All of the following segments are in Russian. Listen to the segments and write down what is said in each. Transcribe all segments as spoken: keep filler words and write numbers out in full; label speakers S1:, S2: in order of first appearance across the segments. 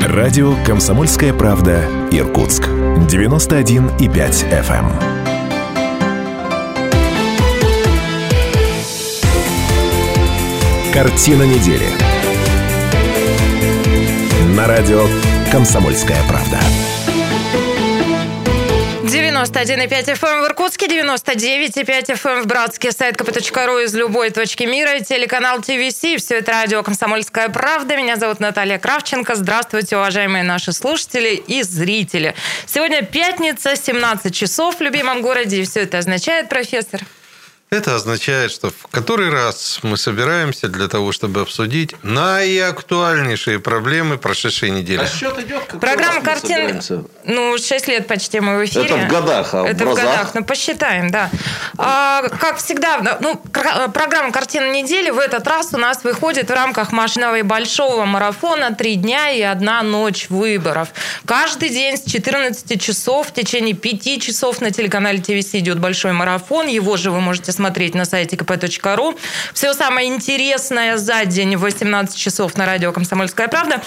S1: Радио «Комсомольская правда», Иркутск. девяносто один и пять эф эм. Картина недели. На радио «Комсомольская правда».
S2: девяносто один и пять эф эм в Иркутске, девяносто девять и пять эф эм в Братске, сайт ка пэ точка ру из любой точки мира, телеканал ти ви си. Все это радио «Комсомольская правда». Меня зовут Наталья Кравченко. Здравствуйте, уважаемые наши слушатели и зрители. Сегодня пятница, семнадцать часов в любимом городе. И все это означает, профессор?
S3: Это означает, что в который раз мы собираемся для того, чтобы обсудить наиактуальнейшие проблемы прошедшей недели.
S4: А счет идет? Какой
S2: Программа «Картина». Ну, шесть лет почти мы в эфире.
S4: Это в годах, а
S2: Это
S4: в
S2: в
S4: разах?
S2: годах. Ну, посчитаем, да. А, как всегда, ну, программа «Картина недели» в этот раз у нас выходит в рамках мощного и большого марафона «Три дня и одна ночь выборов». Каждый день с четырнадцати часов в течение пяти часов на телеканале ти ви си идет большой марафон. Его же вы можете смотреть на сайте ка пэ точка ру. Все самое интересное за день в восемнадцать часов на радио «Комсомольская правда».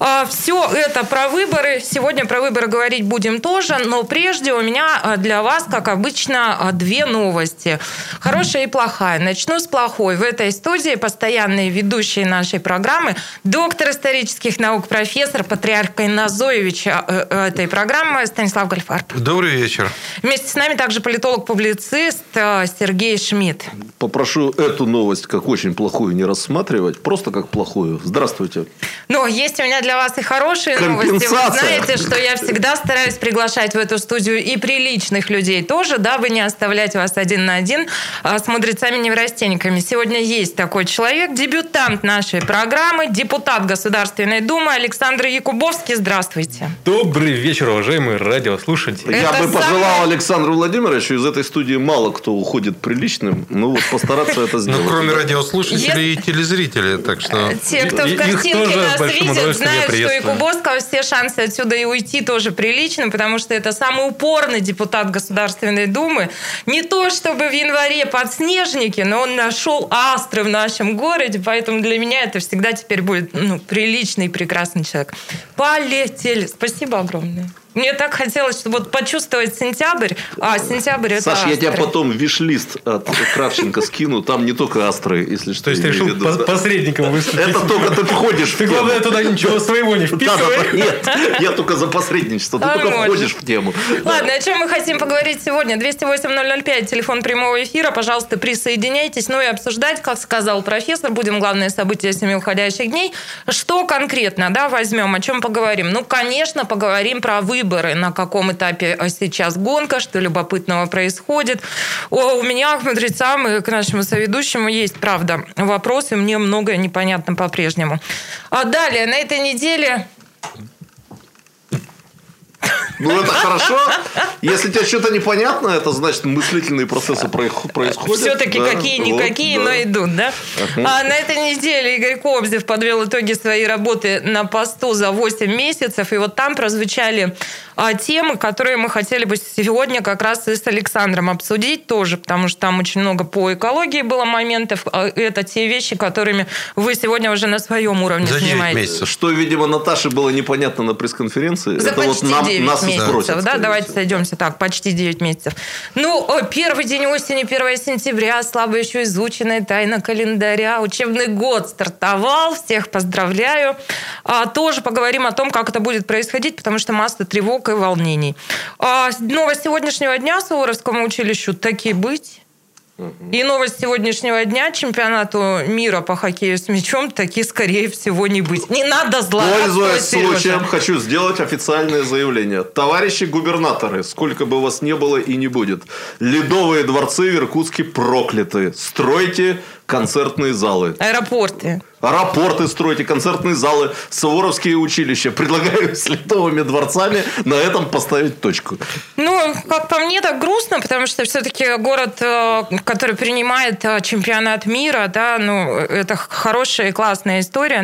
S2: Все это про выборы. Сегодня про выборы говорить будем тоже, но прежде у меня для вас, как обычно, две новости. Хорошая и плохая. Начну с плохой. В этой студии постоянные ведущие нашей программы, доктор исторических наук, профессор, патриарх Кайназоевич этой программы Станислав Гольфарб.
S3: Добрый вечер.
S2: Вместе с нами также политолог-публицист Сергей Шмидт.
S4: Попрошу эту новость как очень плохую не рассматривать, просто как плохую. Здравствуйте.
S2: Но есть у меня для вас и хорошие новости. Вы знаете, что я всегда стараюсь приглашать в эту студию и приличных людей тоже, дабы не оставлять вас один на один с мудрецами-неврастенниками. Сегодня есть такой человек, дебютант нашей программы, депутат Государственной Думы Александр Якубовский. Здравствуйте.
S5: Добрый вечер, уважаемые радиослушатели.
S4: Я
S2: Это
S4: бы пожелал
S2: самое...
S4: Александру Владимировичу, из этой студии мало кто уходит приличным, ну вот постараться это сделать.
S3: Ну, кроме радиослушателей и телезрителей, так что...
S2: Те, кто в картинке нас видит, знают, что Якубовского все шансы отсюда и уйти тоже прилично, потому что это самый упорный депутат Государственной Думы. Не то чтобы в январе подснежники, но он нашел астры в нашем городе, поэтому для меня это всегда теперь будет ну, приличный и прекрасный человек. Полетели. Спасибо огромное. Мне так хотелось, чтобы вот почувствовать сентябрь. А, сентябрь – это
S4: Саш,
S2: астры.
S4: я тебе потом виш-лист от Кравченко скину. Там не только астры, если что.
S5: То есть, ты решил посредником выступить?
S4: Это только ты входишь в
S5: Ты,
S4: тему.
S5: главное, туда ничего своего не вписывай.
S4: Нет, я только за посредничество. Ты только входишь в тему.
S2: Ладно, о чем мы хотим поговорить сегодня? двести восемь ноль ноль пять, телефон прямого эфира. Пожалуйста, присоединяйтесь. Ну и обсуждать, как сказал профессор, будем главные события семи уходящих дней. Что конкретно, да, возьмем, о чем поговорим? Ну, конечно, поговорим про выборы, на каком этапе сейчас гонка, что любопытного происходит. О, у меня к мудрецам и к нашему соведущему есть, правда, вопросы. Мне многое непонятно по-прежнему. А далее, на этой неделе...
S4: Ну, это хорошо. Если тебе что-то непонятно, это значит, мыслительные процессы происходят.
S2: Все-таки
S4: да,
S2: какие-никакие, вот, да. но идут, да? Uh-huh. А на этой неделе Игорь Кобзев подвел итоги своей работы на посту за восемь месяцев. И вот там прозвучали а, темы, которые мы хотели бы сегодня как раз и с Александром обсудить тоже, потому что там очень много по экологии было моментов. Это те вещи, которыми вы сегодня уже на своем уровне
S3: за
S2: занимаетесь.
S3: Месяцев.
S4: Что, видимо, Наташе было непонятно на пресс-конференции.
S2: За
S4: это
S2: почти
S4: вот нам,
S2: девять
S4: нас
S2: месяцев,
S4: спросят,
S2: да? Давайте всего. Сойдемся так, почти девять месяцев. Ну, первый день осени, первое сентября, слабо еще изученная тайна календаря. Учебный год стартовал, всех поздравляю. А, тоже поговорим о том, как это будет происходить, потому что масса тревог и волнений. А, новость сегодняшнего дня Суворовскому училищу таки быть. И новость сегодняшнего дня чемпионату мира по хоккею с мячом таки, скорее всего, не быть. Не надо злорадствовать,
S4: Пользуясь случаем,
S2: Сережа.
S4: хочу сделать официальное заявление. Товарищи губернаторы, сколько бы вас не было и не будет, ледовые дворцы в Иркутске прокляты. Стройте концертные залы.
S2: Аэропорты.
S4: Аэропорты стройте, концертные залы, суворовские училища. Предлагаю с ледовыми дворцами на этом поставить точку.
S2: Ну, как по мне, так грустно, потому что все-таки город, который принимает чемпионат мира, да, ну, это хорошая и классная история. Но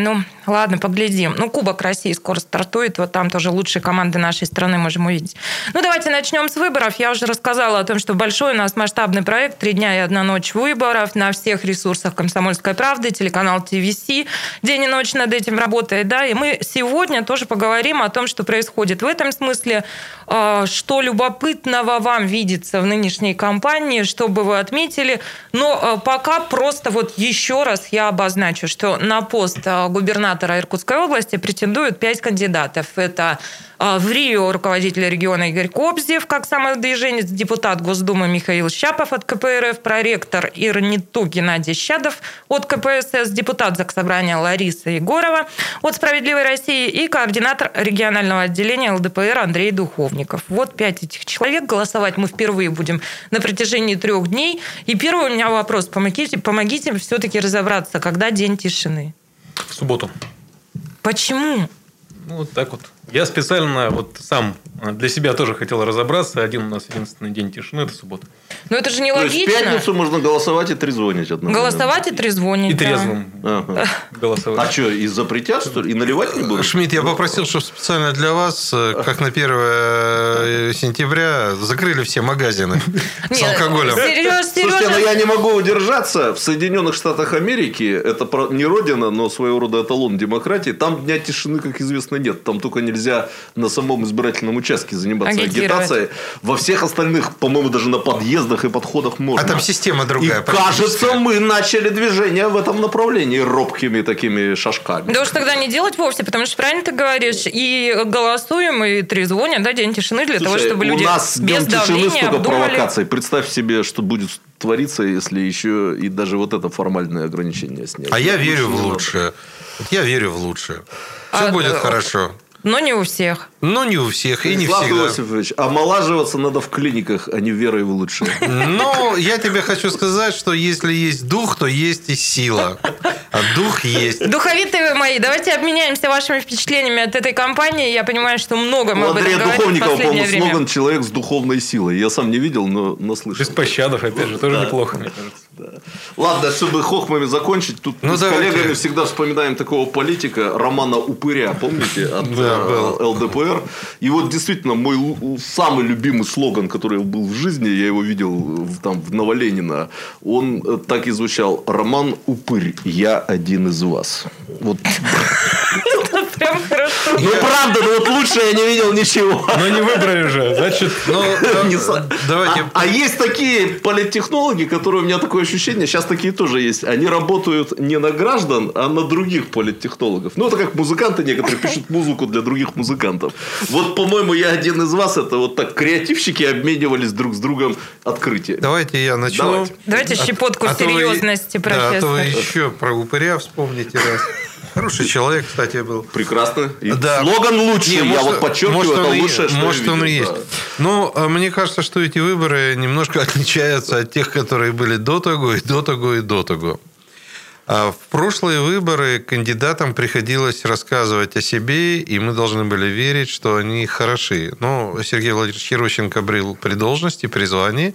S2: Ладно, поглядим. Ну, Кубок России скоро стартует. Вот там тоже лучшие команды нашей страны можем увидеть. Ну, давайте начнем с выборов. Я уже рассказала о том, что большой у нас масштабный проект «Три дня и одна ночь выборов» на всех ресурсах «Комсомольской правды», телеканал Ти Ви Си. День и ночь над этим работает, да. И мы сегодня тоже поговорим о том, что происходит в этом смысле, что любопытного вам видится в нынешней кампании, что бы вы отметили. Но пока просто вот еще раз я обозначу, что на пост губернатора Иркутской области претендуют пять кандидатов. Это в Рио руководитель региона Игорь Кобзев, как самовыдвиженец, депутат Госдумы Михаил Щапов от Ка Пэ Эр Эф, проректор ИРНИТУ Геннадий Щадов от Ка Пэ Эс Эс, депутат Заксобрания Лариса Егорова от «Справедливой России» и координатор регионального отделения Эл Дэ Пэ Эр Андрей Духовников. Вот пять этих человек. Голосовать мы впервые будем на протяжении трех дней. И первый у меня вопрос. Помогите, помогите все-таки разобраться, когда день тишины?
S5: В субботу.
S2: Почему?
S5: Ну, вот так вот. Я специально вот сам для себя тоже хотел разобраться. Один у нас единственный день тишины – это суббота.
S2: Но это же
S4: То
S2: нелогично.
S4: есть в пятницу можно голосовать и трезвонить одновременно.
S2: Голосовать и трезвонить.
S5: И
S2: да.
S5: трезвым
S4: Ага.
S5: голосовать.
S4: А что, и запретят, что ли? И наливать не будут?
S3: Шмидт, я попросил, чтобы специально для вас, как на первое сентября, закрыли все магазины с алкоголем.
S2: Сереж,
S4: Слушайте, но
S2: Сережа,
S4: я не могу удержаться. В Соединенных Штатах Америки, это про- не родина, но своего рода эталон демократии, там дня тишины, как известно, нет. Там только нельзя на самом избирательном участке заниматься
S2: Агитировать.
S4: агитацией. Во всех остальных, по-моему, даже на подъездах и подходах можно.
S3: А там система
S4: И
S3: другая.
S4: кажется, мы начали движение в этом направлении робкими такими шажками.
S2: да уж тогда не делать вовсе, потому что правильно ты говоришь, и голосуем, и трезвоним, да, день тишины для того,
S4: Слушай,
S2: чтобы
S4: у
S2: люди
S4: нас с
S2: без
S4: Днем тишины
S2: давления
S4: столько
S2: обдумали.
S4: провокаций. Представь себе, что будет твориться, если еще и даже вот это формальное ограничение снять.
S3: А я
S4: Лучше
S3: верю в
S4: не надо.
S3: лучшее. Вот я верю в лучшее. Все
S2: А,
S3: будет
S2: да.
S3: хорошо.
S2: Но не у всех.
S3: Но не у всех и не
S4: Станислав
S3: всегда.
S4: Иосифович, омолаживаться надо в клиниках, а не верой в лучшее.
S3: Но я тебе хочу сказать, что если есть дух, то есть и сила. А дух есть.
S2: Духовитые вы мои, давайте обменяемся вашими впечатлениями от этой кампании. Я понимаю, что много мы
S4: У
S2: об этом
S4: Андрея
S2: говорим в
S4: Духовникова,
S2: последнее
S4: по-моему,
S2: время.
S4: слоган «Человек с духовной силой». Я сам не видел, но наслышал.
S5: Без пощадов, опять же, тоже
S4: Да.
S5: неплохо, мне кажется.
S4: Да. Ладно, чтобы хохмами закончить, тут
S3: Ну,
S4: мы с
S3: давайте.
S4: коллегами всегда вспоминаем такого политика Романа Упыря, помните, от
S3: Да,
S4: э,
S3: был.
S4: Эл Дэ Пэ Эр. И вот действительно мой лу- самый любимый слоган, который был в жизни, я его видел в- там в Новоленина, он э, так и звучал: «Роман Упырь, я один из вас». Вот.
S2: Прям хорошо.
S4: Ну правда, ну вот лучше я не видел ничего.
S5: Но не выбрали же, значит...
S3: Ну, да,
S4: Не са-
S3: давайте.
S4: А, а есть такие политтехнологи, которые, у меня такое ощущение, сейчас такие тоже есть. Они работают не на граждан, а на других политтехнологов. Ну, это как музыканты некоторые пишут музыку для других музыкантов. Вот, по-моему, я один из вас. Это вот так креативщики обменивались друг с другом открытием.
S3: Давайте я начну.
S4: Давайте.
S2: Давайте щепотку
S3: А то вы-
S2: серьезности,
S3: Да, а то вы
S2: профессор.
S3: еще про упыря вспомните раз. Хороший человек, кстати, был.
S4: Прекрасно. И
S3: Да.
S4: слоган лучший.
S3: Не,
S4: я
S3: может,
S4: вот подчеркиваю,
S3: может,
S4: это
S3: он и-
S4: лучшее, что
S3: может,
S4: я
S3: он и
S4: видел.
S3: есть.
S4: Да.
S3: Но а, мне кажется, что эти выборы немножко отличаются от тех, которые были до того, и до того, и до того. А в прошлые выборы кандидатам приходилось рассказывать о себе, и мы должны были верить, что они хороши. Но Сергей Владимирович Ерощенко был при должности, при звании,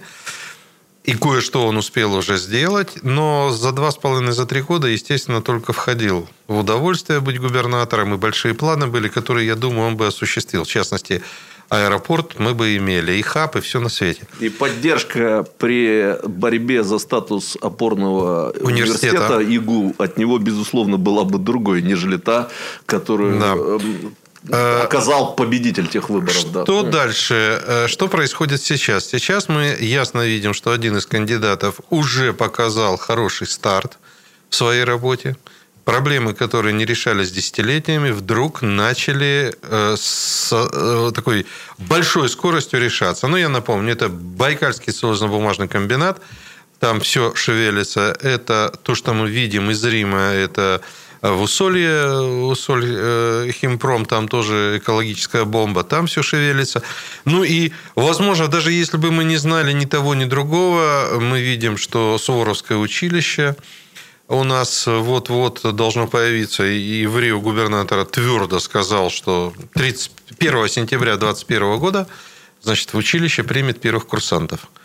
S3: и кое-что он успел уже сделать, но за два с половиной, за три года, естественно, только входил в удовольствие быть губернатором, и большие планы были, которые, я думаю, он бы осуществил. В частности, аэропорт мы бы имели, и хаб, и все на свете.
S4: И поддержка при борьбе за статус опорного
S3: Университета.
S4: университета ИГУ от него, безусловно, была бы другой, нежели та, которую
S3: Да.
S4: эм, оказал победитель тех выборов.
S3: Что
S4: да.
S3: дальше? Э, Что происходит сейчас? Сейчас мы ясно видим, что один из кандидатов уже показал хороший старт в своей работе. Проблемы, которые не решались десятилетиями, вдруг начали э, с э, такой большой скоростью решаться. Ну, я напомню, это Байкальский целлюлозно-бумажный комбинат. Там все шевелится. Это то, что мы видим из Рима, это в Усолье, Усоль, э, Химпром, там тоже экологическая бомба, там все шевелится. Ну и, возможно, даже если бы мы не знали ни того, ни другого, мы видим, что Суворовское училище у нас вот-вот должно появиться, и в Рио губернатор твердо сказал, что тридцать первого сентября две тысячи двадцать первого года, значит, в училище примет первых курсантов.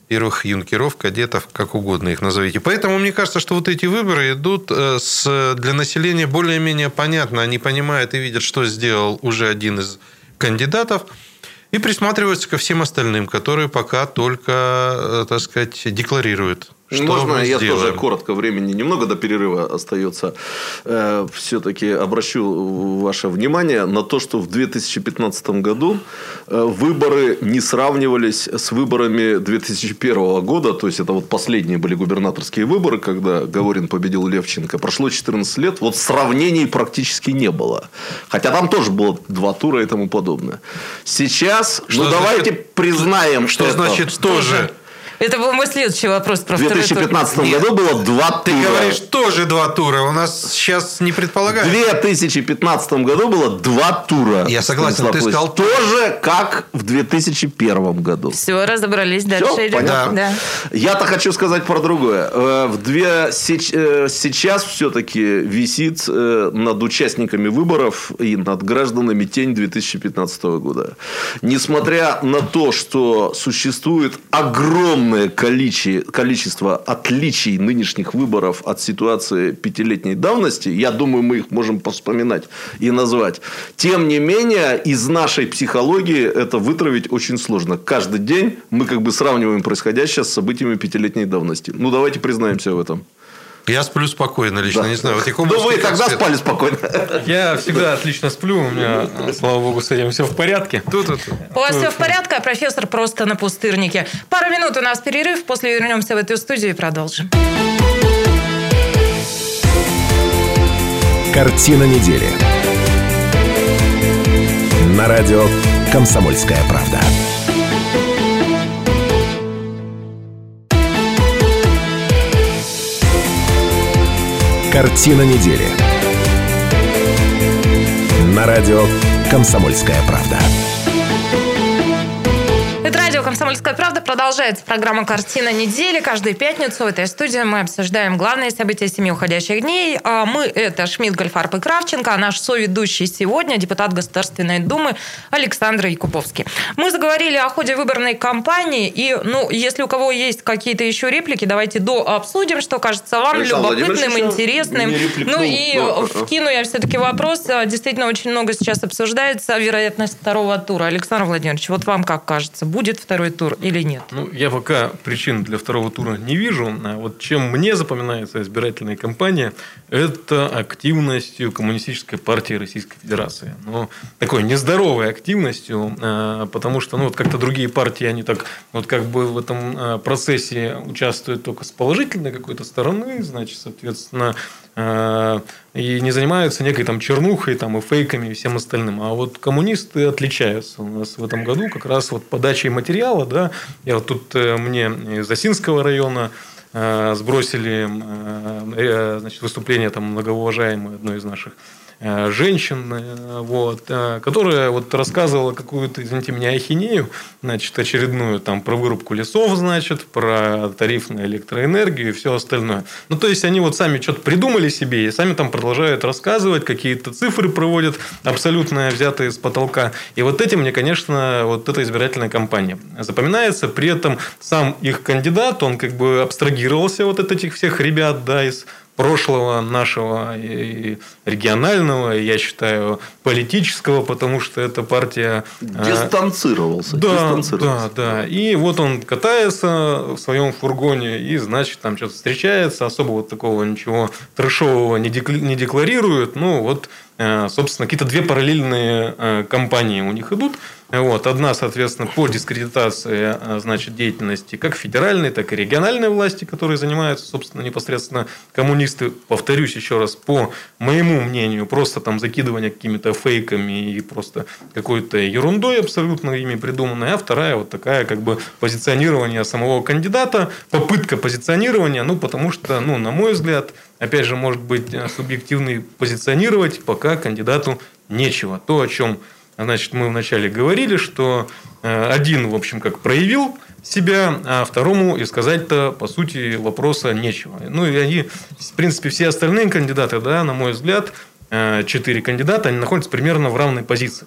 S3: первых юнкеров, кадетов, как угодно их назовите. Поэтому мне кажется, что вот эти выборы идут с, для населения более-менее понятно. Они понимают и видят, что сделал уже один из кандидатов, и присматриваются ко всем остальным, которые пока только, так сказать, декларируют. Что
S4: Можно я
S3: сделаем?
S4: тоже коротко, времени немного до перерыва остается. Э, все-таки обращу ваше внимание на то, что в две тысячи пятнадцатом году э, выборы не сравнивались с выборами две тысячи первого года. То есть, это вот последние были губернаторские выборы, когда Говорин победил Левченко. Прошло четырнадцать лет. Вот сравнений практически не было. Хотя там тоже было два тура и тому подобное. Сейчас,
S3: что
S4: ну
S3: значит,
S4: давайте признаем,
S3: что
S4: это.
S3: значит тоже...
S2: Это был мой следующий вопрос про
S4: В две тысячи пятнадцатом
S2: второй тур.
S4: году было два
S3: Ты
S4: тура.
S3: говоришь, тоже два тура. У нас сейчас не
S4: В
S3: предполагается.
S4: две тысячи пятнадцатом году было два тура.
S3: Я согласен,
S4: Станислав
S3: ты
S4: Владимирович.
S3: сказал
S4: тоже, как в две тысячи первом году.
S2: Все, разобрались. Дальше
S4: Всё,
S2: идем.
S4: понятно.
S2: Да.
S4: Я-то хочу сказать про другое. Э, В две... сеч- э, Сейчас все-таки висит э, над участниками выборов и над гражданами тень две тысячи пятнадцатого года. Несмотря на то, что существует огромное количество количество отличий нынешних выборов от ситуации пятилетней давности, я думаю, мы их можем вспоминать и назвать. Тем не менее, из нашей психологии это вытравить очень сложно. Каждый день мы как бы сравниваем происходящее с событиями пятилетней давности. Ну, давайте признаемся в этом.
S3: Я сплю спокойно лично,
S4: Да.
S3: не знаю. Вот
S4: Ну, вы тогда спали спокойно.
S5: Я всегда отлично сплю, у меня, слава богу, с этим все в порядке.
S3: Тут, тут.
S2: У вас все в порядке, а профессор просто на пустырнике. Пару минут у нас перерыв, после вернемся в эту студию и продолжим.
S1: Картина недели. На радио «Комсомольская правда». Картина недели. На радио «Комсомольская правда».
S2: Это радио «Комсомольская правда». Продолжается программа «Картина недели». Каждую пятницу в этой студии мы обсуждаем главные события семи уходящих дней. Мы – это Шмидт, Гольфарб и Кравченко, а наш соведущий сегодня – депутат Государственной Думы Александр Якубовский. Мы заговорили о ходе выборной кампании. И, ну, если у кого есть какие-то еще реплики, давайте дообсудим, что кажется вам
S4: Александр
S2: любопытным,
S4: Владимирович
S2: интересным.
S4: репликнул.
S2: Ну и
S4: Ну,
S2: вкину я все-таки вопрос. Действительно, очень много сейчас обсуждается вероятность второго тура. Александр Владимирович, вот вам как кажется, будет второй тур или нет?
S5: Ну, я пока причин для второго тура не вижу. А вот чем мне запоминается избирательная кампания, это активностью Коммунистической партии Российской Федерации. Ну, такой нездоровой активностью, потому что ну, вот как-то другие партии, они так вот как бы в этом процессе участвуют только с положительной какой-то стороны, значит, соответственно, и не занимаются некой там чернухой там, и фейками и всем остальным. А вот коммунисты отличаются у нас в этом году как раз вот подачей материала. Да. Я вот тут мне из Осинского района сбросили значит, выступление там, многоуважаемой одной из наших женщин, вот, которая вот рассказывала какую-то, извините меня, ахинею, значит, очередную там, про вырубку лесов, значит, про тариф на электроэнергию и все остальное. Ну, то есть, они вот сами что-то придумали себе и сами там продолжают рассказывать, какие-то цифры проводят, абсолютно взятые с потолка. И вот этим мне, конечно, вот эта избирательная кампания запоминается. При этом сам их кандидат, он как бы абстрагировался вот от этих всех ребят, да, из прошлого нашего и регионального, и, я считаю, политического, потому что эта партия...
S4: Дистанцировался.
S5: Да,
S4: дистанцировался.
S5: да, да. И вот он катается в своем фургоне и, значит, там что-то встречается, особо вот такого ничего трэшового не декларирует. Ну, вот, собственно, какие-то две параллельные кампании у них идут. Вот. Одна, соответственно, по дискредитации, значит, деятельности как федеральной, так и региональной власти, которые занимаются, собственно, непосредственно коммунисты. Повторюсь еще раз, по моему мнению, просто там закидывание какими-то фейками и просто какой-то ерундой абсолютно ими придуманной. А вторая вот такая как бы позиционирование самого кандидата, попытка позиционирования, ну, потому что, ну, на мой взгляд, опять же, может быть, субъективный позиционировать пока кандидату нечего. То, о чем, значит, мы вначале говорили, что один, в общем, как проявил себя, а второму и сказать-то, по сути, вопроса нечего. Ну, и они, в принципе, все остальные кандидаты, да, на мой взгляд, четыре кандидата, они находятся примерно в равной позиции.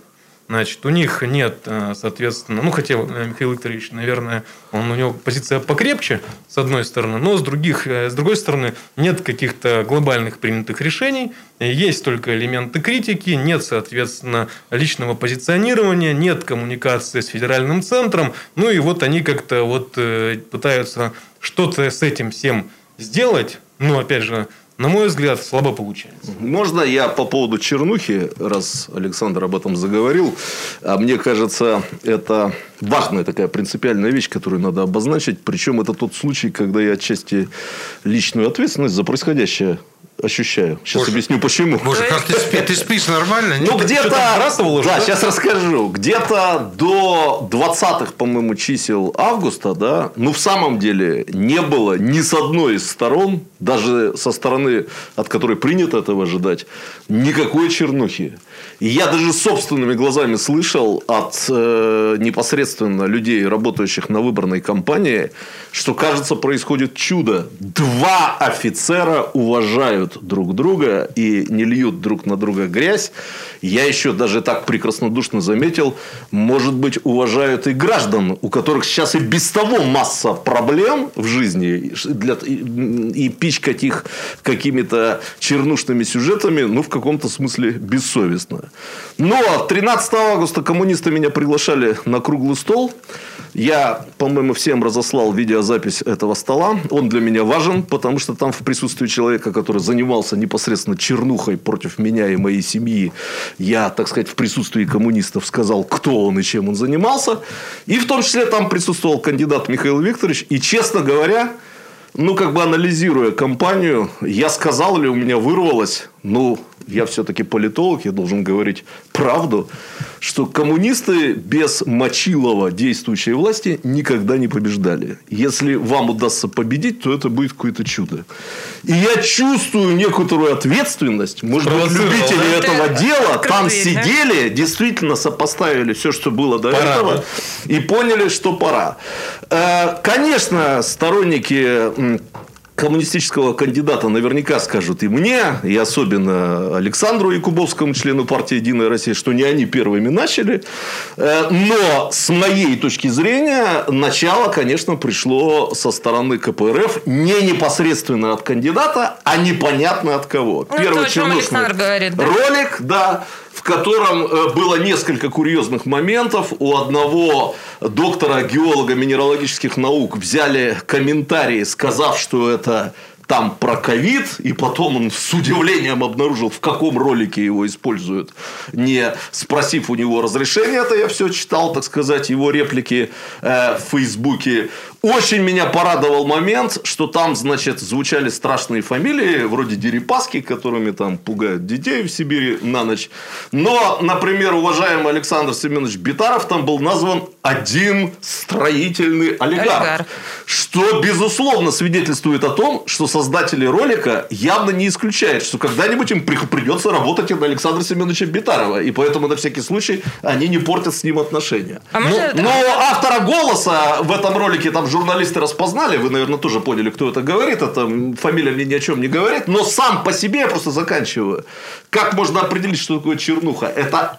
S5: Значит, у них нет, соответственно, ну, хотя Михаил Викторович, наверное, он, у него позиция покрепче, с одной стороны, но с, других, с другой стороны, нет каких-то глобальных принятых решений, есть только элементы критики, нет, соответственно, личного позиционирования, нет коммуникации с федеральным центром, ну, и вот они как-то вот пытаются что-то с этим всем сделать, ну, опять же, на мой взгляд, слабо получается.
S4: Можно я по поводу чернухи, раз Александр об этом заговорил? А мне кажется, это важная такая принципиальная вещь, которую надо обозначить. Причем это тот случай, когда я отчасти личную ответственность за происходящее ощущаю. Сейчас
S3: Боже,
S4: объясню, почему.
S3: Боже, как ты спишь? Ты спишь нормально?
S4: Ну, где-то... Да,
S5: да,
S4: сейчас расскажу. Где-то до двадцатых, по-моему, чисел августа, да, ну, в самом деле, не было ни с одной из сторон, даже со стороны, от которой принято этого ожидать, никакой чернухи. И я даже собственными глазами слышал от э, непосредственно людей, работающих на выборной кампании, что, кажется, происходит чудо. Два офицера уважают друг друга и не льют друг на друга грязь. Я еще даже так прекраснодушно заметил, может быть, уважают и граждан, у которых сейчас и без того масса проблем в жизни, для, и, и пичкать их какими-то чернушными сюжетами, ну, в каком-то смысле бессовестно. Но тринадцатого августа коммунисты меня приглашали на круглый стол. Я, по-моему, всем разослал видеозапись этого стола. Он для меня важен, потому что там в присутствии человека, который занимался непосредственно чернухой против меня и моей семьи, я, так сказать, в присутствии коммунистов сказал, кто он и чем он занимался. И в том числе там присутствовал кандидат Михаил Викторович. И, честно говоря, ну, как бы анализируя кампанию, я сказал или у меня вырвалось, ну, я все-таки политолог, я должен говорить правду, что коммунисты без Мочилова действующей власти никогда не побеждали. Если вам удастся победить, то это будет какое-то чудо. И я чувствую некоторую ответственность. Может быть, любители да? этого Ты дела там сидели, да? действительно сопоставили все, что было до пора, этого, да? и поняли, что пора. Конечно, сторонники коммунистического кандидата наверняка скажут и мне, и особенно Александру Якубовскому, члену партии «Единая Россия», что не они первыми начали. Но с моей точки зрения начало, конечно, пришло со стороны ка пэ эр эф не непосредственно от кандидата, а непонятно от кого.
S2: Ну, Первый чернушный
S4: говорит, да? ролик, да, в котором было несколько курьезных моментов. У одного доктора геолога минералогических наук взяли комментарии, сказав, что это там про ковид, и потом он с удивлением обнаружил, в каком ролике его используют, не спросив у него разрешения. Это я все читал, так сказать, его реплики э, в Фейсбуке. Очень меня порадовал момент, что там, значит, звучали страшные фамилии, вроде Дерипаски, которыми там пугают детей в Сибири на ночь. Но, например, уважаемый Александр Семенович Битаров там был назван один строительный олигарх. олигарх. Что, безусловно, свидетельствует о том, что создатели ролика явно не исключают, что когда-нибудь им придется работать и на Александра Семеновича Битарова. И поэтому, на всякий случай, они не портят с ним отношения. А но, может... но автора голоса в этом ролике там журналисты распознали. Вы, наверное, тоже поняли, кто это говорит. Это фамилия мне ни о чем не говорит. Но сам по себе я просто заканчиваю. Как можно определить, что такое чернуха? Это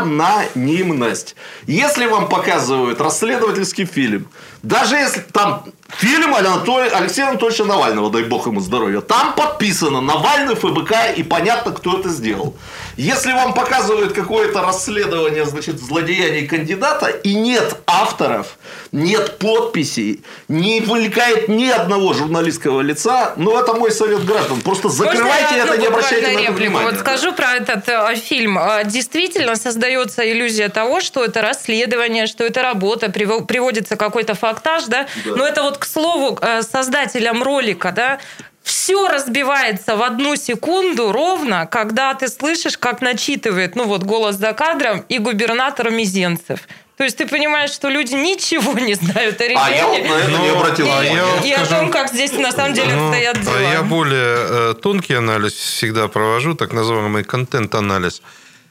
S4: анонимность. Если вам показывают расследовательский фильм, даже если там фильм Алексея Анатольевича Навального, дай бог ему здоровья, там подписано Навальный, эф бэ ка, и понятно, кто это сделал. Если вам показывают какое-то расследование, значит, злодеяний кандидата, и нет авторов, нет подписей, не вовлекает ни одного журналистского лица, ну, это мой совет граждан. Просто закрывайте это, не обращайте на это внимания.
S2: Вот скажу про этот э, фильм. Действительно создается иллюзия того, что это расследование, что это работа, приводится какой-то фактаж, да? Да. Но это вот, к слову, создателям ролика, да, все разбивается в одну секунду ровно, когда ты слышишь, как начитывает, ну вот, голос за кадром и губернатор Мизинцев. То есть ты понимаешь, что люди ничего не знают о регионе.
S4: А я вот на это не обратил внимания.
S2: И, и скажу, о том, как здесь на самом деле ну, стоят дела.
S3: Я более э, тонкий анализ всегда провожу, так называемый контент-анализ.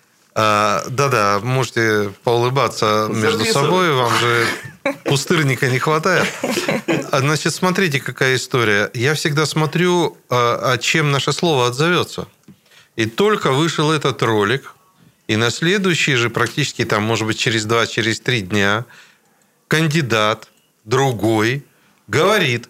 S3: А, да-да, можете поулыбаться между собой, вам же пустырника не хватает. Значит, смотрите, какая история. Я всегда смотрю, а чем наше слово отзовется. И только вышел этот ролик, И на следующий же, практически там, может быть, через два, через три дня, кандидат другой говорит: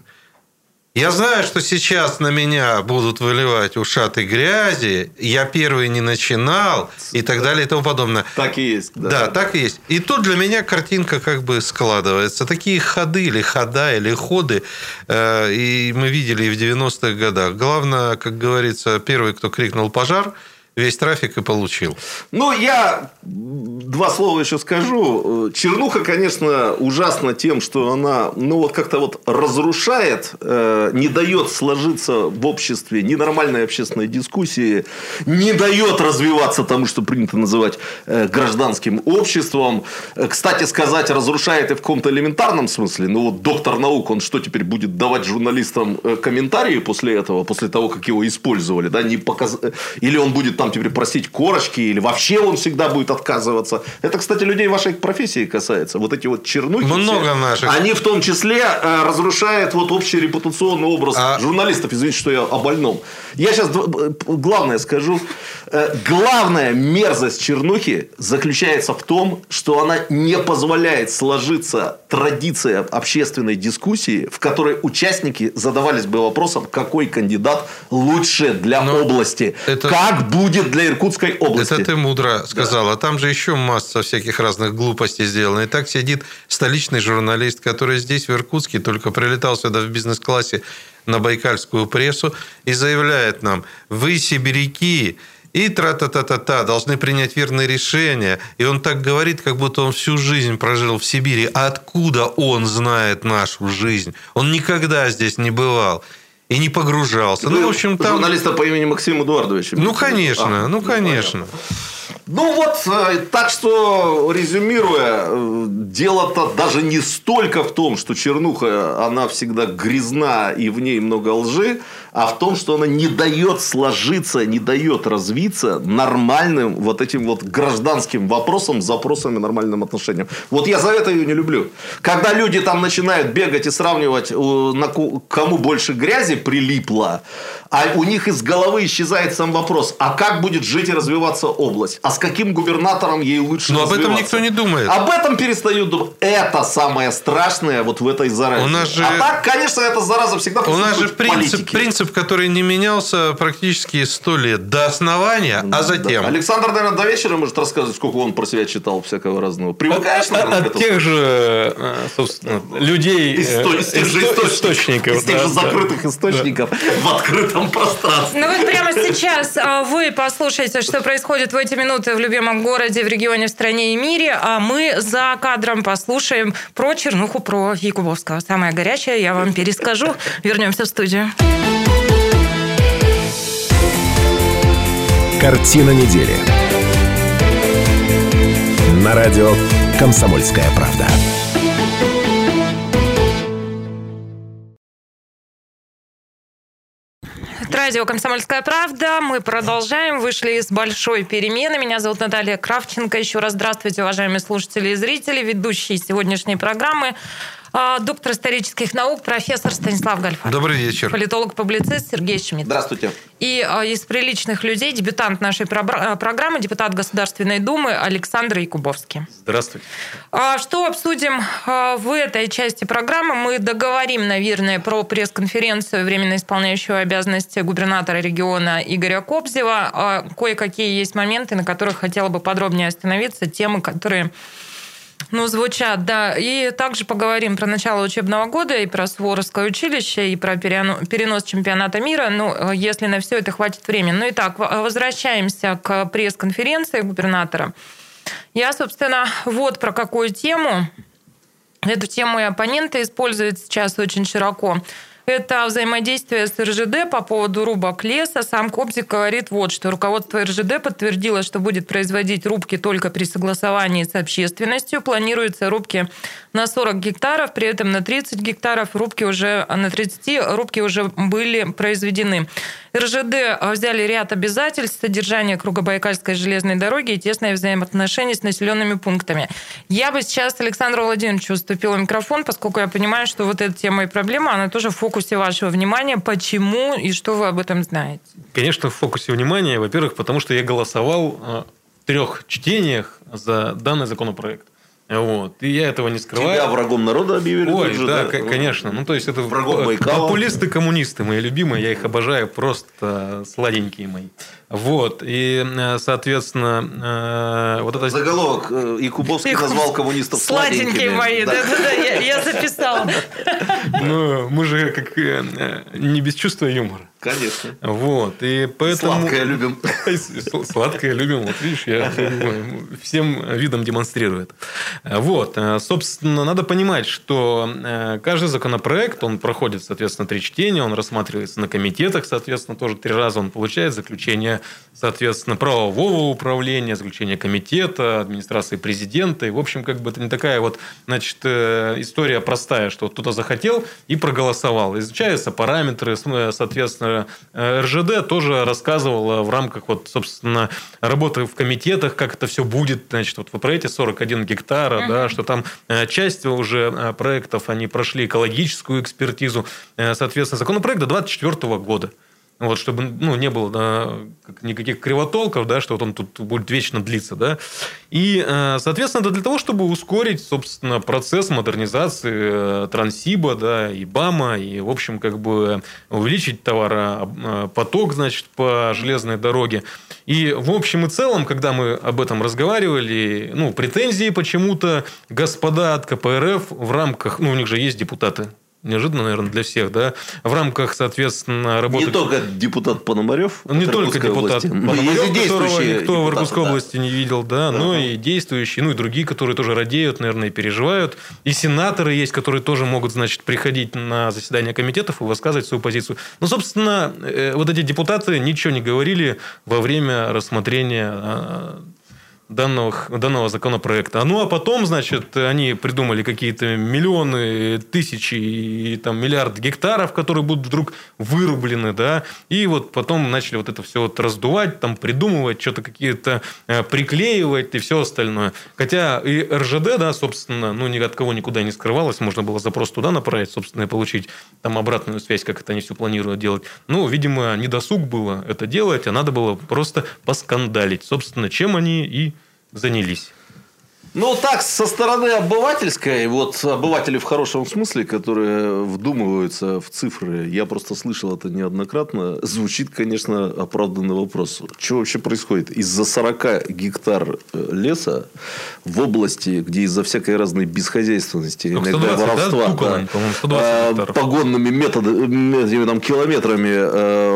S3: я знаю, что сейчас на меня будут выливать ушаты грязи, я первый не начинал, и так далее, и тому подобное.
S4: Так и есть. Да,
S3: да так и есть. И тут для меня картинка как бы складывается. Такие ходы, или хода, или ходы, э, и мы видели и в девяностых годах. Главное, как говорится, первый, кто крикнул «пожар», весь трафик и получил.
S4: Ну, я два слова еще скажу. Чернуха, конечно, ужасна тем, что она, ну, вот как-то вот разрушает, э, не дает сложиться в обществе ни нормальной общественной дискуссии, не дает развиваться тому, что принято называть э, гражданским обществом. Кстати сказать, разрушает и в каком-то элементарном смысле. Ну, вот доктор наук, он что теперь будет давать журналистам комментарии после этого, после того, как его использовали, да, не показ... или он будет там теперь просить корочки, или вообще он всегда будет отказываться. Это, кстати, людей вашей профессии касается. Вот эти вот чернухи.
S3: Много
S4: все,
S3: наших.
S4: Они в том числе э, разрушают вот общий репутационный образ а... журналистов. Извините, что я о больном. Я сейчас главное скажу. Э, главная мерзость чернухи заключается в том, что она не позволяет сложиться традиция общественной дискуссии, в которой участники задавались бы вопросом, какой кандидат лучше для Но области. Это... Как будет для Иркутской области.
S3: Это ты мудро сказала. Да. Там же еще масса всяких разных глупостей сделано. И так сидит столичный журналист, который здесь, в Иркутске, только прилетал сюда в бизнес-классе на байкальскую прессу и заявляет нам: вы, сибиряки, и тра-та-та-та-та, должны принять верные решения. И он так говорит, как будто он всю жизнь прожил в Сибири. А откуда он знает нашу жизнь? Он никогда здесь не бывал. И не погружался.
S4: Ну,
S3: ну, в общем, там...
S4: Журналиста по имени Максим Эдуардович.
S3: Ну, конечно, а, ну, конечно.
S4: Ну, вот, так что, резюмируя, дело-то даже не столько в том, что чернуха, она всегда грязна и в ней много лжи, а в том, что она не дает сложиться, не дает развиться нормальным вот этим вот гражданским вопросам, запросами, нормальным отношениям. Вот я за это ее не люблю. Когда люди там начинают бегать и сравнивать, на кому больше грязи прилипло, а у них из головы исчезает сам вопрос: а как будет жить и развиваться область? А с каким губернатором ей лучше
S3: Но
S4: развиваться?
S3: об этом никто не думает.
S4: Об этом перестают думать. Это самое страшное вот в этой заразе.
S3: У нас же...
S4: А так, конечно, эта зараза всегда
S3: У нас же
S4: в
S3: принцип, принцип, который не менялся практически сто лет. До основания, а затем...
S4: Да. Александр, наверное, до вечера может рассказывать, сколько он про себя читал всякого разного. Привыкаешь, наверное,
S5: от, от тех же, собственно, людей,
S4: Исто...
S5: из тех же источников.
S4: Из тех же закрытых источников в открытом пространстве.
S2: Ну вот прямо сейчас вы послушаете, что происходит в эти минуты в любимом городе, в регионе, в стране и мире, а мы за кадром послушаем про чернуху, про Якубовского. Самое горячее я вам перескажу. Вернемся в студию.
S1: Картина недели. На радио «Комсомольская правда».
S2: Радио «Комсомольская правда». Мы продолжаем. Вышли из большой перемены. Меня зовут Наталья Кравченко. Еще раз здравствуйте, уважаемые слушатели и зрители. Ведущие сегодняшней программы доктор исторических наук, профессор Станислав Гальфар.
S3: Добрый вечер.
S2: Политолог-публицист Сергей Шмидт.
S4: Здравствуйте.
S2: И из приличных людей дебютант нашей программы, депутат Государственной Думы Александр Якубовский.
S5: Здравствуйте.
S2: Что обсудим в этой части программы? Мы договорим, наверное, про пресс-конференцию временно исполняющего обязанности губернатора региона Игоря Кобзева. Кое-какие есть моменты, на которых хотела бы подробнее остановиться, темы, которые... Ну, звучат, да. И также поговорим про начало учебного года, и про Суворовское училище, и про перенос чемпионата мира. Ну, если на все это хватит времени. Ну, итак, возвращаемся к пресс-конференции губернатора. Я, собственно, вот про какую тему. Эту тему и оппоненты используют сейчас очень широко. Это взаимодействие с эр жэ дэ по поводу рубок леса. Сам Кобзев говорит вот, что руководство эр жэ дэ подтвердило, что будет производить рубки только при согласовании с общественностью. Планируются рубки на сорок гектаров, при этом на тридцать гектаров рубки уже, на тридцати рубки уже были произведены. эр жэ дэ взяли ряд обязательств: содержание Кругобайкальской железной дороги и тесные взаимоотношения с населенными пунктами. Я бы сейчас Александру Владимировичу уступила микрофон, поскольку я понимаю, что вот эта тема и проблема, она тоже в фокусе вашего внимания. Почему и что вы об этом знаете?
S5: Конечно, в фокусе внимания. Во-первых, потому что я голосовал трех чтениях за данный законопроект. Вот. И я этого не скрываю.
S4: Тебя врагом народа объявили?
S5: Ой,
S4: же,
S5: да,
S4: да,
S5: конечно. Ну, то есть, это
S4: врагом Байкала.
S5: Популисты-коммунисты мои любимые. Я их обожаю. Просто сладенькие мои. Вот. И, соответственно, вот это...
S4: Заголовок. Якубовский назвал коммунистов сладенькими.
S2: Сладенькие мои. Да-да-да, я записала.
S5: Ну, мы же как не без чувства юмора.
S4: Конечно.
S5: Вот. И поэтому...
S4: Сладкое любим.
S5: Сладкое любим. Вот видишь, я всем видом демонстрирую это. Вот. Собственно, надо понимать, что каждый законопроект, он проходит, соответственно, три чтения, он рассматривается на комитетах, соответственно, тоже три раза он получает заключение, соответственно, правового управления, заключение комитета, администрации президента. И, в общем, как бы это не такая вот, значит, история простая, что кто-то захотел и проголосовал. Изучаются параметры, соответственно, эр жэ дэ тоже рассказывала в рамках, вот, собственно, работы в комитетах, как это все будет. Значит, вот вы про эти сорок один гектара, uh-huh. да, что там часть уже проектов, они прошли экологическую экспертизу. Соответственно, законопроект до двадцать четвёртого года. Вот, чтобы ну, не было да, никаких кривотолков, да, что вот он тут будет вечно длиться. Да. И, соответственно, это для того, чтобы ускорить, собственно, процесс модернизации Транссиба, да, и БАМа, и, в общем, как бы увеличить товаропоток, значит, по железной дороге. И, в общем и целом, когда мы об этом разговаривали, ну, претензии почему-то господа от ка пэ эр эф в рамках... Ну, у них же есть депутаты. Неожиданно, наверное, для всех, да, в рамках, соответственно, работы... Не
S4: только депутат Пономарев.
S5: Не только депутат Пономарев, которого никто в Иркутской
S4: да.
S5: области не видел, да, uh-huh. но и действующие, ну, и другие, которые тоже радеют, наверное, и переживают. И сенаторы есть, которые тоже могут, значит, приходить на заседания комитетов и высказывать свою позицию. Ну, собственно, вот эти депутаты ничего не говорили во время рассмотрения... Данного, данного законопроекта. Ну, а потом, значит, они придумали какие-то миллионы, тысячи и там, миллиард гектаров, которые будут вдруг вырублены, да, и вот потом начали вот это все вот раздувать, там, придумывать, что-то какие-то приклеивать и все остальное. Хотя и эр жэ дэ, да, собственно, ну, ни от кого никуда не скрывалось, можно было запрос туда направить, собственно, и получить там обратную связь, как это они все планируют делать. Ну, видимо, не досуг было это делать, а надо было просто поскандалить. Собственно, чем они и занялись.
S4: Ну, так, со стороны обывательской, вот обыватели в хорошем смысле, которые вдумываются в цифры, я просто слышал это неоднократно, звучит, конечно, оправданный вопрос. Что вообще происходит? Из-за сорок гектар леса в области, где из-за всякой разной бесхозяйственности, ну, иногда воровства, да, Туколань, да, погонными методами, там, километрами э,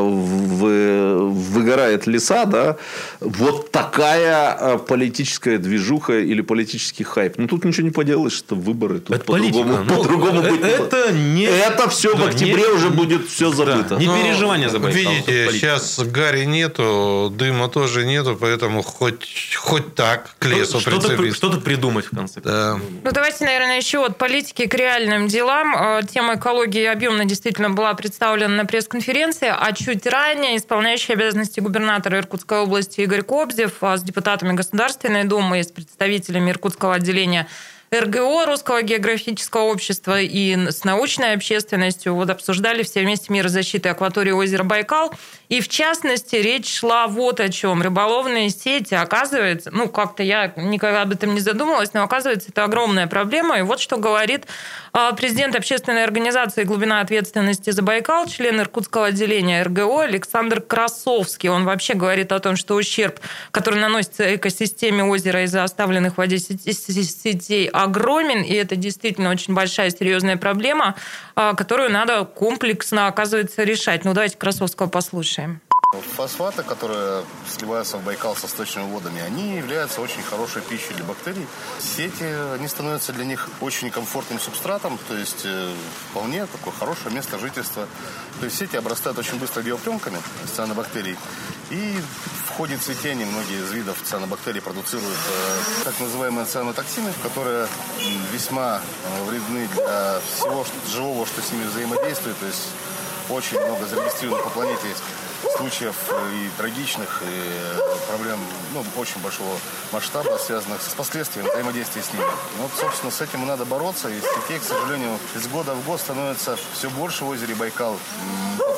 S4: вы, выгорает леса, да, вот такая политическая движуха или политическая политический хайп. Ну, тут ничего не поделаешь, это выборы. Тут
S5: это по-другому, ну, по-другому
S4: это,
S5: быть это, не...
S4: это все да, в октябре не... уже будет все забыто.
S5: Да, не ну, переживания за Байкал.
S3: Видите, сейчас гари нету, дыма тоже нету, поэтому хоть, хоть так к лесу
S5: что-то, что-то придумать в конце.
S3: Да.
S2: Ну, давайте, наверное, еще от политики к реальным делам. Тема экологии объемно действительно была представлена на пресс-конференции, а чуть ранее исполняющий обязанности губернатора Иркутской области Игорь Кобзев с депутатами Государственной Думы и с представителями Иркутского отделения эр гэ о Русского географического общества и с научной общественностью вот обсуждали все вместе меры защиты акватории озера Байкал. И, в частности, речь шла вот о чем. Рыболовные сети, оказывается, ну, как-то я никогда об этом не задумывалась, но, оказывается, это огромная проблема. И вот что говорит президент общественной организации «Глубина ответственности за Байкал», член Иркутского отделения эр гэ о Александр Красовский. Он вообще говорит о том, что ущерб, который наносится экосистеме озера из-за оставленных в воде сетей, огромен, и это действительно очень большая серьезная проблема, которую надо комплексно, оказывается, решать. Ну, давайте Красовского послушаем.
S6: Фосфаты, которые сливаются в Байкал со сточными водами, они являются очень хорошей пищей для бактерий. Сети, они становятся для них очень комфортным субстратом, то есть вполне такое хорошее место жительства. То есть сети обрастают очень быстро биопленками цианобактерий, и в ходе цветения многие из видов цианобактерий продуцируют так называемые цианотоксины, которые весьма вредны для всего живого, что с ними взаимодействует. То есть очень много зарегистрировано по планете случаев и трагичных, и проблем ну, очень большого масштаба, связанных с последствиями взаимодействия с ними. Вот, собственно, с этим и надо бороться. И сетей, к сожалению, из года в год становится все больше в озере Байкал. По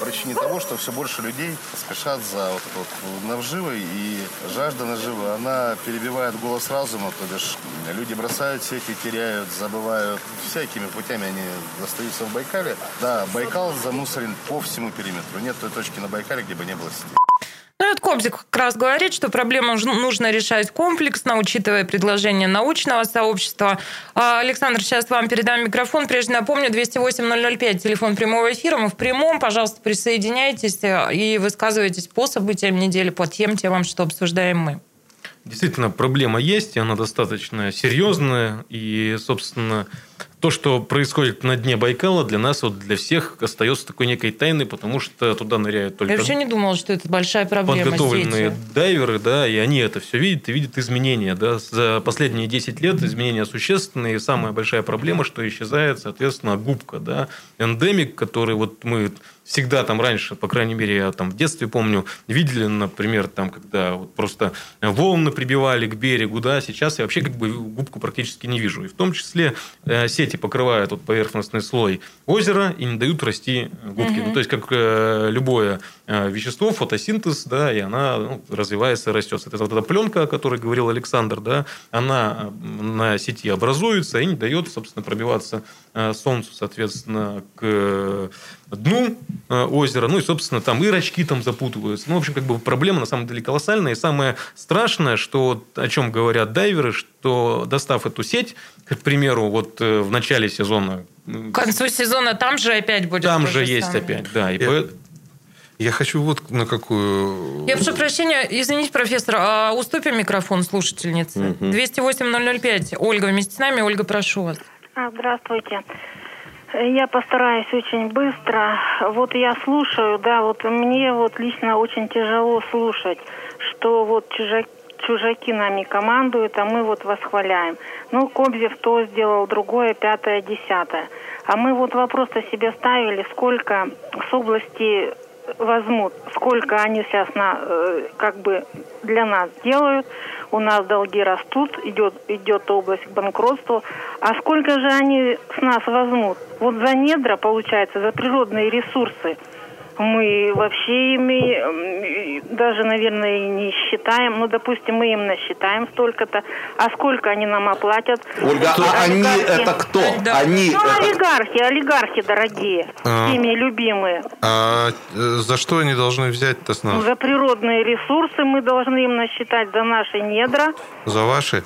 S6: причине того, что все больше людей спешат за вот это вот наживой, и жажда наживы, она перебивает голос разума, то бишь люди бросают сети, теряют, забывают, всякими путями они остаются в Байкале. Да, Байкал замусорен по всему периметру. Нет той точки на Байкале, где бы не было сети.
S2: Ну, это Кобзик как раз говорит, что проблему нужно решать комплексно, учитывая предложения научного сообщества. Александр, сейчас вам передам микрофон. Прежде напомню, двести восемь ноль ноль пять, телефон прямого эфира. Мы в прямом. Пожалуйста, присоединяйтесь и высказывайтесь по событиям недели, по тем темам, что обсуждаем мы.
S5: Действительно, проблема есть, и она достаточно серьезная. И, собственно, то, что происходит на дне Байкала, для нас, вот для всех, остается такой некой тайной, потому что туда ныряют только...
S2: Я вообще не думала, что это большая проблема.
S5: Подготовленные
S2: сети.
S5: дайверы, да, и они это все видят и видят изменения. Да. За последние десять лет изменения существенные. И самая большая проблема, что исчезает, соответственно, губка. Да. Эндемик, который вот мы... Всегда там раньше, по крайней мере, я там в детстве помню, видели, например, там, когда вот просто волны прибивали к берегу, да, сейчас я вообще как бы губку практически не вижу. И в том числе э, сети покрывают вот поверхностный слой озера и не дают расти губки. Mm-hmm. Ну, то есть, как э, любое э, вещество, фотосинтез, да, и она ну, развивается и растет. Это вот эта пленка, о которой говорил Александр, да, она на сети образуется и не дает, собственно, пробиваться э, солнцу, соответственно, к дну озера, ну и, собственно, там и рачки там запутываются. Ну, в общем, как бы проблема на самом деле колоссальная. И самое страшное, что, о чем говорят дайверы, что, достав эту сеть, к примеру, вот в начале сезона...
S2: К концу сезона там же опять будет...
S5: Там же есть самое. Опять, да. И
S3: я,
S5: по...
S3: я хочу вот на какую...
S2: Я прошу прощения, извините, профессор, а уступим микрофон слушательнице. Угу. двести восемь ноль ноль пять. Ольга вместе с нами. Ольга, прошу вас.
S7: Здравствуйте. Я постараюсь очень быстро. Вот я слушаю, да, вот мне вот лично очень тяжело слушать, что вот чужаки, чужаки нами командуют, а мы вот восхваляем. Ну, Кобзев то сделал, другое, пятое, десятое. А мы вот вопрос-то себе ставили, сколько с области возьмут, сколько они сейчас на, как бы для нас делают. У нас долги растут, идет, идет область к банкротству. А сколько же они с нас возьмут? Вот за недра, получается, за природные ресурсы мы вообще ими даже, наверное, и не считаем. Ну, допустим, мы им насчитаем столько-то. А сколько они нам оплатят?
S4: Ольга, а они это кто?
S2: Да.
S4: Они
S7: ну,
S4: это...
S7: олигархи, олигархи дорогие,
S3: а,
S7: всеми любимые.
S3: А за что они должны взять-то с нас?
S7: За природные ресурсы мы должны им насчитать, за наши недра.
S3: За ваши?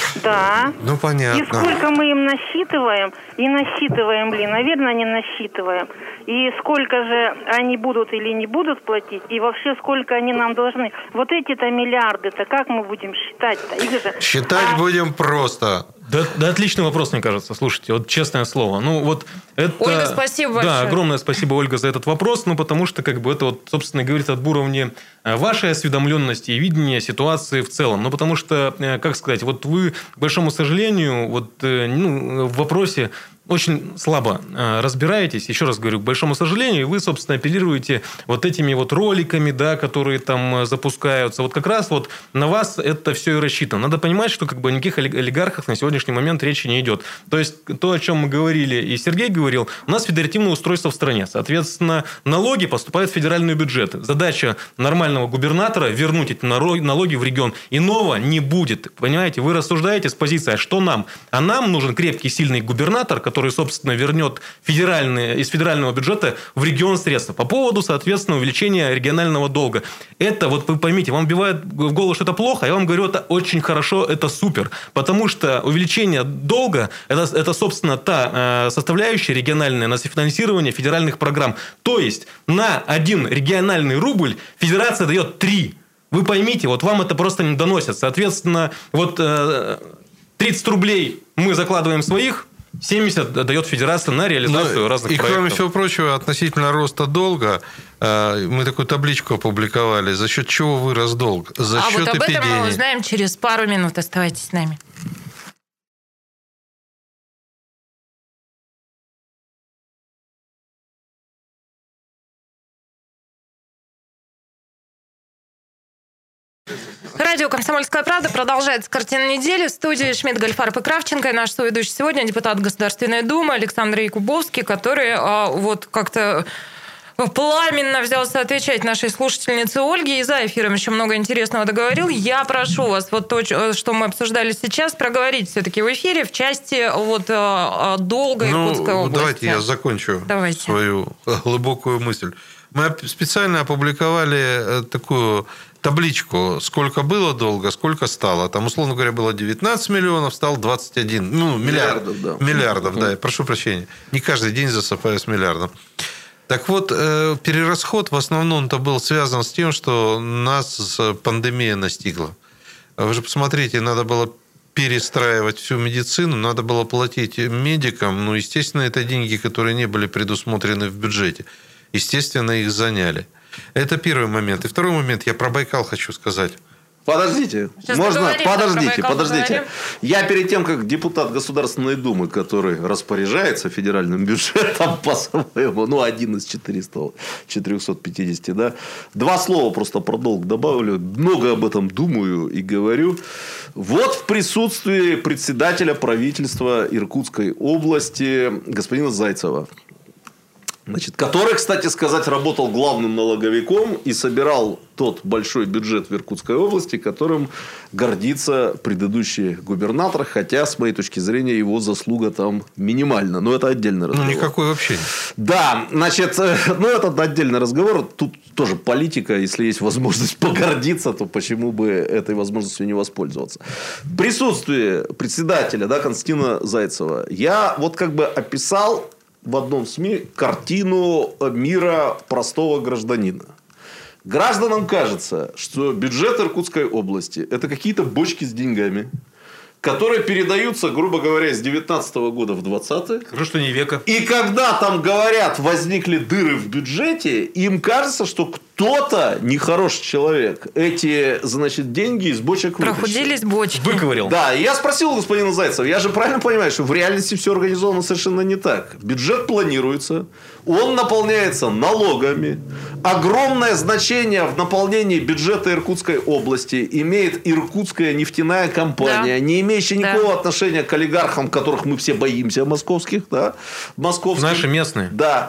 S7: Да.
S3: Ну, понятно.
S7: И сколько мы им насчитываем, и насчитываем ли, наверное, не насчитываем. И сколько же они будут или не будут платить, и вообще сколько они нам должны. Вот эти-то миллиарды-то как мы будем считать-то? Их же...
S3: Считать
S7: а...
S3: будем просто.
S5: Да, да, отличный вопрос, мне кажется. Слушайте, вот честное слово. Ну, вот это...
S2: Ольга, спасибо большое.
S5: Да, огромное спасибо, Ольга, за этот вопрос. Ну, потому что, как бы, это, вот, собственно, говорит об уровне вашей осведомленности и видения ситуации в целом. Ну, потому что, как сказать, вот вы, к большому сожалению, вот, ну, в вопросе очень слабо разбираетесь. Еще раз говорю, к большому сожалению, вы, собственно, апеллируете вот этими вот роликами, да, которые там запускаются. Вот как раз вот на вас это все и рассчитано. Надо понимать, что как бы о никаких олигархах на сегодняшний момент речи не идет. То есть, то, о чем мы говорили, и Сергей говорил, у нас федеративное устройство в стране. Соответственно, налоги поступают в федеральные бюджеты. Задача нормального губернатора вернуть эти налоги в регион. Иного не будет. Понимаете, вы рассуждаете с позиции, а что нам? А нам нужен крепкий, сильный губернатор, который, собственно, вернет федеральные, из федерального бюджета в регион средства. По поводу, соответственно, увеличения регионального долга. Это, вот вы поймите, вам вбивают в голову, что это плохо, а я вам говорю, это очень хорошо, это супер. Потому что увеличение долга, это, это собственно, та э, составляющая региональная на софинансирование федеральных программ. То есть, на один региональный рубль федерация дает три. Вы поймите, вот вам это просто не доносят. Соответственно, вот э, тридцать рублей мы закладываем своих, семьдесят дает федерация на реализацию ну, разных
S3: и,
S5: проектов. И,
S3: кроме всего прочего, относительно роста долга, мы такую табличку опубликовали, за счет чего вырос долг. За
S2: а
S3: счет
S2: вот об
S3: эпидемии.
S2: этом мы узнаем через пару минут. Оставайтесь с нами. Радио «Комсомольская правда». Продолжается «Картина недели». В студии Шмидт, Гольфарб и Кравченко. И наш соведущий сегодня депутат Государственной Думы Александр Якубовский, который а, вот как-то пламенно взялся отвечать нашей слушательнице Ольге. И за эфиром еще много интересного договорил. Я прошу вас, вот то, что мы обсуждали сейчас, проговорить все-таки в эфире в части вот долга Иркутской
S3: ну,
S2: области.
S3: Давайте я закончу
S2: давайте.
S3: свою глубокую мысль. Мы специально опубликовали такую табличку, сколько было долга, сколько стало. Там, условно говоря, было девятнадцать миллионов, стало двадцать один. Ну, миллиард,
S4: миллиардов, да.
S3: Миллиардов, да. Прошу прощения. Не каждый день засыпаю с миллиардом. Так вот, перерасход в основном-то был связан с тем, что нас пандемия настигла. Вы же посмотрите, надо было перестраивать всю медицину, надо было платить медикам. Ну, естественно, это деньги, которые не были предусмотрены в бюджете. Естественно, их заняли. Это первый момент. И второй момент, я про Байкал хочу сказать.
S4: Подождите,
S2: Сейчас
S4: можно?
S2: поговорим,
S4: Подождите,
S2: да,
S4: подождите.
S2: поговорим.
S4: Я перед тем, как депутат Государственной Думы, который распоряжается федеральным бюджетом по-своему, ну, один из четырехсот пятидесяти, да, два слова просто про долг добавлю. Много об этом думаю и говорю. Вот в присутствии председателя правительства Иркутской области господина Зайцева, значит, который, кстати сказать, работал главным налоговиком и собирал тот большой бюджет в Иркутской области, которым гордится предыдущий губернатор, хотя, с моей точки зрения, его заслуга там минимальна. Но это отдельный разговор.
S3: Ну, никакой вообще нет. Да,
S4: значит, ну, это отдельный разговор. Тут тоже политика. Если есть возможность погордиться, то почему бы этой возможностью не воспользоваться? В присутствии председателя, да, Константина Зайцева я вот как бы описал в одном СМИ картину мира простого гражданина. Гражданам кажется, что бюджет Иркутской области – это какие-то бочки с деньгами, которые передаются, грубо говоря, с девятнадцатого года в двадцатый.
S5: Хорошо, что не века.
S4: И когда там говорят, возникли дыры в бюджете, им кажется, что кто-то нехороший человек эти, значит, деньги из бочек вытащил.
S2: Прохудились бочки.
S5: Выковырил.
S4: Да, и я спросил у господина Зайцева, я же правильно понимаю, что в реальности все организовано совершенно не так. Бюджет планируется, он наполняется налогами. Огромное значение в наполнении бюджета Иркутской области имеет Иркутская нефтяная компания, да, не имеющая никакого, да, отношения к олигархам, которых мы все боимся, московских. Да? Московских.
S5: Наши местные.
S4: Да.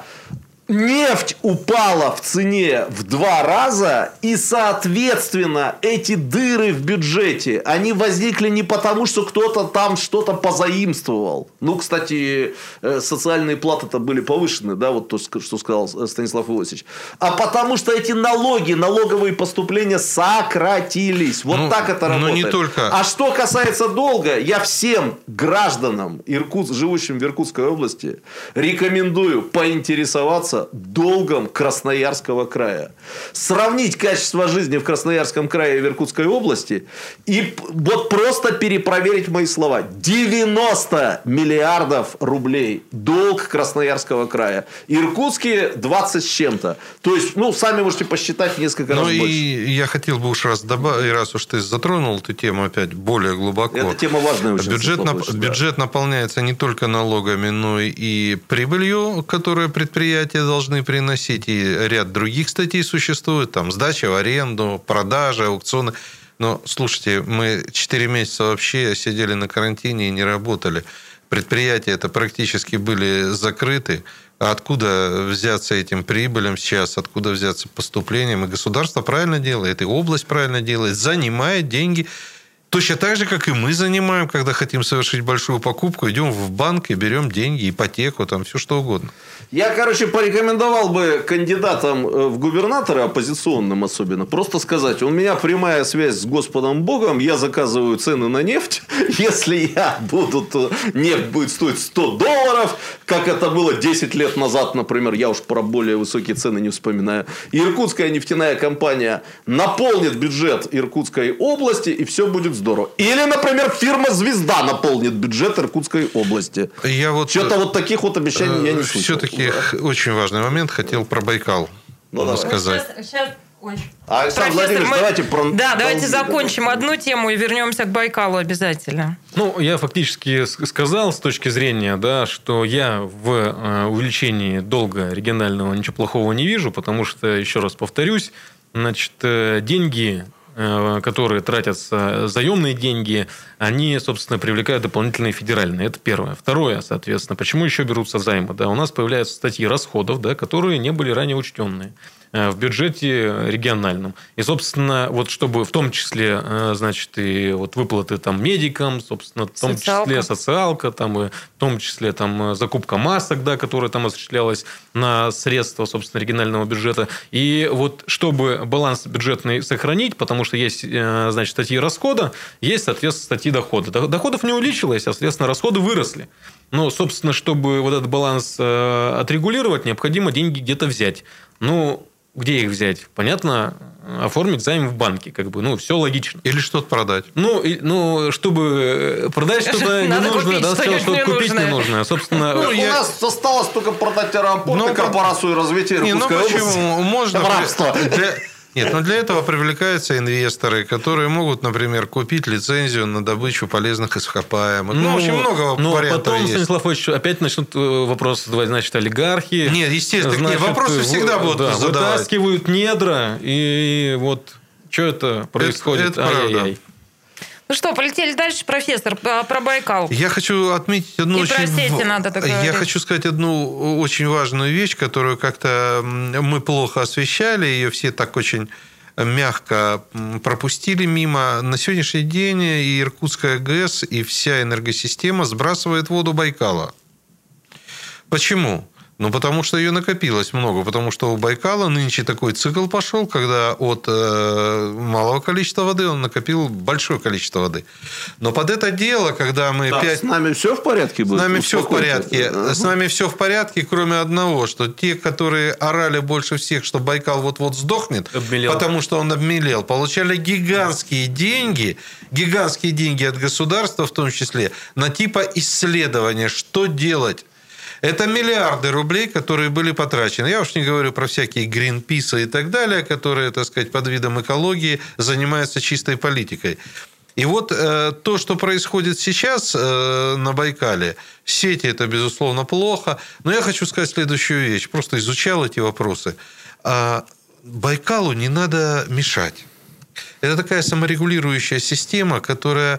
S4: Нефть упала в цене в два раза, и, соответственно, эти дыры в бюджете, они возникли не потому, что кто-то там что-то позаимствовал. Ну, кстати, социальные платы-то были повышены, да, вот то, что сказал Станислав Иосифович. А потому что эти налоги, налоговые поступления сократились. Вот ну, так это работает.
S3: Но не только...
S4: А что касается долга, я всем гражданам, Иркут... живущим в Иркутской области, рекомендую поинтересоваться долгом Красноярского края. Сравнить качество жизни в Красноярском крае и в Иркутской области и вот просто перепроверить мои слова. девяносто миллиардов рублей долг Красноярского края. Иркутские двадцать с чем-то. То есть, ну, сами можете посчитать несколько раз
S3: ну,
S4: больше.
S3: И я хотел бы уж раз добавить, раз уж ты затронул эту тему опять более глубоко.
S4: Эта тема важная очень.
S3: Бюджет, нап... да. бюджет наполняется не только налогами, но и прибылью, которую предприятия должны приносить, и ряд других статей существует, там сдача в аренду, продажа, аукционы. Но, слушайте, мы четыре месяца вообще сидели на карантине и не работали. Предприятия это практически были закрыты. А откуда взяться этим прибылям сейчас, откуда взяться поступлением? И государство правильно делает, и область правильно делает, занимает деньги. Точно так же, как и мы занимаем, когда хотим совершить большую покупку, идем в банк и берем деньги, ипотеку, там все что угодно.
S4: Я, короче, порекомендовал бы кандидатам в губернаторы, оппозиционным особенно, просто сказать, у меня прямая связь с Господом Богом, я заказываю цены на нефть, если я буду, то нефть будет стоить сто долларов, как это было десять лет назад, например, я уж про более высокие цены не вспоминаю. Иркутская нефтяная компания наполнит бюджет Иркутской области, и все будет здорово. Или, например, фирма «Звезда» наполнит бюджет Иркутской области.
S3: Я вот...
S4: Что-то вот таких вот обещаний э, я не слышал.
S3: Все-таки да. Очень важный момент. Хотел про Байкал ну, сказать.
S2: Сейчас, сейчас... Ой.
S4: Александр Владимирович, мы... давайте про...
S2: Да, давайте закончим да. одну тему и вернемся к Байкалу обязательно.
S5: Ну, я фактически сказал с точки зрения, да, что я в увеличении долга регионального ничего плохого не вижу, потому что, еще раз повторюсь, значит, деньги которые тратятся заемные деньги, они, собственно, привлекают дополнительные федеральные. Это первое. Второе, соответственно, почему еще берутся займы? Да, у нас появляются статьи расходов, да, которые не были ранее учтенные в бюджете региональном. И, собственно, вот чтобы в том числе, значит, и вот выплаты там медикам, собственно, в том социалка. числе социалка, там, и в том числе там закупка масок, да, которая там осуществлялась на средства, собственно, регионального бюджета. И вот чтобы баланс бюджетный сохранить, потому что есть, значит, статьи расхода, есть, соответственно, статьи дохода. Доходов не увеличилось, а, соответственно, расходы выросли. Но, собственно, чтобы вот этот баланс отрегулировать, необходимо деньги где-то взять. Ну, где их взять? Понятно, оформить займ в банке. Как бы, ну, все логично.
S3: Или что-то продать.
S5: Ну, и, ну чтобы продать что-то не нужно, да, сказал, что купить не нужно. Собственно,
S4: ну, у нас осталось только продать аэропорт, корпорацию развития Иркутской области.
S3: Можно... Нет, но для этого привлекаются инвесторы, которые могут, например, купить лицензию на добычу полезных ископаемых. Ну, ну очень много
S5: но
S3: вариантов
S5: потом,
S3: есть.
S5: Станислав Ильич, опять начнут вопрос задавать, значит, олигархи.
S3: Нет, естественно,
S5: значит,
S3: нет, вопросы всегда будут
S5: да,
S3: задавать.
S5: Вытаскивают недра, и вот что это происходит?
S3: Это, это правда.
S2: Ну что, полетели дальше, профессор, про Байкал.
S3: Я хочу отметить одну
S2: И
S3: очень...
S2: про сети надо так
S3: Я
S2: говорить.
S3: хочу сказать одну очень важную вещь, которую как-то мы плохо освещали, ее все так очень мягко пропустили мимо. На сегодняшний день и Иркутская ГЭС, и вся энергосистема сбрасывает воду Байкала. Почему? Ну, потому что ее накопилось много. Потому что у Байкала нынче такой цикл пошел, когда от э, малого количества воды он накопил большое количество воды. Но под это дело, когда мы...
S4: Да,
S3: пять...
S4: С нами все в порядке будет?
S3: С нами все в порядке.
S4: Ага.
S3: С нами все в порядке, кроме одного, что те, которые орали больше всех, что Байкал вот-вот сдохнет, обмелел. Потому что он обмелел, получали гигантские деньги, гигантские деньги от государства в том числе, на типа исследования, что делать. Это миллиарды рублей, которые были потрачены. Я уж не говорю про всякие Гринписы и так далее, которые, так сказать, под видом экологии занимаются чистой политикой. И вот э, то, что происходит сейчас э, на Байкале, сети – это, безусловно, плохо. Но я хочу сказать следующую вещь. Просто изучал эти вопросы. А Байкалу не надо мешать. Это такая саморегулирующая система, которая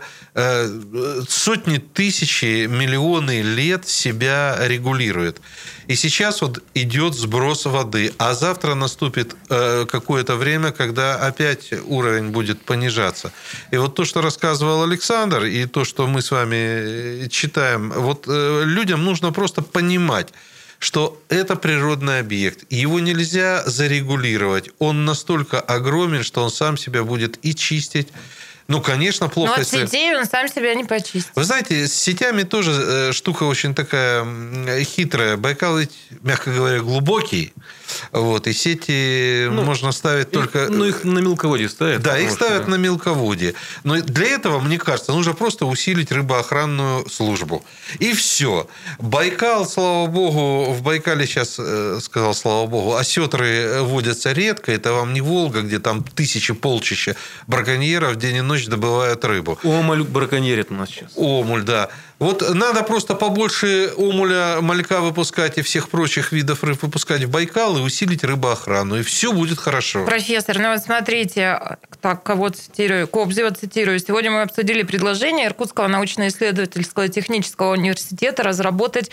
S3: э, сотни тысяч, миллионы лет себя регулирует. И сейчас вот идет сброс воды, а завтра наступит э, какое-то время, когда опять уровень будет понижаться. И вот то, что рассказывал Александр, и то, что мы с вами читаем, вот э, людям нужно просто понимать, что это природный объект, и его нельзя зарегулировать. Он настолько огромен, что он сам себя будет и чистить. Ну, конечно, плохо.
S2: Но от
S3: если...
S2: сетей он сам себя не почистит.
S3: Вы знаете, с сетями тоже штука очень такая хитрая. Байкал ведь, мягко говоря, глубокий. Вот, и сети ну, можно ставить только...
S5: Их, ну, их на мелководье ставят.
S3: Да, их ставят что... на мелководье. Но для этого, мне кажется, нужно просто усилить рыбоохранную службу. И все. Байкал, слава богу, в Байкале сейчас, сказал, слава богу, осетры водятся редко. Это вам не Волга, где там тысячи, полчища браконьеров день и ночь добывают рыбу.
S5: Омуль браконьерит у нас сейчас.
S3: Омуль, да. Вот надо просто побольше омуля, малька выпускать и всех прочих видов рыб выпускать в Байкал и усилить рыбоохрану, и все будет хорошо.
S2: Профессор, ну вот смотрите, так, кого цитирую, Кобзева цитирую. Сегодня мы обсудили предложение Иркутского научно-исследовательского и технического университета разработать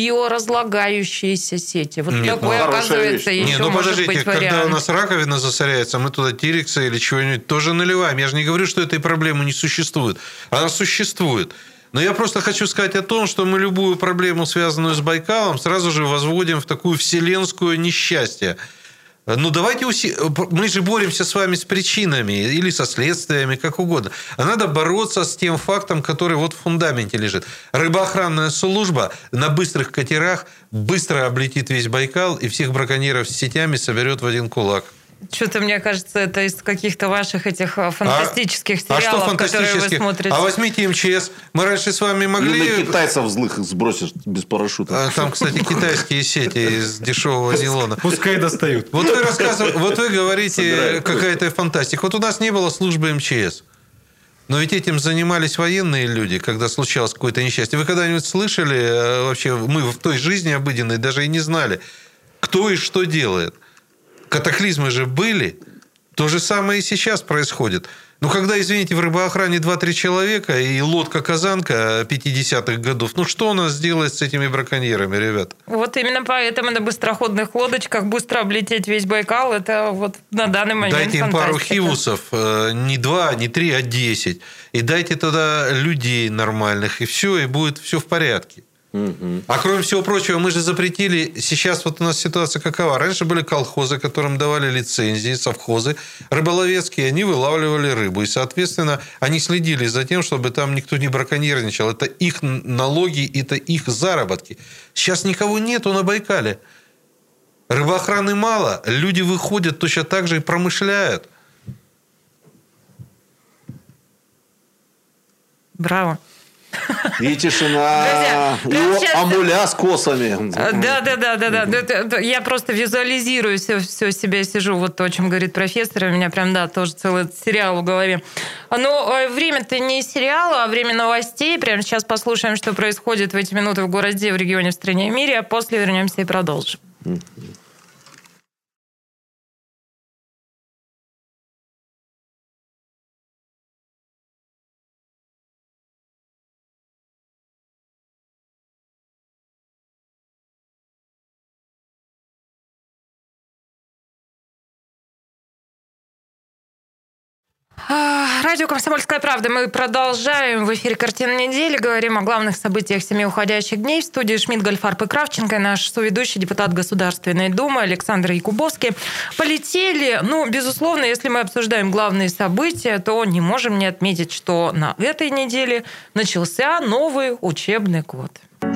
S2: биоразлагающиеся сети. Вот
S3: Нет,
S2: такое,
S3: ну,
S2: оказывается, еще
S3: Нет, ну,
S2: может
S3: подождите,
S2: быть
S3: когда
S2: вариант.
S3: у нас раковина засоряется, мы туда тирекса или чего-нибудь тоже наливаем. Я же не говорю, что этой проблемы не существует. Она существует. Но я просто хочу сказать о том, что мы любую проблему, связанную с Байкалом, сразу же возводим в такую вселенскую несчастье. Ну, давайте уси... Мы же боремся с вами с причинами или со следствиями, как угодно. А надо бороться с тем фактом, который вот в фундаменте лежит. Рыбоохранная служба на быстрых катерах быстро облетит весь Байкал и всех браконьеров с сетями соберет в один кулак.
S2: Что-то, мне кажется, это из каких-то ваших этих фантастических
S3: а,
S2: сериалов,
S3: а что
S2: которые вы смотрите.
S3: А возьмите МЧС. Мы раньше с вами могли...
S4: Или на китайцев злых сбросишь без парашюта.
S3: Там, кстати, китайские сети из дешевого нейлона.
S5: Пускай достают.
S3: Вот вы рассказываете, вот вы говорите, какая-то фантастика. Вот у нас не было службы МЧС. Но ведь этим занимались военные люди, когда случалось какое-то несчастье. Вы когда-нибудь слышали, вообще, мы в той жизни обыденной даже и не знали, кто и что делает? Катаклизмы же были. То же самое и сейчас происходит. Ну, когда, извините, в рыбоохране два-три человека и лодка-казанка пятидесятых годов, ну, что у нас сделать с этими браконьерами, ребят?
S2: Вот именно поэтому на быстроходных лодочках быстро облететь весь Байкал, это вот на данный момент
S3: дайте им
S2: фантастика.
S3: пару хивусов, не два, не три, а десять. И дайте туда людей нормальных, и все, и будет все в порядке. Угу. А кроме всего прочего, мы же запретили, сейчас вот у нас ситуация какова. Раньше были колхозы, которым давали лицензии, совхозы рыболовецкие, они вылавливали рыбу. И, соответственно, они следили за тем, чтобы там никто не браконьерничал. Это их налоги, это их заработки. Сейчас никого нету на Байкале. Рыбоохраны мало, люди выходят точно так же и промышляют.
S2: Браво.
S4: И тишина,
S2: Друзья,
S4: и
S2: сейчас...
S4: амуля с косами.
S2: Да, да, да, да, да. Я просто визуализирую все, все себя, сижу, вот то, о чем говорит профессор, у меня прям, да, тоже целый сериал в голове. Но время-то не сериала, а время новостей. Прямо сейчас послушаем, что происходит в эти минуты в городе, в регионе, в стране, в мире, а после вернемся и продолжим. Радио «Комсомольская правда». Мы продолжаем. В эфире «Картина недели». Говорим о главных событиях семи уходящих дней. В студии Шмидт, Гольфарб и Кравченко. И наш соведущий, депутат Государственной Думы Александр Якубовский. Полетели. Ну, безусловно, если мы обсуждаем главные события, то не можем не отметить, что на этой неделе начался новый учебный год.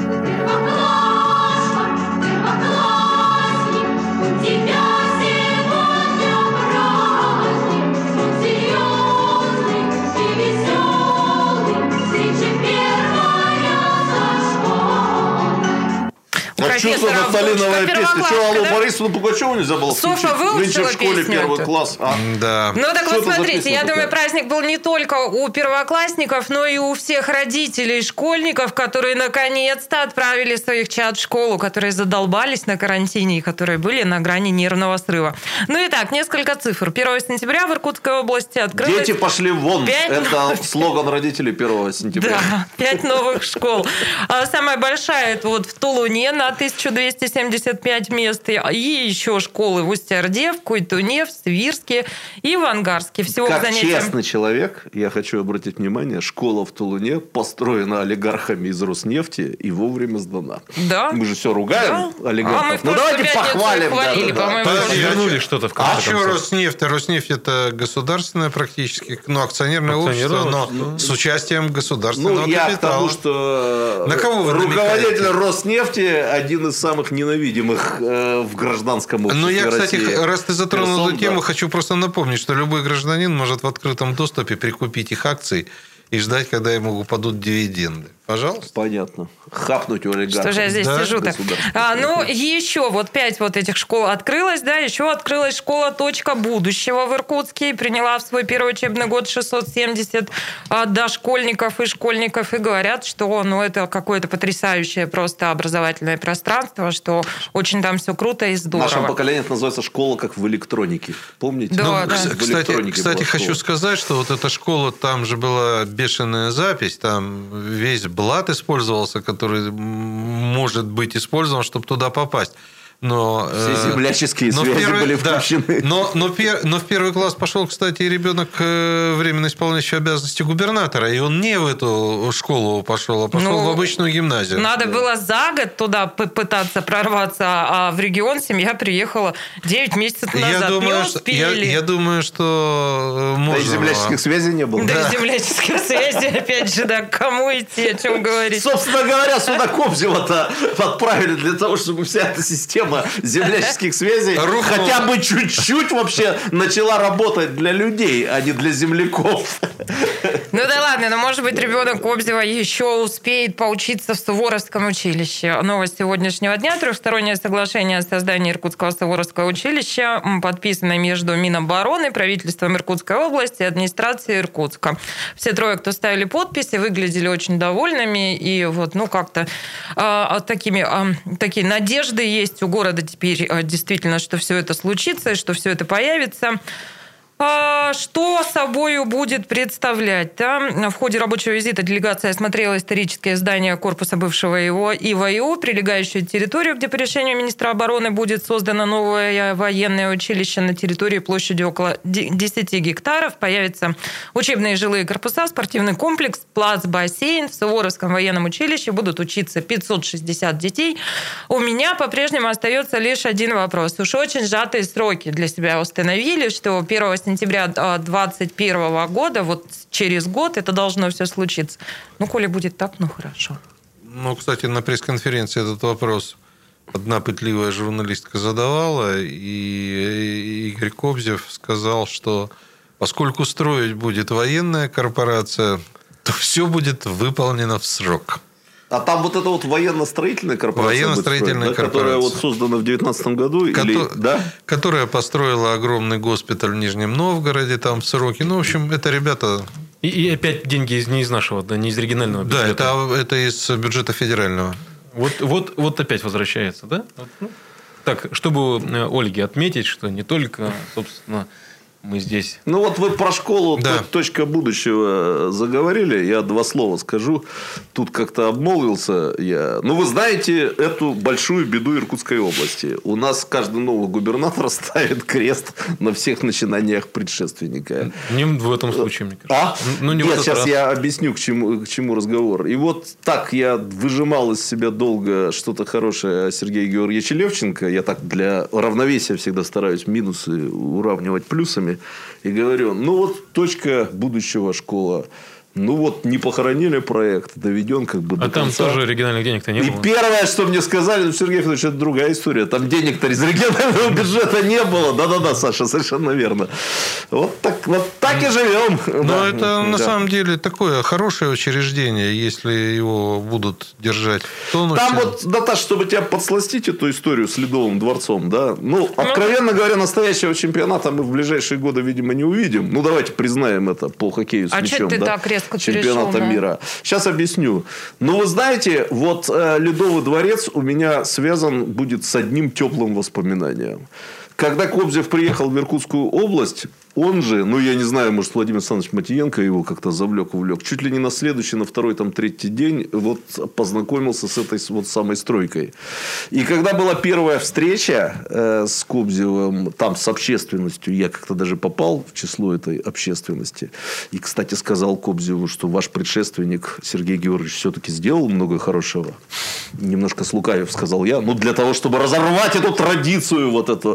S4: Так чувство нафталиновая песня. Что, Аллу Борисовну Пугачеву нельзя было включить?
S2: Софа выучила
S4: в школе
S2: песню
S4: первый
S2: эту?
S4: класс. А?
S3: Да.
S2: Ну так
S4: Что
S2: вот
S4: это за
S2: смотрите,
S4: песня
S2: я
S4: такая?
S2: думаю, праздник был не только у первоклассников, но и у всех родителей и школьников, которые наконец-то отправили своих чад в школу, которые задолбались на карантине и которые были на грани нервного срыва. Ну и так, несколько цифр. первого сентября в Иркутской области открылось...
S4: Дети пошли вон.
S2: пять
S4: Это
S2: новых...
S4: слоган родителей первого сентября.
S2: Да, пять новых школ. А самая большая это вот в Тулуне на тысяча двести семьдесят пять мест. И еще школы в Усть-Орде, в Куйтуне, в Свирске и в Ангарске. Всего
S4: как
S2: к занятиям...
S4: честный человек, я хочу обратить внимание, школа в Тулуне построена олигархами из Роснефти и вовремя сдана.
S2: Да.
S4: Мы же все ругаем
S2: да.
S4: олигархов.
S2: А мы в
S4: ну давайте похвалим.
S2: Хвалили,
S4: да,
S2: по-моему,
S3: да.
S5: Вернули что-то в конце
S3: А что Роснефть? Роснефть это государственное практически, ну, акционерное, акционерное общество, но ну, с участием государственного
S4: ну, я
S3: капитала.
S4: Потому что
S3: на кого вы
S4: руководитель
S3: намекаете?
S4: Роснефти один из самых ненавидимых э, в гражданском обществе.
S3: Ну, я,
S4: России.
S3: кстати, раз ты затронул
S4: Персон,
S3: эту тему,
S4: да.
S3: хочу просто напомнить, что любой гражданин может в открытом доступе прикупить их акции и ждать, когда ему упадут дивиденды. Пожалуйста.
S4: Понятно. Хапнуть у олигархов.
S2: Что же я здесь
S3: да,
S2: сижу-то? А, ну, еще вот пять вот этих школ открылось, да, еще открылась школа «Точка будущего» в Иркутске и приняла в свой первый учебный год шестьсот семьдесят а, дошкольников и школьников, и говорят, что, ну, это какое-то потрясающее просто образовательное пространство, что очень там все круто и здорово.
S4: В нашем поколении это называется школа как в электронике. Помните?
S2: Да,
S3: Ну,
S2: да.
S3: Кстати, кстати хочу сказать, что вот эта школа, там же была бешеная запись, там весь блат использовался, который может быть использован, чтобы туда попасть. Но,
S4: все земляческие
S3: но
S4: связи
S3: первый,
S4: были
S3: да,
S4: включены.
S3: Но, но, пер, но в первый класс пошел, кстати, ребенок, временно исполняющий обязанности губернатора, и он не в эту школу пошел, а пошел ну, в обычную гимназию.
S2: Надо
S3: да.
S2: было за год туда пытаться прорваться, а в регион семья приехала девять месяцев назад.
S3: Я думаю,
S2: не успели.
S3: Что, я, я думаю, что можно...
S4: Да и земляческих связей не было.
S2: Да,
S3: Да.
S2: и земляческих связей, опять же, да, кому идти, о чем говорить.
S4: Собственно говоря, сюда Кобзева-то отправили для того, чтобы вся эта система земляческих связей
S3: Рухнула.
S4: хотя бы чуть-чуть вообще начала работать для людей, а не для земляков.
S2: Ну да ладно, но может быть ребенок Кобзева еще успеет поучиться в Суворовском училище. Новость сегодняшнего дня. Трехстороннее соглашение о создании Иркутского Суворовского училища подписано между Минобороны, правительством Иркутской области и администрацией Иркутска. Все трое, кто ставили подписи, выглядели очень довольными. И вот, ну, как-то э, такими, э, такие надежды есть у города теперь э, действительно, что все это случится, и что все это появится. Что собой будет представлять? Да? В ходе рабочего визита делегация осмотрела историческое здание корпуса бывшего ИВАИО, прилегающую территорию, где по решению министра обороны будет создано новое военное училище на территории площадью около десяти гектаров. Появятся учебные жилые корпуса, спортивный комплекс, плац-бассейн. В Суворовском военном училище будут учиться пятьсот шестьдесят детей. У меня по-прежнему остается лишь один вопрос. Уж очень сжатые сроки для себя установили, что первого сентября две тысячи двадцать первого года, вот через год это должно все случиться. Ну, коли будет так, ну хорошо.
S3: Ну, кстати, на пресс-конференции этот вопрос одна пытливая журналистка задавала, и Игорь Кобзев сказал, что поскольку строить будет военная корпорация, то все будет выполнено в срок.
S4: А там вот это вот военно-строительная корпорация,
S3: военно-строительная
S4: будет, да,
S3: корпорация,
S4: которая вот создана в девятнадцатом году,
S3: Кото-
S4: или, да?
S3: которая построила огромный госпиталь в Нижнем Новгороде, там в сроки. Ну, в общем, это ребята...
S5: И, и опять деньги из, не из нашего, да, не из регионального бюджета.
S3: Да, это, это из бюджета федерального.
S5: Вот, вот, вот опять возвращается, да? Вот, ну, так, чтобы Ольге отметить, что не только, собственно, мы здесь...
S4: Ну, вот вы про школу
S3: да.
S4: «Точка будущего» заговорили. Я два слова скажу. Тут как-то обмолвился я. Ну, вы знаете эту большую беду Иркутской области. У нас каждый новый губернатор ставит крест на всех начинаниях предшественника.
S5: Не в этом случае, мне кажется.
S4: А?
S5: Ну, не
S4: Нет,
S5: сейчас
S4: раз. я объясню, к чему, к чему разговор. И вот так я выжимал из себя долго что-то хорошее о Сергее Георгиевиче Левченко. Я так для равновесия всегда стараюсь минусы уравнивать плюсами. И говорю, ну вот точка будущего школа. Ну вот не похоронили проект, доведен как бы до
S5: А там
S4: конца.
S5: тоже региональных денег-то не
S4: И
S5: было.
S4: первое, что мне сказали, ну, Сергей Федорович, это другая история. Там денег-то из регионального бюджета не было. Да-да-да, Саша, совершенно верно. Вот так, вот так и живем.
S3: Но
S4: да.
S3: это
S4: да.
S3: на самом деле такое хорошее учреждение, если его будут держать в тонусе.
S4: Там вот, Наташа, чтобы тебя подсластить эту историю с Ледовым дворцом, да, ну, откровенно говоря, настоящего чемпионата мы в ближайшие годы, видимо, не увидим. Ну, давайте признаем это по хоккею с
S2: а
S4: мячом.
S2: ты
S4: да?
S2: так резко
S4: Чемпионата
S2: перешел,
S4: мира. Сейчас объясню. Ну, вы знаете, вот э, Ледовый дворец у меня связан будет с одним теплым воспоминанием. Когда Кобзев приехал в Иркутскую область, он же, ну, я не знаю, может, Владимир Александрович Матиенко его как-то завлек, увлек, чуть ли не на следующий, на второй, там, третий день вот познакомился с этой вот самой стройкой. И когда была первая встреча э, с Кобзевым, там, с общественностью, я как-то даже попал в число этой общественности. И, кстати, сказал Кобзеву, что ваш предшественник Сергей Георгиевич все-таки сделал много хорошего. Немножко слукавив сказал я. Ну, для того, чтобы разорвать эту традицию вот эту.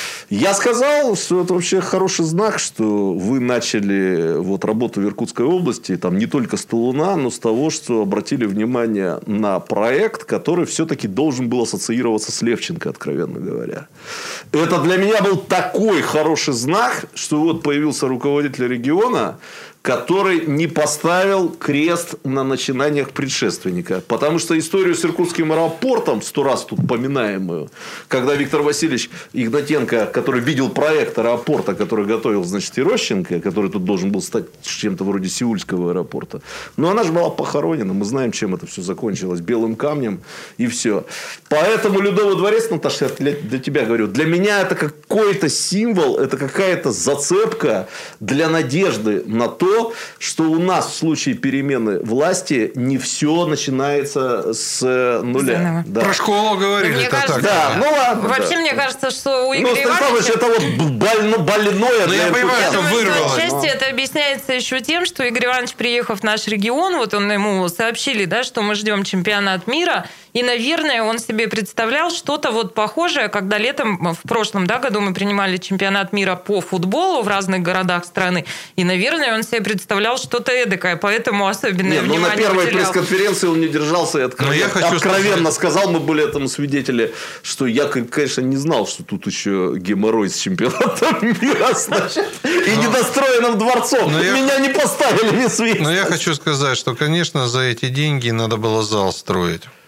S4: Я сказал, что это вообще хороший знак, что вы начали вот работу в Иркутской области там не только с Тулуна, но с того, что обратили внимание на проект, который все-таки должен был ассоциироваться с Левченко, откровенно говоря. Это для меня был такой хороший знак, что вот появился руководитель региона, который не поставил крест на начинаниях предшественника. Потому что историю с Иркутским аэропортом, сто раз тут поминаемую, когда Виктор Васильевич Игнатенко, который видел проект аэропорта, который готовил, значит, Ирощенко, который тут должен был стать чем-то вроде Сеульского аэропорта. Но она же была похоронена. Мы знаем, чем это все закончилось. Белым камнем и все. Поэтому Ледовый дворец, Наташа, я для тебя говорю, для меня это какой-то символ, это какая-то зацепка для надежды на то, что у нас в случае перемены власти не все начинается с нуля. Да.
S3: Про школу говорили.
S2: Мне кажется,
S3: так.
S4: Да, ну ладно.
S2: Вообще,
S4: да.
S2: мне кажется, что у Игоря
S4: Ну, Станиславович,
S2: Ивановича...
S4: это вот больно, больное.
S3: Ну, я понимаю, это
S2: Думаю,
S3: вырвалось.
S2: что отчасти это объясняется еще тем, что Игорь Иванович, приехав в наш регион, вот он ему сообщили, да, что мы ждем чемпионат мира, и, наверное, он себе представлял что-то вот похожее, когда летом, в прошлом да, году мы принимали чемпионат мира по футболу в разных городах страны, и, наверное, он себе представлял что-то эдакое, поэтому особенное
S4: Нет, ну,
S2: внимание
S4: на первой
S2: уделял.
S4: пресс-конференции он не держался и откровенно,
S3: я хочу
S4: откровенно
S3: сказать...
S4: сказал, мы были этому свидетели, что я, конечно, не знал, что тут еще геморрой с чемпионатом мира, значит, и недостроенным дворцом.
S3: Но я-
S4: Меня не поставили в известность.
S3: Но я хочу сказать, что, конечно, за эти деньги надо было зал строить.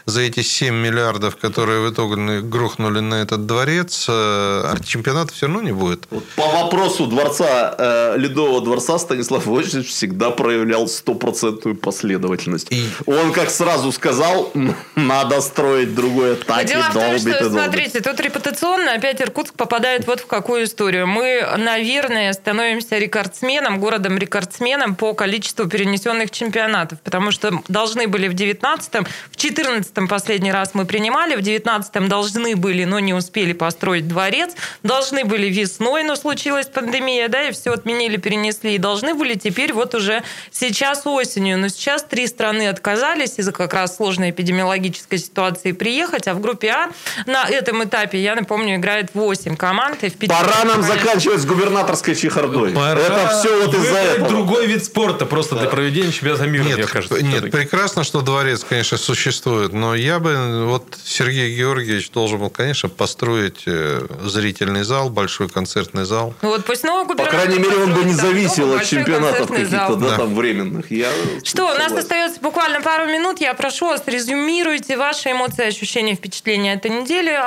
S3: за эти семь миллиардов, которые в итоге грохнули на этот дворец, чемпионата все равно не будет.
S4: Вот по вопросу дворца, э, Ледового дворца Станислав Владимирович всегда проявлял стопроцентную последовательность. И... Он как сразу сказал, надо строить другое, так
S2: Дело
S4: и
S2: в том,
S4: долбит
S2: что,
S4: и долбит.
S2: смотрите, тут репутационно опять Иркутск попадает вот в какую историю. Мы, наверное, становимся рекордсменом, городом-рекордсменом по количеству перенесенных чемпионатов, потому что должны были в девятнадцатом, в четырнадцатом последний раз мы принимали, в девятнадцатом должны были, но не успели построить дворец, должны были весной, но случилась пандемия, да, и все отменили, перенесли, и должны были теперь вот уже сейчас осенью, но сейчас три страны отказались из-за как раз сложной эпидемиологической ситуации приехать, а в группе А на этом этапе, я напомню, играет восемь команд. И в пяти...
S4: Пора нам заканчивать с губернаторской чехардой.
S5: Пора
S4: Это все вот из-за этого.
S5: Другой вид спорта просто да. для проведения чемпионата мира,
S3: нет,
S5: мне кажется.
S3: Нет,
S5: все-таки.
S3: Прекрасно, что дворец, конечно, существует, но я бы, вот Сергей Георгиевич должен был, конечно, построить зрительный зал, большой концертный зал.
S2: Вот пусть новый
S4: По крайней мере, он бы не зависел от чемпионатов каких-то, да,
S3: да.
S4: там временных. Я
S2: что, у нас остается буквально пару минут. Я прошу вас, резюмируйте ваши эмоции, ощущения, впечатления этой недели.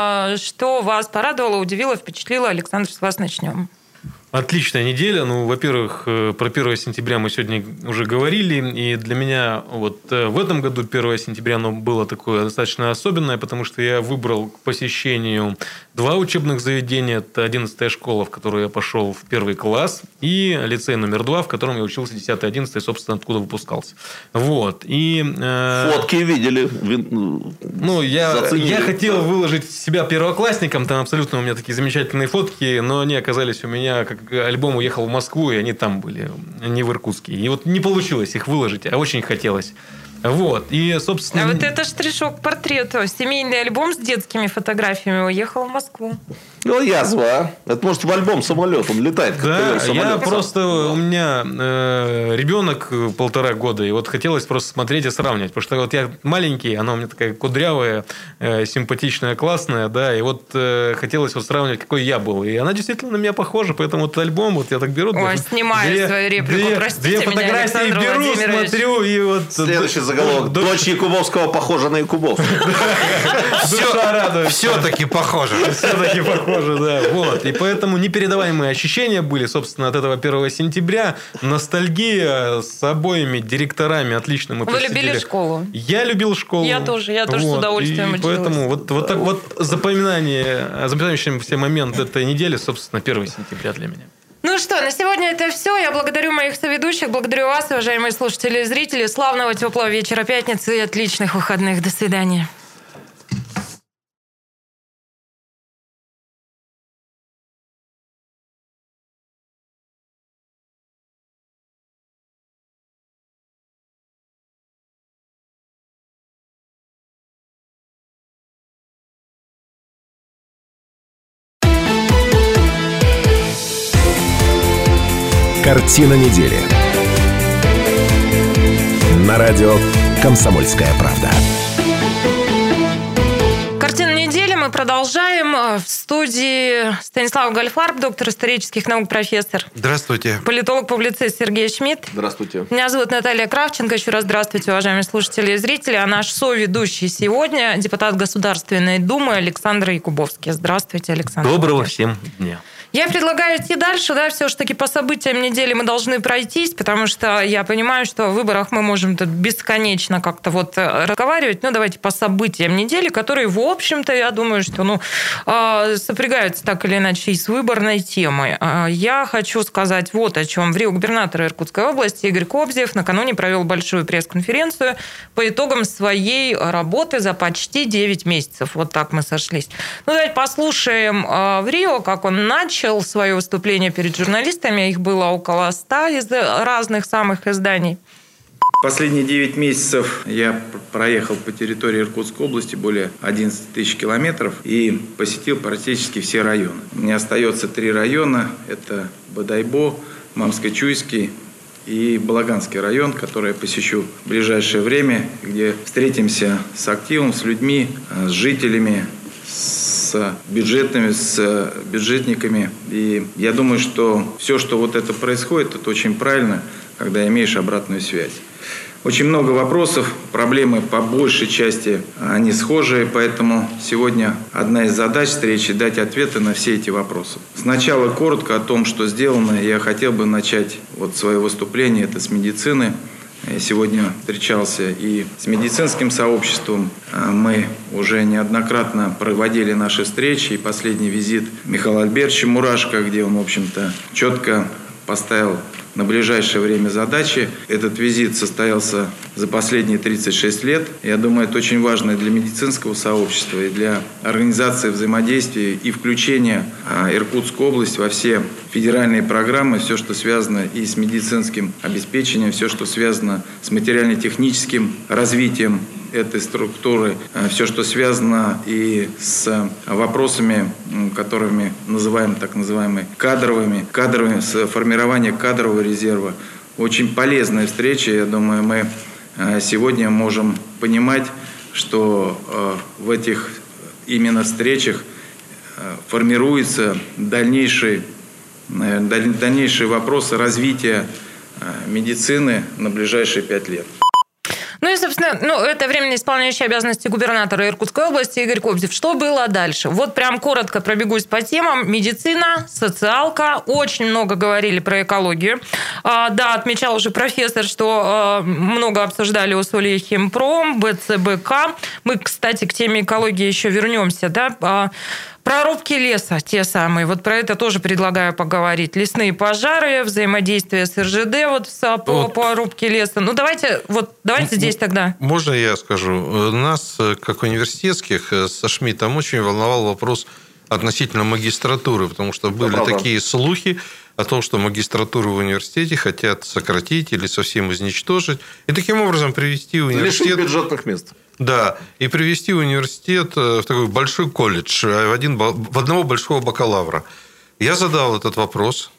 S2: Что вас порадовало, удивило, впечатлило? Александр, с вас начнем.
S5: Отличная неделя. Ну, во-первых, про первое сентября мы сегодня уже говорили. И для меня вот в этом году первое сентября оно было такое достаточно особенное, потому что я выбрал к посещению два учебных заведения. Это одиннадцатая школа, в которую я пошел в первый класс, и лицей номер два, в котором я учился десятый одиннадцатый, собственно, откуда выпускался. Вот. И, э...
S4: Фотки видели.
S5: Ну, я, я хотел выложить себя первоклассником. Там абсолютно у меня такие замечательные фотки, но они оказались у меня как альбом уехал в Москву, и они там были, не в Иркутске. И вот не получилось их выложить, а очень хотелось. Вот. И, собственно...
S2: А вот это штришок к портрету. Семейный альбом с детскими фотографиями уехал в Москву.
S4: Ну, язва. Это, может, в альбом самолет. Он летает, как
S5: да,
S4: самолет.
S5: Я просто... У меня э, ребенок полтора года, и вот хотелось просто смотреть и сравнивать. Потому что вот я маленький, она у меня такая кудрявая, э, симпатичная, классная, да, и вот э, хотелось вот сравнивать, какой я был. И она действительно на меня похожа, поэтому вот альбом, вот я так беру...
S2: Ой, снимаю
S5: две,
S2: свою реплику,
S5: две,
S2: простите
S5: две
S2: меня,
S5: фотографии
S2: Александр
S5: беру,
S2: Владимирович.
S5: смотрю, и вот...
S4: Следующий заголовок. Дочь Якубовского похожа на Якубовского.
S3: Все-таки похоже.
S5: Все-таки похоже, да. Вот. И поэтому непередаваемые ощущения были, собственно, от этого первого сентября. Ностальгия с обоими директорами отлично мы посидели.
S2: Вы любили школу?
S5: Я любил школу.
S2: Я тоже. Я тоже
S5: вот.
S2: с удовольствием
S5: и
S2: училась.
S5: Поэтому вот, вот так вот запоминание, запоминающийся момент этой недели, собственно, первого сентября для меня.
S2: Ну что, на сегодня это все. Я благодарю моих соведущих, благодарю вас, уважаемые слушатели и зрители. Славного теплого вечера пятницы и отличных выходных. До свидания.
S1: Картина недели. На радио «Комсомольская правда».
S2: Картина недели мы продолжаем. В студии Станислав Гольфарб, доктор исторических наук, профессор.
S3: Здравствуйте.
S2: Политолог-публицист Сергей Шмидт.
S4: Здравствуйте.
S2: Меня зовут Наталья Кравченко. Еще раз здравствуйте, уважаемые слушатели и зрители. А наш соведущий сегодня депутат Государственной Думы Александр Якубовский. Здравствуйте, Александр.
S5: Доброго всем дня.
S2: Я предлагаю идти дальше, да, все-таки по событиям недели мы должны пройтись, потому что я понимаю, что о выборах мы можем тут бесконечно как-то вот разговаривать, но давайте по событиям недели, которые, в общем-то, я думаю, что, ну, сопрягаются так или иначе и с выборной темой. Я хочу сказать вот о чем. В Рио губернатор Иркутской области Игорь Кобзев накануне провел большую пресс-конференцию по итогам своей работы за почти девять месяцев. Вот так мы сошлись. Ну, давайте послушаем в Рио, как он начал свое выступление перед журналистами. Их было около ста из разных самых изданий.
S8: Последние девять месяцев я проехал по территории Иркутской области более одиннадцати тысяч километров и посетил практически все районы. У меня остается три района. Это Бодайбо, Мамско-Чуйский и Балаганский район, который я посещу в ближайшее время, где встретимся с активом, с людьми, с жителями, с бюджетными, с бюджетниками. И я думаю, что все, что вот это происходит, это очень правильно, когда имеешь обратную связь. Очень много вопросов, проблемы по большей части, они схожие, поэтому сегодня одна из задач встречи – дать ответы на все эти вопросы. Сначала коротко о том, что сделано. Я хотел бы начать вот свое выступление, это с медицины. Я сегодня встречался и с медицинским сообществом. Мы уже неоднократно проводили наши встречи. И последний визит Михаила Альбертовича Мурашко, где он, в общем-то, четко поставил на ближайшее время задачи. Этот визит состоялся за последние тридцать шесть лет. Я думаю, это очень важно для медицинского сообщества и для организации взаимодействия и включения Иркутской области во все федеральные программы, все, что связано и с медицинским обеспечением, все, что связано с материально-техническим развитием этой структуры, все, что связано и с вопросами, которыми называем так называемыми кадровыми, кадровыми, с формированием кадрового резерва. Очень полезная встреча. Я думаю, мы сегодня можем понимать, что в этих именно встречах формируются дальнейшие, дальнейшие вопросы развития медицины на ближайшие пять лет.
S2: Ну и, собственно, ну, это временно исполняющий обязанности губернатора Иркутской области Игорь Кобзев. Что было дальше? Вот прям коротко пробегусь по темам. Медицина, социалка. Очень много говорили про экологию. А, да, отмечал уже профессор, что а, много обсуждали условия Химпром, БЦБК. Мы, кстати, к теме экологии еще вернемся. Да? А, про рубки леса те самые. Вот про это тоже предлагаю поговорить. Лесные пожары, взаимодействие с эр жэ дэ вот, по, вот. по рубке леса. Ну, давайте, вот, давайте здесь тогда.
S3: Можно я скажу? Нас, как университетских, со Шмидтом очень волновал вопрос относительно магистратуры, потому что были
S4: да,
S3: такие слухи о том, что магистратуру в университете хотят сократить или совсем изничтожить, и таким образом привести университет...
S4: Лишить бюджетных мест.
S3: Да, и привести университет в такой большой колледж, в, один, в одного большого бакалавра. Я задал этот вопрос.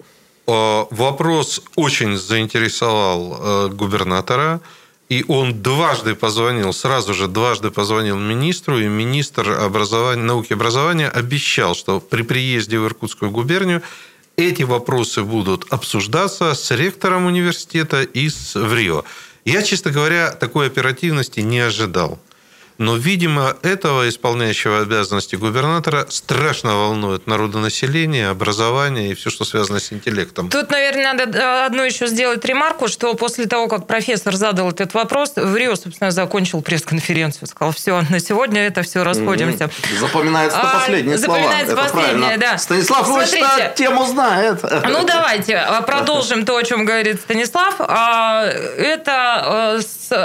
S3: Вопрос очень заинтересовал губернатора, и он дважды позвонил, сразу же дважды позвонил министру, и министр образования, науки и образования обещал, что при приезде в Иркутскую губернию эти вопросы будут обсуждаться с ректором университета и с в Рио. Я, честно говоря, такой оперативности не ожидал. Но, видимо, этого исполняющего обязанности губернатора страшно волнует народонаселение, образование и все, что связано с интеллектом.
S2: Тут, наверное, надо одну еще сделать ремарку, что после того, как профессор задал этот вопрос, в Рио, собственно, закончил пресс-конференцию. Сказал, все, на сегодня это все, расходимся.
S4: Mm-hmm. Запоминается а, последние слова.
S2: Запоминается последнее, да.
S4: Станислав Ильич тему знает.
S2: Ну, давайте продолжим то, о чем говорит Станислав. Это...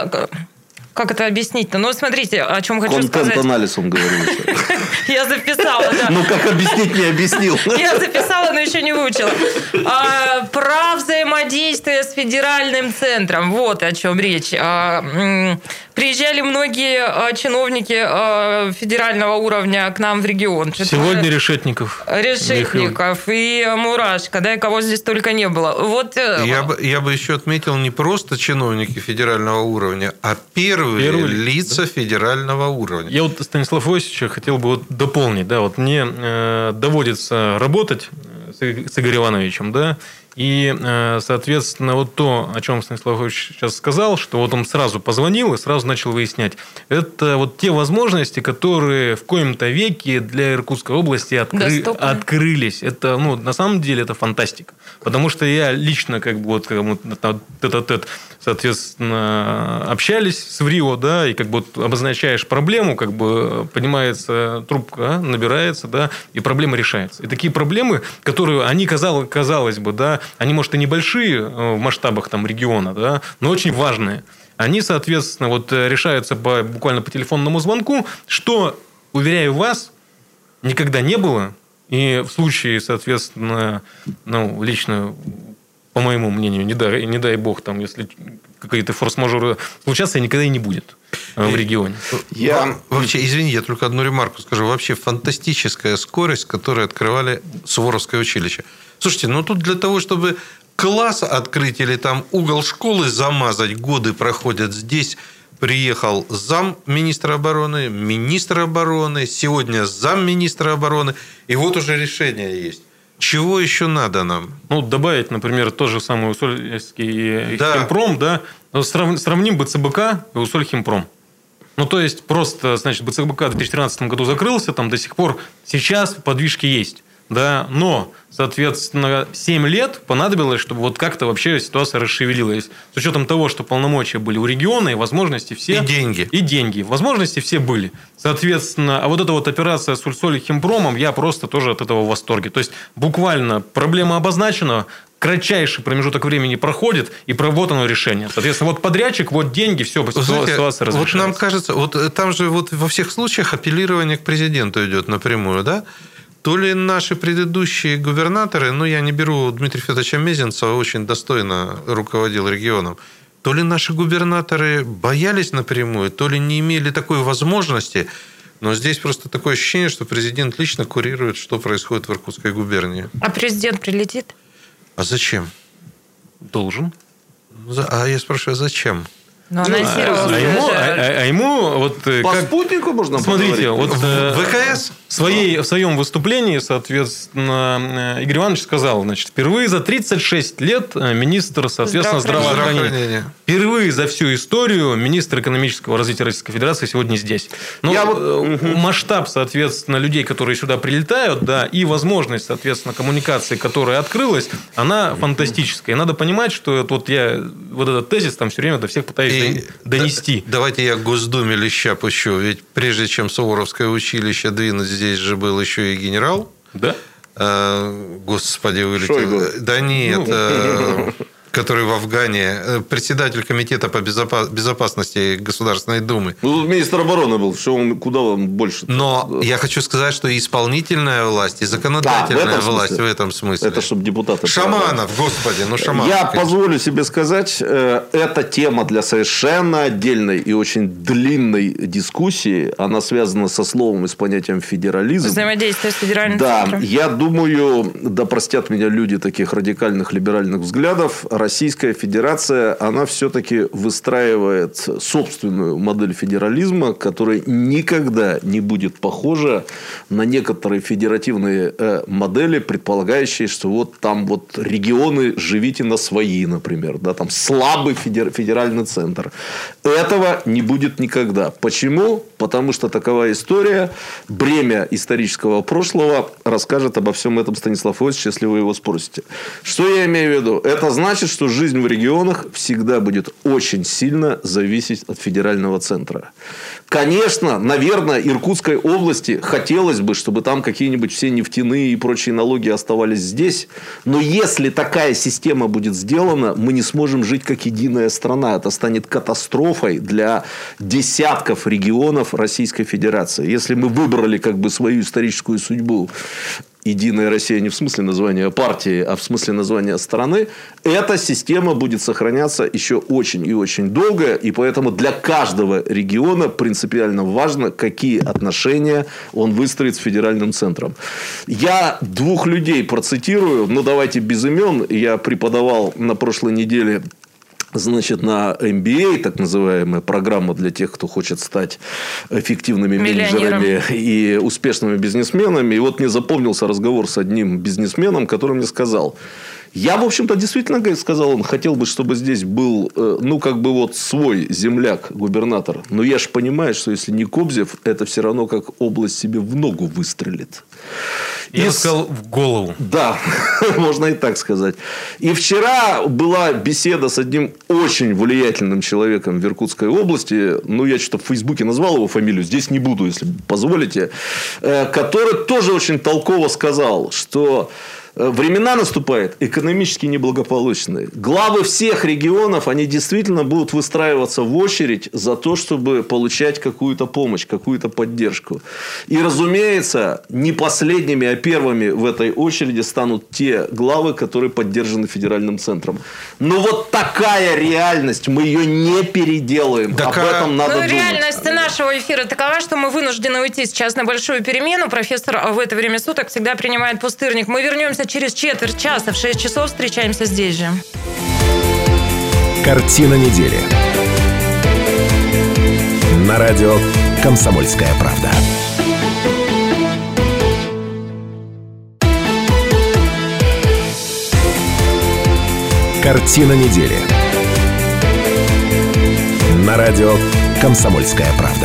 S2: Как это объяснить-то? Ну, смотрите, о чем хочу сказать.
S4: Контент-анализ он говорил.
S2: Я записала, да.
S4: Ну, как объяснить, не объяснил.
S2: Я записала, но еще не выучила. А, про взаимодействие с федеральным центром. Вот о чем речь. А, м- приезжали многие чиновники а, федерального уровня к нам в регион.
S5: Сегодня Что-то... Решетников.
S2: Решетников Михаил. И Мурашко, да, и кого здесь только не было. Вот...
S3: Я бы, я бы еще отметил не просто чиновники федерального уровня, а первые Первые лица да? федерального уровня.
S5: Я вот Станислава Иосифовича хотел бы вот дополнить. Да, вот мне э, доводится работать с, с Игорем Ивановичем, да, и, э, соответственно, вот то, о чем Станислав Иосифович сейчас сказал, что вот он сразу позвонил и сразу начал выяснять. Это вот те возможности, которые в коем-то веке для Иркутской области откры... открылись. Это, ну, на самом деле, это фантастика. Потому что я лично, как бы, вот, как бы, тет-а-тет, соответственно, общались с ВРИО, да, и как бы вот обозначаешь проблему, как бы поднимается трубка, набирается, да, и проблема решается. И такие проблемы, которые, они, казалось, казалось бы, да, они, может, и небольшие в масштабах там региона, да, но очень важные. Они, соответственно, вот решаются по, буквально по телефонному звонку, что, уверяю вас, никогда не было. И в случае, соответственно, ну, лично, по моему мнению, не дай, не дай бог, там, если какие-то форс-мажоры случатся, никогда и не будет в регионе.
S3: Я... Вообще, извини, я только одну ремарку скажу. Вообще фантастическая скорость, которой открывали Суворовское училище. Слушайте, ну тут для того, чтобы класс открыть или там угол школы замазать, годы проходят. Здесь приехал замминистра обороны, министр обороны, сегодня замминистра обороны, и вот уже решение есть. Чего еще надо нам?
S5: Ну, добавить, например, тот же самый Усольский
S3: да.
S5: Химпром, да, Сравним БЦБК и Усольхимпром. Ну, то есть, просто, значит, БЦБК в две тысячи тринадцатом году закрылся, там до сих пор сейчас подвижки есть. Да, но, соответственно, семь лет понадобилось, чтобы вот как-то вообще ситуация расшевелилась. С учетом того, что полномочия были у региона, и возможности все...
S3: И деньги.
S5: И деньги. Возможности все были. Соответственно, а вот эта вот операция с Усольхимпромом, я просто тоже от этого в восторге. То есть, буквально проблема обозначена, кратчайший промежуток времени проходит, и проработано решение. Соответственно, вот подрядчик, вот деньги, все,
S3: знаете,
S5: ситуация разрешается.
S3: Вот нам кажется, вот там же вот во всех случаях апеллирование к президенту идет напрямую, да? То ли наши предыдущие губернаторы, ну, я не беру Дмитрия Федоровича Мезенцева, очень достойно руководил регионом, то ли наши губернаторы боялись напрямую, то ли не имели такой возможности. Но здесь просто такое ощущение, что президент лично курирует, что происходит в Иркутской губернии.
S2: А президент прилетит?
S3: А зачем?
S5: Должен.
S3: А я спрашиваю, а зачем?
S2: Ну, анонсировал.
S5: А, а, ему, а, а ему вот
S4: по
S5: как...
S4: спутнику можно
S5: Смотрите, вот
S3: в ВКС
S5: в, своей, в своем выступлении, соответственно, Игорь Иванович сказал, значит, впервые за тридцать шесть лет министр, соответственно, здравоохранения. здравоохранения. Впервые за всю историю министр экономического развития Российской Федерации сегодня здесь. Но Я вот... масштаб, соответственно, людей, которые сюда прилетают, да, и возможность, соответственно, коммуникации, которая открылась, она фантастическая. И надо понимать, что вот я вот этот тезис там все время до всех пытаюсь и донести.
S3: Да, давайте я Госдуме леща пущу. Ведь прежде чем Суворовское училище двинуть, здесь же был еще и генерал.
S5: Да?
S3: А, господи, вылетел.
S4: Шойгу.
S3: Да нет. А, который в Афгане, председатель комитета по безопасности Государственной Думы.
S4: Ну, тут министр обороны был, что он, куда вам больше?
S3: Но я хочу сказать, что и исполнительная власть, и законодательная да, в власть в этом смысле.
S4: Это чтобы депутаты...
S3: Шаманов, господи, ну Шаманов.
S4: Я конечно. позволю себе сказать, эта тема для совершенно отдельной и очень длинной дискуссии. Она связана со словом и с понятием федерализм.
S2: Взаимодействие с федеральным
S4: да,
S2: центром.
S4: Я думаю, да простят меня люди таких радикальных либеральных взглядов, Российская Федерация, она все-таки выстраивает собственную модель федерализма, которая никогда не будет похожа на некоторые федеративные э, модели, предполагающие, что вот там вот регионы живите на свои, например, да, там слабый федер, федеральный центр. Этого не будет никогда. Почему? Потому что такова история. Бремя исторического прошлого расскажет обо всем этом Станислав Иосифович, если вы его спросите. Что я имею в виду? Это значит, что жизнь в регионах всегда будет очень сильно зависеть от федерального центра. Конечно, наверное, Иркутской области хотелось бы, чтобы там какие-нибудь все нефтяные и прочие налоги оставались здесь. Но если такая система будет сделана, мы не сможем жить как единая страна. Это станет катастрофой для десятков регионов Российской Федерации. Если мы выбрали как бы свою историческую судьбу, Единая Россия не в смысле названия партии, а в смысле названия страны, эта система будет сохраняться еще очень и очень долго. И поэтому для каждого региона принципиально важно, какие отношения он выстроит с федеральным центром. Я двух людей процитирую, но давайте без имен. Я преподавал на прошлой неделе... Значит, на эм би эй, так называемая программа для тех, кто хочет стать эффективными менеджерами и успешными бизнесменами. И вот мне запомнился разговор с одним бизнесменом, который мне сказал: я, в общем-то, действительно, сказал он, хотел бы, чтобы здесь был, ну, как бы вот свой земляк, губернатор. Но я же понимаю, что если не Кобзев, это все равно как область себе в ногу выстрелит.
S5: Я
S4: и
S5: сказал, в голову.
S4: Да, можно и так сказать. И вчера была беседа с одним очень влиятельным человеком в Иркутской области. Ну, я что-то в Фейсбуке назвал его фамилию. Здесь не буду, если позволите. Который тоже очень толково сказал, что... времена наступают экономически неблагополучные. Главы всех регионов, они действительно будут выстраиваться в очередь за то, чтобы получать какую-то помощь, какую-то поддержку. И, разумеется, не последними, а первыми в этой очереди станут те главы, которые поддержаны федеральным центром. Но вот такая реальность, мы ее не переделаем.
S3: Так,
S4: Об этом надо
S2: ну,
S4: думать.
S2: Реальность нашего эфира такова, что мы вынуждены уйти сейчас на большую перемену. Профессор в это время суток всегда принимает пустырник. Мы вернемся через четверть часа в шесть часов. Встречаемся здесь же.
S1: Картина недели. На радио «Комсомольская правда». Картина недели. На радио «Комсомольская правда».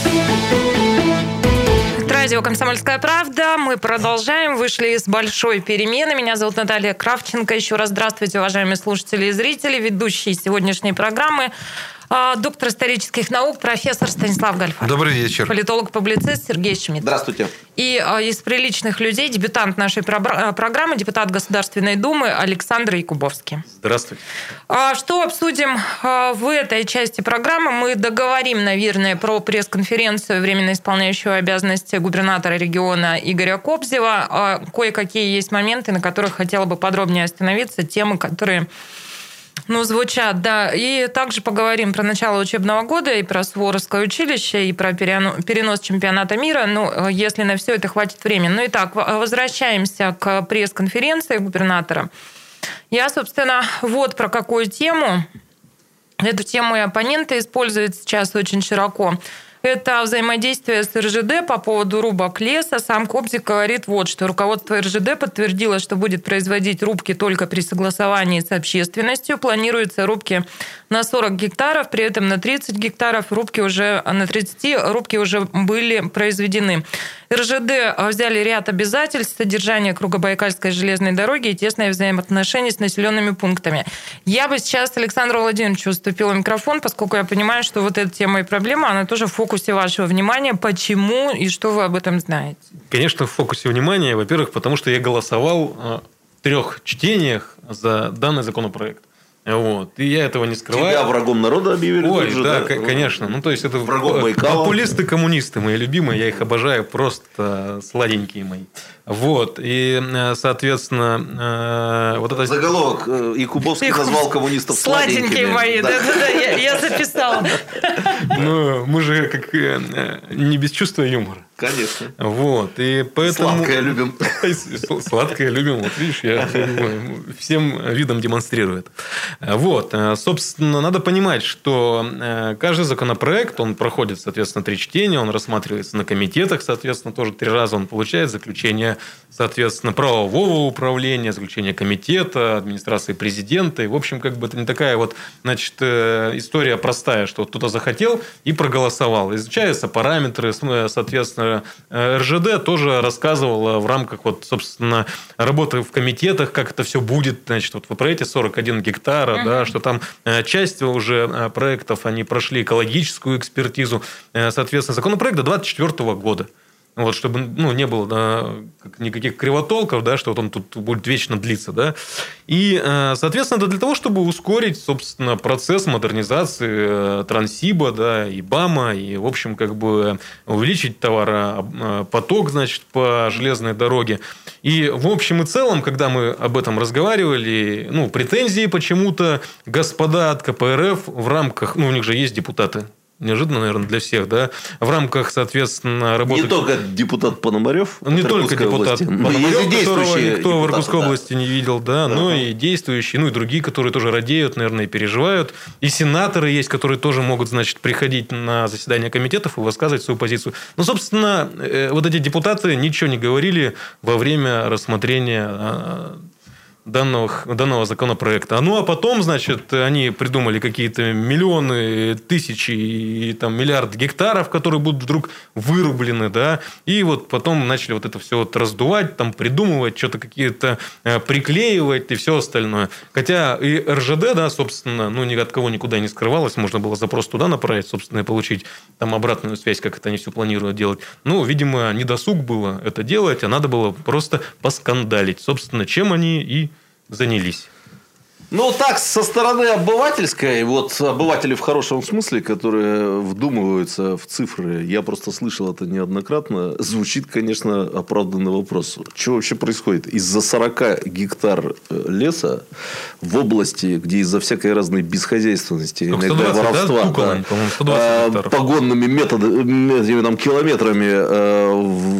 S2: Радио «Комсомольская правда». Мы продолжаем. Вышли из большой перемены. Меня зовут Наталья Кравченко. Еще раз здравствуйте, уважаемые слушатели и зрители. Ведущие сегодняшней программы доктор исторических наук, профессор Станислав Гальфар.
S3: Добрый вечер.
S2: Политолог-публицист Сергей Шмидт.
S4: Здравствуйте.
S2: И из приличных людей дебютант нашей программы, депутат Государственной Думы Александр Якубовский.
S5: Здравствуйте.
S2: Что обсудим в этой части программы? Мы договорим, наверное, про пресс-конференцию временно исполняющего обязанности губернатора региона Игоря Кобзева. Кое-какие есть моменты, на которых хотела бы подробнее остановиться, темы, которые... Ну, звучат, да. И также поговорим про начало учебного года, и про Суворовское училище, и про перенос чемпионата мира. Ну, если на все это хватит времени. Ну, итак, возвращаемся к пресс-конференции губернатора. Я, собственно, вот про какую тему. Эту тему и оппоненты используют сейчас очень широко. Это взаимодействие с эр жэ дэ по поводу рубок леса. Сам Кобзев говорит, вот, что руководство эр жэ дэ подтвердило, что будет производить рубки только при согласовании с общественностью. Планируются рубки на сорок гектаров, при этом на тридцать гектаров рубки уже, на тридцать рубки уже были произведены. эр жэ дэ взяли ряд обязательств: содержание Кругобайкальской железной дороги и тесные взаимоотношения с населенными пунктами. Я бы сейчас Александру Владимировичу уступила микрофон, поскольку я понимаю, что вот эта тема и проблема, она тоже в фокусе вашего внимания. Почему и что вы об этом знаете?
S5: Конечно, в фокусе внимания. Во-первых, потому что я голосовал в трех чтениях за данный законопроект. Вот. И я этого не скрываю.
S4: Тебя врагом народа объявили?
S5: Ой,
S4: же,
S5: да,
S4: да,
S5: конечно. Ну, то есть, это
S4: врагом Байкала.
S5: Популисты-коммунисты мои любимые. Я их обожаю. Просто сладенькие мои. Вот. И, соответственно, вот это...
S4: Заголовок. Якубовский назвал коммунистов сладенькими.
S2: Сладенькие мои. Да-да-да, я, я записала.
S5: Ну, мы же как не без чувства юмора.
S4: Конечно.
S5: Вот. И поэтому...
S4: Сладкое любим.
S5: Сладкое любим. Вот видишь, я всем видом демонстрирую это. Вот. Собственно, надо понимать, что каждый законопроект, он проходит, соответственно, три чтения, он рассматривается на комитетах, соответственно, тоже три раза он получает заключение, соответственно, правового управления, заключение комитета, администрации президента. И, в общем, как бы это не такая вот, значит, история простая, что кто-то захотел и проголосовал. Изучаются параметры, соответственно, эр жэ дэ тоже рассказывала в рамках, вот, собственно, работы в комитетах, как это все будет. Значит, вот вы про эти сорок один гектара, uh-huh. да, что там часть уже проектов, они прошли экологическую экспертизу. Соответственно, законопроект до двадцать четвёртого года. Вот, чтобы, ну, не было, да, никаких кривотолков, да, что вот он тут будет вечно длиться. Да. И, соответственно, это для того, чтобы ускорить, собственно, процесс модернизации Транссиба, да, и БАМа, и, в общем, как бы увеличить товаропоток, значит, по железной дороге. И, в общем и целом, когда мы об этом разговаривали, ну, претензии почему-то господа от ка пэ эр эф в рамках... Ну, у них же есть депутаты. Неожиданно, наверное, для всех, да, в рамках, соответственно, работы...
S4: Не только депутат Пономарев.
S5: Не только депутат Пономарев, которого никто в Иркутской области не видел, да, но и действующие, ну, и другие, которые тоже радеют, наверное, и переживают. И сенаторы есть, которые тоже могут, значит, приходить на заседания комитетов и высказывать свою позицию. Ну, собственно, вот эти депутаты ничего не говорили во время рассмотрения Данного, данного законопроекта. Ну, а потом, значит, они придумали какие-то миллионы, тысячи и там, миллиард гектаров, которые будут вдруг вырублены, да, и вот потом начали вот это все вот раздувать, там, придумывать, что-то какие-то приклеивать и все остальное. Хотя и эр жэ дэ, да, собственно, ну, ни от кого никуда не скрывалось, можно было запрос туда направить, собственно, и получить там обратную связь, как это они все планируют делать. Ну, видимо, не досуг было это делать, а надо было просто поскандалить. Собственно, чем они и занялись.
S4: Ну, так, со стороны обывательской, вот обыватели в хорошем смысле, которые вдумываются в цифры, я просто слышал это неоднократно, звучит, конечно, оправданный вопрос. Что вообще происходит? Из-за сорока гектар леса в области, где из-за всякой разной бесхозяйственности, иногда двадцать, воровства, да? Туколань, да, э, погонными методами, там, километрами э,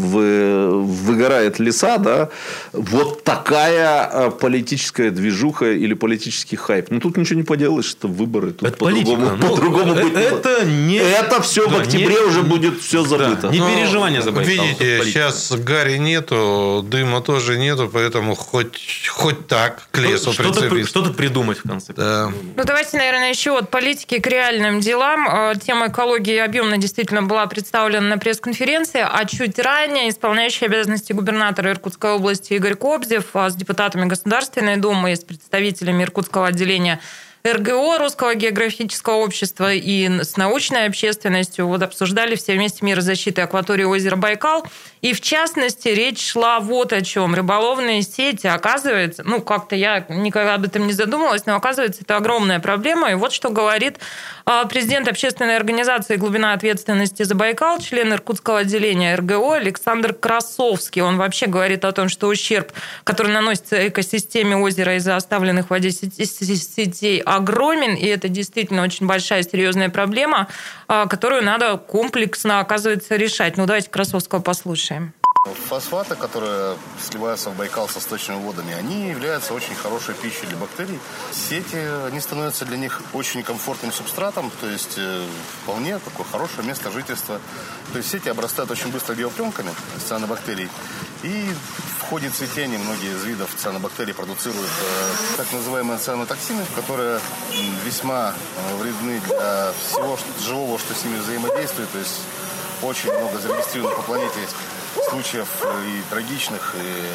S4: вы, выгорает леса, да, вот такая политическая движуха или политическая политический хайп. Ну, тут ничего не поделаешь, это выборы. Тут
S5: это
S4: по-другому,
S5: политика.
S4: по-другому
S5: ну,
S4: быть
S5: это, не...
S4: это все
S5: да,
S4: в октябре
S5: не...
S4: уже будет все забыто.
S5: Да, не
S3: ну,
S5: переживание за Байкал.
S3: Видите, сейчас гари нету, дыма тоже нету, поэтому хоть, хоть так к лесу
S5: что-то,
S3: прицепиться.
S5: что-то придумать, в конце концов.
S3: Да.
S2: Ну, давайте, наверное, еще от политики к реальным делам. Тема экологии объемно действительно была представлена на пресс-конференции, а чуть ранее исполняющий обязанности губернатора Иркутской области Игорь Кобзев с депутатами Государственной Думы и с представителями Иркутского отделения эр гэ о Русского географического общества и с научной общественностью вот обсуждали все вместе меры защиты акватории озера Байкал. И, в частности, речь шла вот о чем. Рыболовные сети, оказывается, ну, как-то я никогда об этом не задумывалась, но, оказывается, это огромная проблема. И вот что говорит президент общественной организации «Глубина ответственности за Байкал», член Иркутского отделения эр гэ о Александр Красовский. Он вообще говорит о том, что ущерб, который наносится экосистеме озера из-за оставленных в воде сетей, огромен, и это действительно очень большая серьезная проблема, которую надо комплексно, оказывается, решать. Ну, давайте Красовского послушаем.
S6: Фосфаты, которые сливаются в Байкал со сточными водами, они являются очень хорошей пищей для бактерий. Сети, они становятся для них очень комфортным субстратом, то есть вполне такое хорошее место жительства. То есть сети обрастают очень быстро биопленками цианобактерий, и в ходе цветения многие из видов цианобактерий продуцируют э, так называемые цианотоксины, которые весьма вредны для всего что, живого, что с ними взаимодействует. То есть очень много зарегистрировано по планете случаев и трагичных,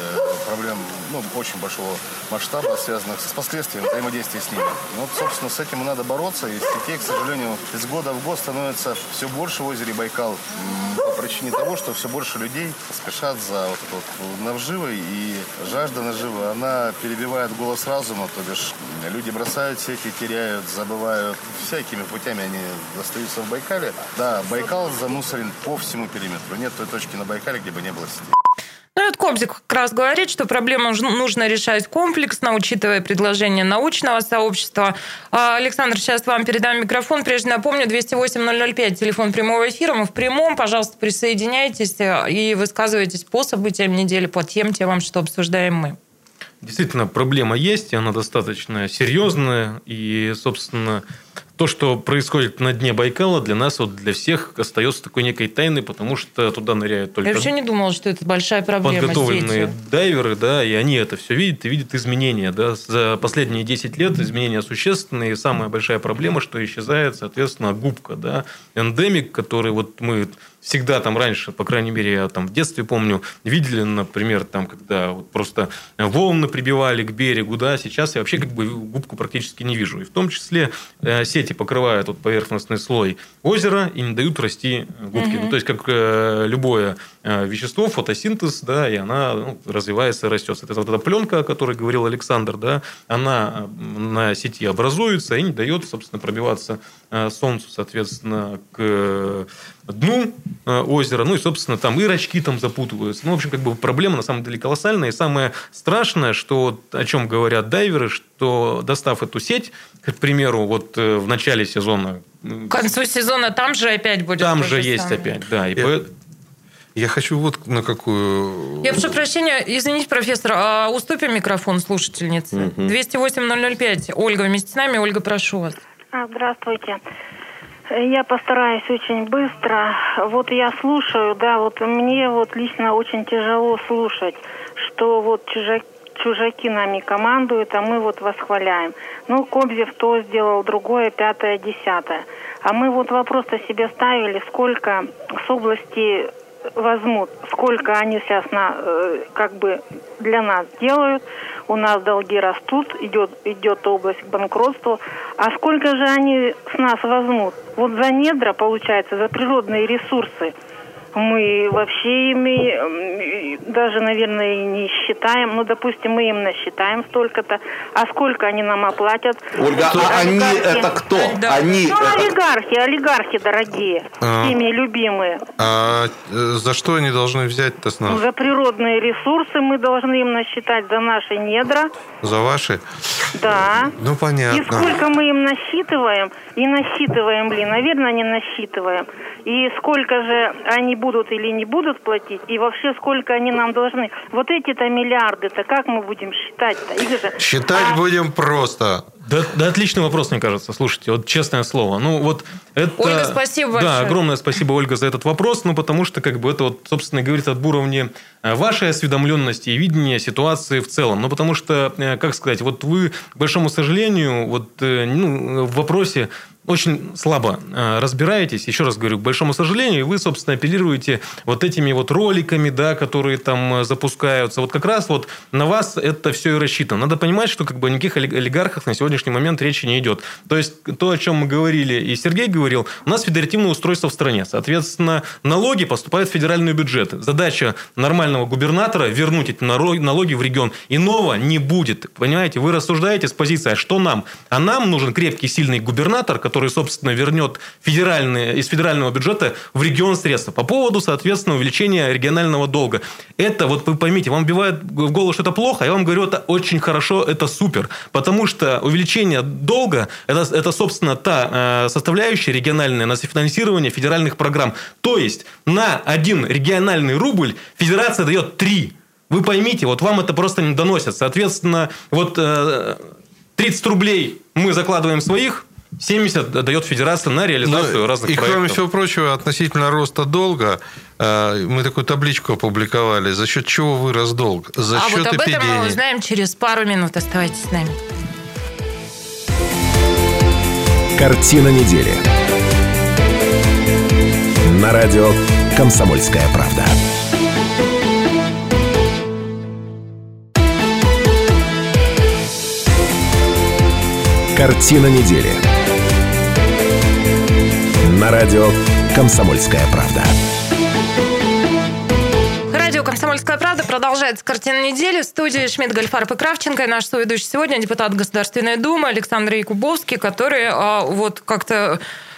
S6: и проблем ну, очень большого масштаба, связанных с последствиями взаимодействия с ними. И вот, собственно, с этим и надо бороться. И сетей, к сожалению, из года в год становится все больше в озере Байкал по причине того, что все больше людей спешат за вот это вот наживой, и жажда наживы, она перебивает голос разума, то бишь люди бросают сети, теряют, забывают. Всякими путями они остаются в Байкале. Да, Байкал замусорен по всему периметру. Нет той точки на Байкале, где бы не было сетей.
S2: Ну, этот Кобзев как раз говорит, что проблему нужно решать комплексно, учитывая предложения научного сообщества. Александр, сейчас вам передам микрофон. Прежде напомню, двести восемь ноль ноль пять, телефон прямого эфира. Мы в прямом. Пожалуйста, присоединяйтесь и высказывайтесь по событиям недели, по тем темам, что обсуждаем мы.
S5: Действительно, проблема есть, и она достаточно серьезная. И, собственно, то, что происходит на дне Байкала, для нас, вот для всех, остается такой некой тайной, потому что туда ныряют только...
S2: Я вообще не думала, что это большая проблема.
S5: Подготовленные
S2: сети.
S5: дайверы, да, и они это все видят и видят изменения. Да. За последние десять лет изменения существенные. И самая большая проблема, что исчезает, соответственно, губка. Да. Эндемик, который вот мы... Всегда там раньше, по крайней мере, я там в детстве помню, видели, например, там, когда вот просто волны прибивали к берегу, да, сейчас я вообще как бы губку практически не вижу. И в том числе э, сети покрывают вот поверхностный слой озера и не дают расти губки. Mm-hmm. Ну, то есть, как э, любое э, вещество, фотосинтез, да, и она ну, развивается и растет. Это вот эта пленка, о которой говорил Александр, да, она на сети образуется и не дает, собственно, пробиваться э, солнцу, соответственно, к дну озера, ну и, собственно, там и рачки там запутываются. Ну, в общем, как бы проблема на самом деле колоссальная. И самое страшное, что, о чем говорят дайверы, что, достав эту сеть, к примеру, вот в начале сезона...
S2: К концу сезона там же опять будет
S5: Там
S2: то
S5: же
S2: же
S5: есть
S2: самое.
S5: опять, да. И
S3: Я...
S5: по...
S3: Я хочу вот на какую...
S2: Я прошу прощения, извините, профессор, а уступим микрофон слушательнице. Угу. двести восемь ноль ноль пять. Ольга вместе с нами. Ольга, прошу вас.
S7: Здравствуйте. Я постараюсь очень быстро. Вот я слушаю, да, вот мне вот лично очень тяжело слушать, что вот чужаки, чужаки нами командуют, а мы вот восхваляем. Ну, Кобзев то сделал, другое, пятое, десятое. А мы вот вопрос-то себе ставили, сколько с области возьмут, сколько они сейчас на, как бы для нас делают. У нас долги растут, идет, идет область к банкротству. А сколько же они с нас возьмут? Вот за недра, получается, за природные ресурсы. Мы вообще ими даже, наверное, и не считаем. Ну, допустим, мы им насчитаем столько-то. А сколько они нам оплатят?
S4: Ольга, а они это кто?
S2: Да.
S4: Они
S7: ну,
S4: это...
S7: олигархи, олигархи дорогие,
S3: а,
S7: всеми любимые.
S3: А за что они должны взять-то с нас?
S7: За природные ресурсы мы должны им насчитать, за наши недра.
S3: За ваши?
S7: Да.
S3: Ну, понятно.
S7: И сколько мы им насчитываем, и насчитываем, блин, наверное, не насчитываем. И сколько же они будут или не будут платить, и вообще сколько они нам должны. Вот эти-то миллиарды-то как мы будем считать-то? Их же...
S3: Считать
S7: а...
S3: будем просто.
S5: Да, да, отличный вопрос, мне кажется. Слушайте, вот честное слово. Ну, вот это...
S2: Ольга, спасибо большое.
S5: Да, огромное спасибо, Ольга, за этот вопрос. Ну, потому что, как бы, это, вот, собственно, говорит об уровне вашей осведомленности и видения ситуации в целом. Ну, потому что, как сказать, вот вы, к большому сожалению, вот, ну, в вопросе очень слабо разбираетесь. Еще раз говорю, к большому сожалению, вы, собственно, апеллируете вот этими вот роликами, да, которые там запускаются. Вот как раз вот на вас это все и рассчитано. Надо понимать, что как бы о никаких олигархах на сегодняшний момент речи не идет. То есть, то, о чем мы говорили, и Сергей говорил, у нас федеративное устройство в стране. Соответственно, налоги поступают в федеральный бюджет. Задача нормального губернатора вернуть эти налоги в регион. Иного не будет. Понимаете, вы рассуждаете с позиции, а что нам? А нам нужен крепкий, сильный губернатор, который который, собственно, вернет федеральные, из федерального бюджета в регион средства. По поводу, соответственно, увеличения регионального долга. Это, вот вы поймите, вам вбивают в голову, что это плохо, я вам говорю, это очень хорошо, это супер. Потому что увеличение долга, это, это собственно, та э, составляющая региональная на софинансирование федеральных программ. То есть, на один региональный рубль федерация дает три. Вы поймите, вот вам это просто не доносят. Соответственно, вот э, тридцать рублей мы закладываем своих, семьдесят дает федерация на реализацию ну, разных
S3: и,
S5: проектов. И,
S3: кроме всего прочего, относительно роста долга, мы такую табличку опубликовали, за счет чего вырос долг. За
S2: а
S3: счет
S2: вот об
S3: эпидемии.
S2: этом мы узнаем через пару минут. Оставайтесь с нами.
S1: Картина недели. На радио «Комсомольская правда». Картина недели. На радио «Комсомольская правда».
S2: Радио «Комсомольская правда» продолжается «Картина недели». В студии Шмидт, Гольфарб и Кравченко. И наш соведущий сегодня депутат Государственной Думы Александр Якубовский, который а, вот как-то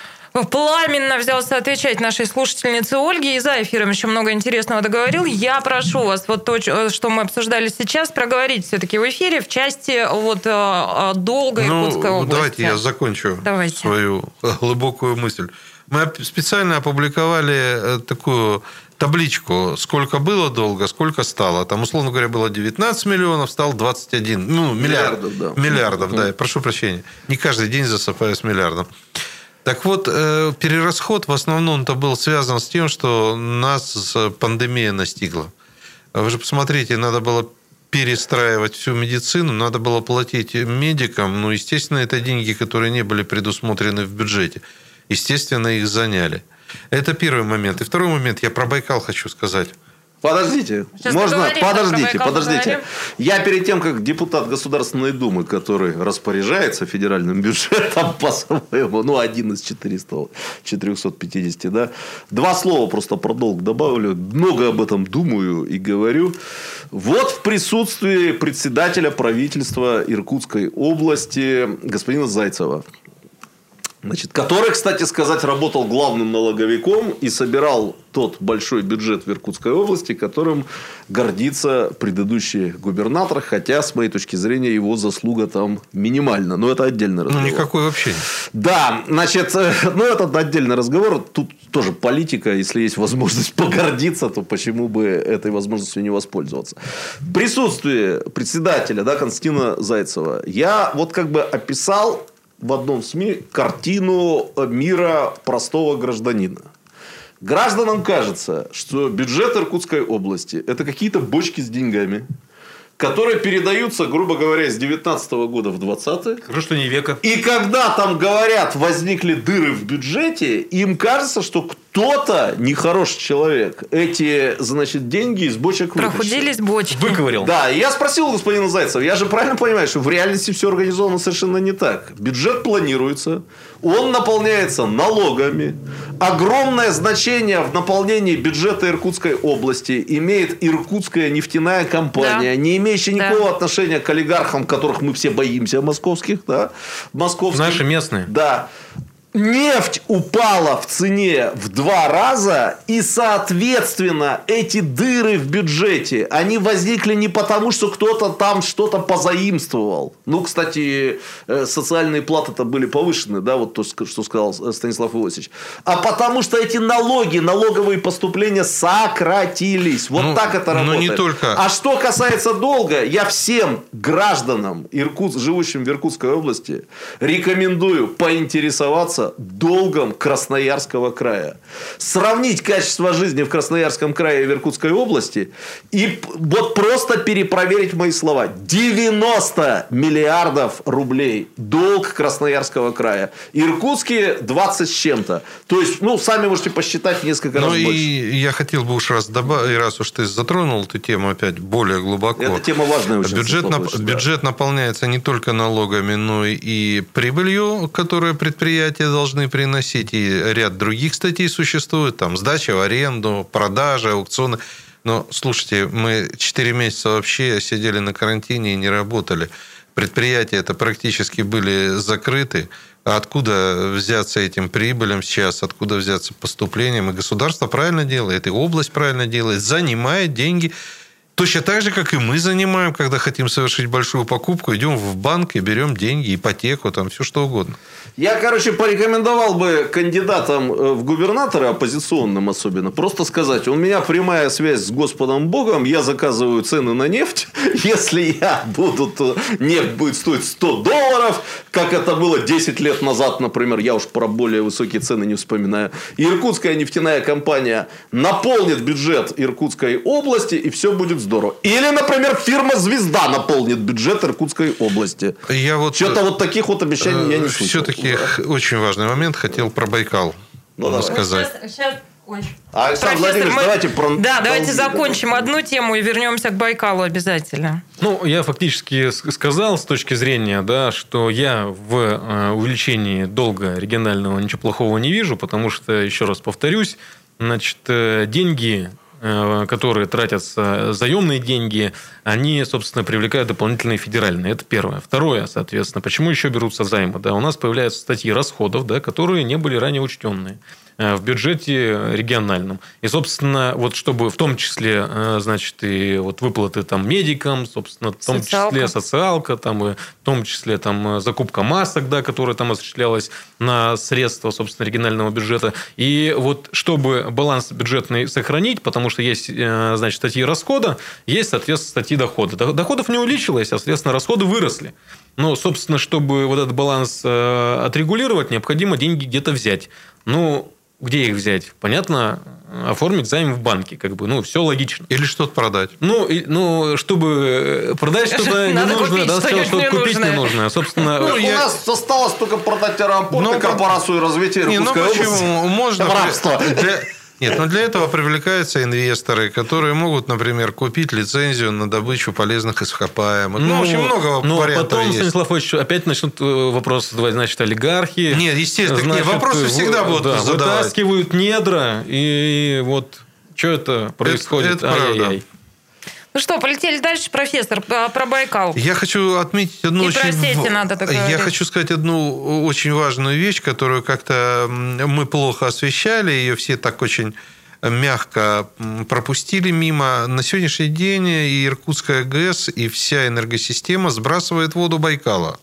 S2: пламенно взялся отвечать нашей слушательнице Ольге. И за эфиром еще много интересного договорил. Я прошу вас, вот то, что мы обсуждали сейчас, проговорить все-таки в эфире в части вот, долга Иркутской
S3: ну,
S2: области.
S3: Давайте я закончу
S2: давайте.
S3: свою глубокую мысль. Мы специально опубликовали такую табличку, сколько было долга, сколько стало. Там, условно говоря, было девятнадцать миллионов, стало двадцать один. Ну, миллиардов,
S4: миллиардов, да.
S3: Миллиардов, да. Прошу прощения. Не каждый день засыпаю с миллиардом. Так вот, перерасход в основном-то был связан с тем, что нас пандемия настигла. Вы же посмотрите, надо было перестраивать всю медицину, надо было платить медикам. Ну, естественно, это деньги, которые не были предусмотрены в бюджете. Естественно, их заняли. Это первый момент. И второй момент, я про Байкал хочу сказать.
S4: Подождите,
S2: Сейчас
S4: можно?
S2: поговорим,
S4: Подождите,
S2: Байкал
S4: подождите.
S2: поговорим.
S4: Я перед тем, как депутат Государственной Думы, который распоряжается федеральным бюджетом по-своему, ну, один из четырехсот пятидесяти, да, два слова просто про долг добавлю. Много об этом думаю и говорю. Вот в присутствии председателя правительства Иркутской области господина Зайцева, значит, который, кстати сказать, работал главным налоговиком и собирал тот большой бюджет в Иркутской области, которым гордится предыдущий губернатор, хотя, с моей точки зрения, его заслуга там минимальна. Но это отдельный разговор.
S3: Ну, никакой вообще нет.
S4: Да, значит, ну, это отдельный разговор. Тут тоже политика. Если есть возможность погордиться, то почему бы этой возможностью не воспользоваться? В присутствии председателя, да, Константина Зайцева, я вот как бы описал в одном СМИ картину мира простого гражданина. Гражданам кажется, что бюджет Иркутской области – это какие-то бочки с деньгами, которые передаются, грубо говоря, с девятнадцатого года в двадцатый.
S5: Хорошо, что не века.
S4: И когда там говорят, возникли дыры в бюджете, им кажется, что кто-то нехороший человек эти, значит, деньги из бочек вытащил.
S2: Прохудились бочки.
S5: Выковырил.
S4: Да, и я спросил у господина Зайцева, я же правильно понимаю, что в реальности все организовано совершенно не так. Бюджет планируется, он наполняется налогами. Огромное значение в наполнении бюджета Иркутской области имеет Иркутская нефтяная компания, да. не имеющая никакого да. отношения к олигархам, которых мы все боимся, московских, да, московских.
S5: Наши местные.
S4: Да. Нефть упала в цене в два раза, и, соответственно, эти дыры в бюджете, они возникли не потому, что кто-то там что-то позаимствовал. Ну, кстати, социальные платы-то были повышены, да, вот то, что сказал Станислав Иосифович. А потому что эти налоги, налоговые поступления сократились. Вот ну, так это работает.
S3: Не только...
S4: А что касается долга, я всем гражданам, Иркутск, живущим в Иркутской области, рекомендую поинтересоваться долгом Красноярского края. Сравнить качество жизни в Красноярском крае и в Иркутской области и вот просто перепроверить мои слова. девяносто миллиардов рублей долг Красноярского края. Иркутские двадцать с чем-то. То есть, ну, сами можете посчитать несколько раз
S3: ну,
S4: больше.
S3: И я хотел бы уж раз добавить, раз уж ты затронул эту тему опять более глубоко.
S4: Эта тема важная очень.
S3: Бюджет, нап... да. бюджет наполняется не только налогами, но и прибылью, которую предприятия должны приносить, и ряд других статей существует, там сдача в аренду, продажа, аукционы. Но, слушайте, мы четыре месяца вообще сидели на карантине и не работали. Предприятия это практически были закрыты. А откуда взяться этим прибылям сейчас, откуда взяться поступлением? И государство правильно делает, и область правильно делает, занимает деньги. Точно так же, как и мы занимаем, когда хотим совершить большую покупку, идем в банк и берем деньги, ипотеку, там все что угодно.
S4: Я, короче, порекомендовал бы кандидатам в губернаторы, оппозиционным особенно, просто сказать: у меня прямая связь с Господом Богом, я заказываю цены на нефть, если я буду, то нефть будет стоить сто долларов, как это было десять лет назад, например, я уж про более высокие цены не вспоминаю. Иркутская нефтяная компания наполнит бюджет Иркутской области, и все будет здорово. Или, например, фирма «Звезда» наполнит бюджет Иркутской области.
S3: Я вот,
S4: Что-то вот таких вот обещаний я не слышал.
S3: Все-таки очень важный момент. Хотел про Байкал ну, сказать.
S2: Сейчас, сейчас... Ой.
S4: А, Александр Владимирович, мы... давайте про...
S2: Да, давайте закончим одну тему и вернемся к Байкалу обязательно.
S5: Ну, я фактически сказал с точки зрения, да, что я в увеличении долга регионального ничего плохого не вижу, потому что, еще раз повторюсь, значит, деньги, которые тратятся, заемные деньги, они, собственно, привлекают дополнительные федеральные. Это первое. Второе, соответственно, почему еще берутся займы? Да, у нас появляются статьи расходов, да, которые не были ранее учтенные в бюджете региональном. И, собственно, вот чтобы в том числе, значит, и вот выплаты там медикам, собственно, в том социалка. числе социалка, там, и в том числе там закупка масок, да, которая там осуществлялась на средства, собственно, регионального бюджета. И вот чтобы баланс бюджетный сохранить, потому что есть, значит, статьи расхода, есть, соответственно, статьи дохода. Доходов не увеличилось, соответственно, расходы выросли. Но, собственно, чтобы вот этот баланс отрегулировать, необходимо деньги где-то взять. Ну, где их взять? Понятно, оформить займ в банке, как бы, ну, все логично.
S3: Или что-то продать.
S5: Ну, и, ну чтобы продать что-то не нужно, да, что-то купить не нужно. Собственно,
S4: ну, у нас осталось только продать аэропорт и корпорацию развития Иркутской области.
S3: Можно рабство. Нет, но для этого привлекаются инвесторы, которые могут, например, купить лицензию на добычу полезных ископаемых. Ну, ну очень много
S5: ну,
S3: вариантов
S5: потом,
S3: есть.
S5: Станислав Ильич, опять начнут вопросы задавать, значит, олигархи.
S3: Нет, естественно,
S5: значит,
S3: нет, вопросы всегда будут
S5: да,
S3: задавать.
S5: Вытаскивают недра, и вот что это происходит?
S3: Это, это правда.
S2: Ну что, полетели дальше, профессор, про Байкал.
S3: Я хочу отметить одну
S2: и
S3: очень...
S2: про сети надо так
S3: Я
S2: говорить.
S3: хочу сказать одну очень важную вещь, которую как-то мы плохо освещали, ее все так очень мягко пропустили мимо. На сегодняшний день и Иркутская ГЭС, и вся энергосистема сбрасывает воду Байкала.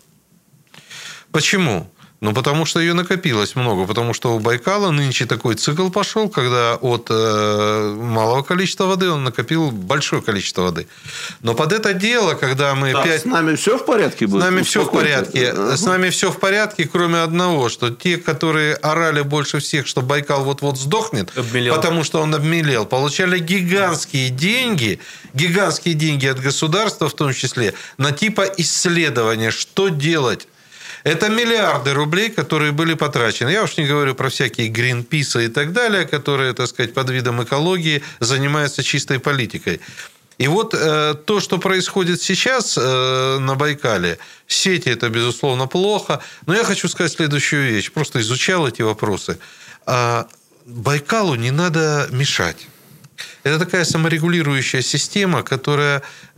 S3: Почему? Ну, потому что ее накопилось много. Потому что у Байкала нынче такой цикл пошел, когда от э, малого количества воды он накопил большое количество воды. Но под это дело, когда мы...
S4: Да,
S3: пять...
S4: С нами все в порядке будет?
S3: С нами все в порядке. С нами все в порядке, кроме одного, что те, которые орали больше всех, что Байкал вот-вот сдохнет, обмелел. Потому что он обмелел, получали гигантские деньги, гигантские деньги от государства, в том числе, на типа исследования, что делать. Это миллиарды рублей, которые были потрачены. Я уж не говорю про всякие Гринписы и так далее, которые, так сказать, под видом экологии занимаются чистой политикой. И вот э, то, что происходит сейчас э, на Байкале, сети это, безусловно, плохо. Но я хочу сказать следующую вещь. Просто изучал эти вопросы. А Байкалу не надо мешать. Это такая саморегулирующая система, которая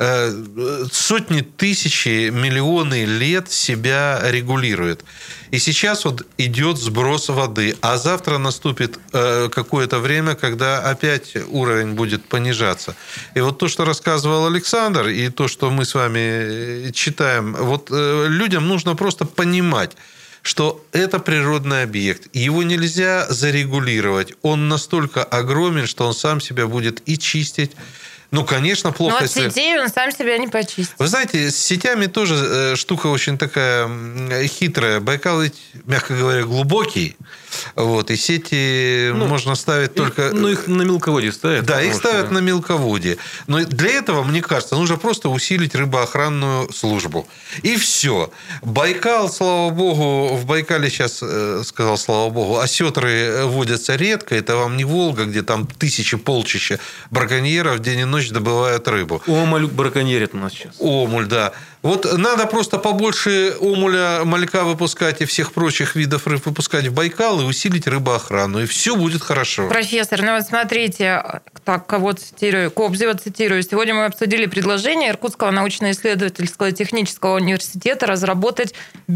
S3: э, сотни, тысячи, миллионы лет себя регулирует. И сейчас вот идет сброс воды, а завтра наступит э, какое-то время, когда опять уровень будет понижаться. И вот то, что рассказывал Александр, и то, что мы с вами читаем, вот э, людям нужно просто понимать, что это природный объект. Его нельзя зарегулировать. Он настолько огромен, что он сам себя будет и чистить. Ну, конечно, плохо.
S2: Но от
S3: если...
S2: сетей он сам себя не почистит.
S3: Вы знаете, с сетями тоже штука очень такая хитрая. Байкал ведь, мягко говоря, глубокий. Вот, и сети ну, можно ставить их, только...
S5: Ну, их на мелководье ставят.
S3: Да, их ставят
S5: что...
S3: на мелководье. Но для этого, мне кажется, нужно просто усилить рыбоохранную службу. И все. Байкал, слава богу, в Байкале сейчас, сказал, слава богу, осетры водятся редко. Это вам не Волга, где там тысячи, полчища браконьеров день и ночь добывают рыбу.
S5: Омуль браконьерит у нас сейчас.
S3: Омуль, да. Вот надо просто побольше омуля, малька выпускать и всех прочих видов рыб выпускать в Байкал и усилить рыбоохрану, и все будет хорошо.
S2: Профессор, ну вот смотрите, так, кого цитирую, Кобзева цитирую. Сегодня мы обсудили предложение Иркутского научно-исследовательского технического университета разработать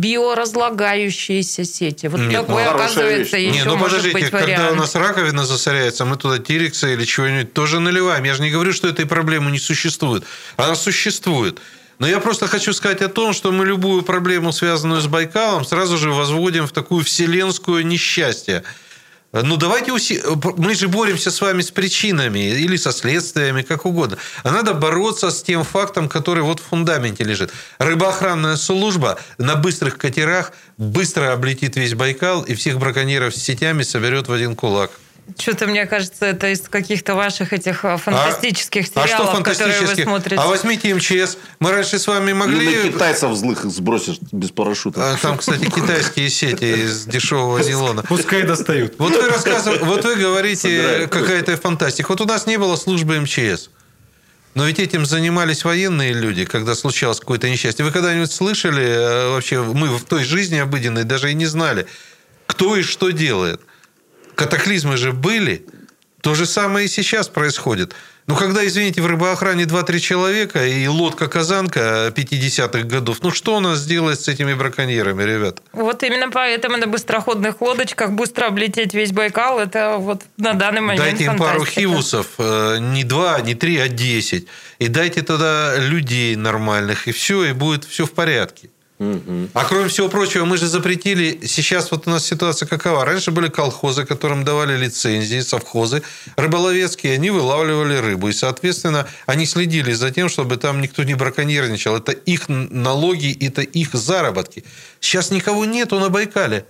S2: биоразлагающиеся сети. Вот
S3: Нет,
S2: такой,
S3: ну,
S2: оказывается, еще
S3: Нет, ну,
S2: может быть
S3: подождите,
S2: вариант.
S3: когда у нас раковина засоряется, мы туда тирекса или чего-нибудь тоже наливаем. Я же не говорю, что этой проблемы не существует. Она существует. Но я просто хочу сказать о том, что мы любую проблему, связанную с Байкалом, сразу же возводим в такую вселенскую несчастье. Ну, давайте уси... Мы же боремся с вами с причинами или со следствиями, как угодно. А надо бороться с тем фактом, который вот в фундаменте лежит. Рыбоохранная служба на быстрых катерах быстро облетит весь Байкал и всех браконьеров с сетями соберет в один кулак.
S2: Что-то, мне кажется, это из каких-то ваших этих фантастических
S3: а,
S2: сериалов,
S3: а что
S2: которые вы смотрите.
S3: А возьмите МЧС. Мы раньше с вами могли...
S4: Или на китайцев злых сбросишь без парашюта.
S3: Там, кстати, китайские сети из дешевого нейлона.
S5: Пускай достают.
S3: Вот вы рассказываете, вот вы говорите, какая-то фантастика. Вот у нас не было службы МЧС. Но ведь этим занимались военные люди, когда случалось какое-то несчастье. Вы когда-нибудь слышали, вообще, мы в той жизни обыденной даже и не знали, кто и что делает? Катаклизмы же были. То же самое и сейчас происходит. Ну, когда, извините, в рыбоохране два-три человека и лодка-казанка пятидесятых годов, ну, что у нас сделать с этими браконьерами, ребят?
S2: Вот именно поэтому на быстроходных лодочках быстро облететь весь Байкал, это вот на данный момент
S3: дайте им
S2: фантастика.
S3: пару хивусов, не два, не три, а десять. И дайте туда людей нормальных, и все, и будет все в порядке. Угу. А кроме всего прочего, мы же запретили... Сейчас вот у нас ситуация какова? Раньше были колхозы, которым давали лицензии, совхозы рыболовецкие, они вылавливали рыбу. И, соответственно, они следили за тем, чтобы там никто не браконьерничал. Это их налоги, это их заработки. Сейчас никого нету на Байкале.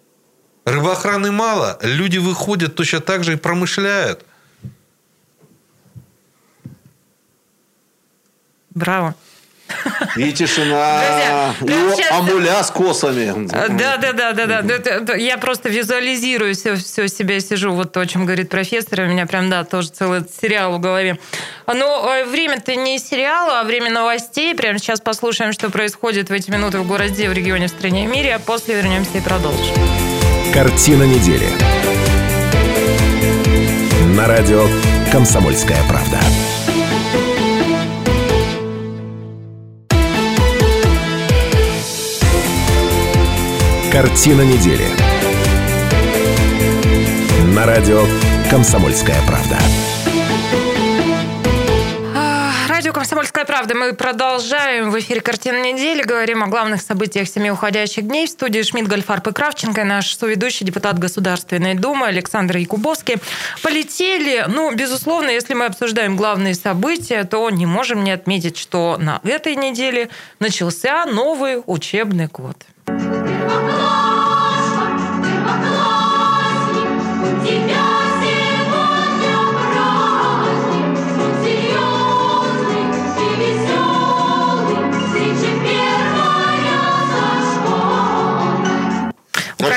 S3: Рыбоохраны мало. Люди выходят точно так же и промышляют.
S2: Браво.
S4: И тишина,
S2: Друзья,
S4: и сейчас... амуля с косами.
S2: Да, да, да, да, да. Я просто визуализирую все, все себя, сижу, вот то, о чем говорит профессор, у меня прям, да, тоже целый сериал в голове. Но время-то не сериала, а время новостей. Прямо сейчас послушаем, что происходит в эти минуты в городе, в регионе, в стране и мире, а после вернемся и продолжим.
S1: Картина недели. На радио «Комсомольская правда». Картина недели. На радио «Комсомольская правда».
S2: Радио «Комсомольская правда». Мы продолжаем. В эфире «Картина недели». Говорим о главных событиях семи уходящих дней. В студии Шмидт, Гольфарб и Кравченко. И наш соведущий, депутат Государственной Думы Александр Якубовский. Полетели. Ну, безусловно, если мы обсуждаем главные события, то не можем не отметить, что на этой неделе начался новый учебный год.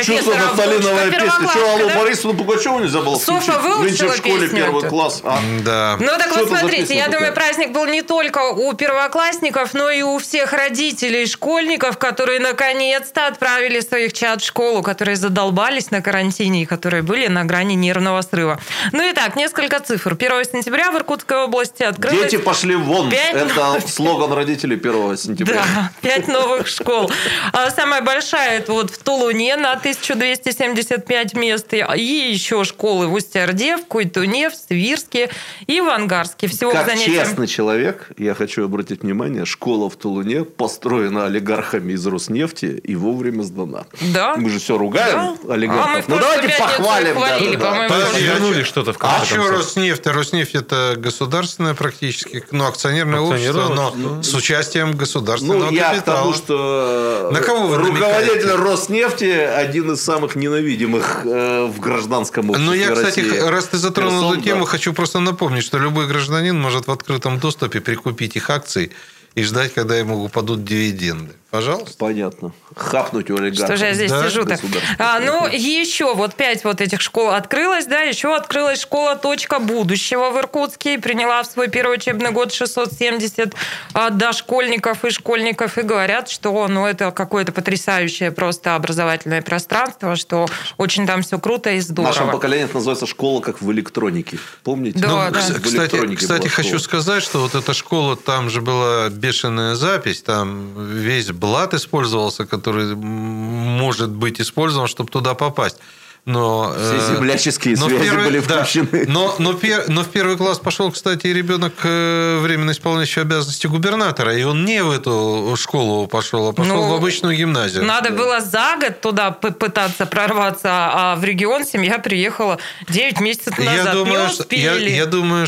S2: профессора
S4: Что нафталиновая
S2: Гучко,
S4: песня? Что, алло,
S2: да?
S4: Борисовну Пугачеву нельзя было
S2: Софа
S4: включить?
S2: выучила
S4: Нынче в школе
S2: песню
S4: первый
S2: эту?
S4: класс. А?
S3: Да.
S2: Ну так
S4: Что
S2: вот
S4: это за
S2: смотрите,
S4: песня
S2: я
S4: такая?
S2: думаю, праздник был не только у первоклассников, но и у всех родителей школьников, которые наконец-то отправили своих чад в школу, которые задолбались на карантине и которые были на грани нервного срыва. Ну и так, несколько цифр. первого сентября в Иркутской области открылось...
S4: Дети пошли вон.
S2: Пять
S4: Это
S2: новых-
S4: слоган родителей первого сентября.
S2: Да, пять новых школ. А самая большая это вот в Тулуне на тысяча двести семьдесят пять мест. И еще школы в Усть-Орде, в Куйтуне, в Свирске и в Ангарске. Всего
S4: Как
S2: к занятиям...
S4: честный человек, я хочу обратить внимание, школа в Тулуне построена олигархами из Роснефти и вовремя сдана.
S2: Да.
S4: Мы же все ругаем
S2: Да.
S4: олигархов.
S2: А мы в
S4: Ну
S2: прошлую
S4: давайте
S2: пятницу
S4: похвалим.
S2: хвалили,
S4: да, да,
S2: по-моему.
S4: да.
S3: Подожди,
S5: Вернули что-то в
S3: А
S5: конце
S3: что
S5: концов.
S3: Роснефть? Роснефть это государственное практически, ну, акционерное
S5: Акционерное
S3: общество, но
S5: общество.
S3: с участием государственного
S4: Ну, я к
S3: капитала.
S4: тому, что
S3: На кого вы
S4: руководитель
S3: намекаете?
S4: Роснефти один из самых ненавидимых э, в гражданском обществе
S3: Ну, я, кстати,
S4: России.
S3: раз ты затронул
S4: Персон,
S3: эту тему,
S4: да.
S3: хочу просто напомнить, что любой гражданин может в открытом доступе прикупить их акции и ждать, когда ему упадут дивиденды. Пожалуйста.
S4: Понятно. Хапнуть у олигархов.
S2: Что же я здесь
S3: Да,
S2: сижу-то?
S4: государство.
S2: А, ну, еще вот пять вот этих школ открылось, да, еще открылась школа «Точка будущего» в Иркутске и приняла в свой первый учебный год шестьсот семьдесят а, дошкольников и школьников, и говорят, что, ну, это какое-то потрясающее просто образовательное пространство, что очень там все круто и
S4: В нашем
S2: здорово.
S4: поколении это называется школа как в электронике. Помните?
S2: Да,
S3: Ну,
S2: да.
S3: кс-
S4: В
S3: Кстати,
S4: электронике
S3: кстати
S4: была
S3: хочу
S4: школа.
S3: сказать, что вот эта школа, там же была бешеная запись, там весь блат использовался, который м, может быть использован, чтобы туда попасть. Но,
S4: Все
S3: э,
S4: земляческие
S3: но в
S4: связи
S3: первый-
S4: были
S3: да,
S4: включены.
S3: но, но, пер- но в первый класс пошел, кстати, и ребенок, э, временно исполняющий обязанности губернатора, и он не в эту школу пошел, а пошел
S2: Ну,
S3: в обычную гимназию.
S2: Надо было за год туда пытаться прорваться, а в регион семья приехала девять месяцев назад.
S3: Я думаю,
S2: не
S3: что,
S2: успели.
S3: я, я думаю,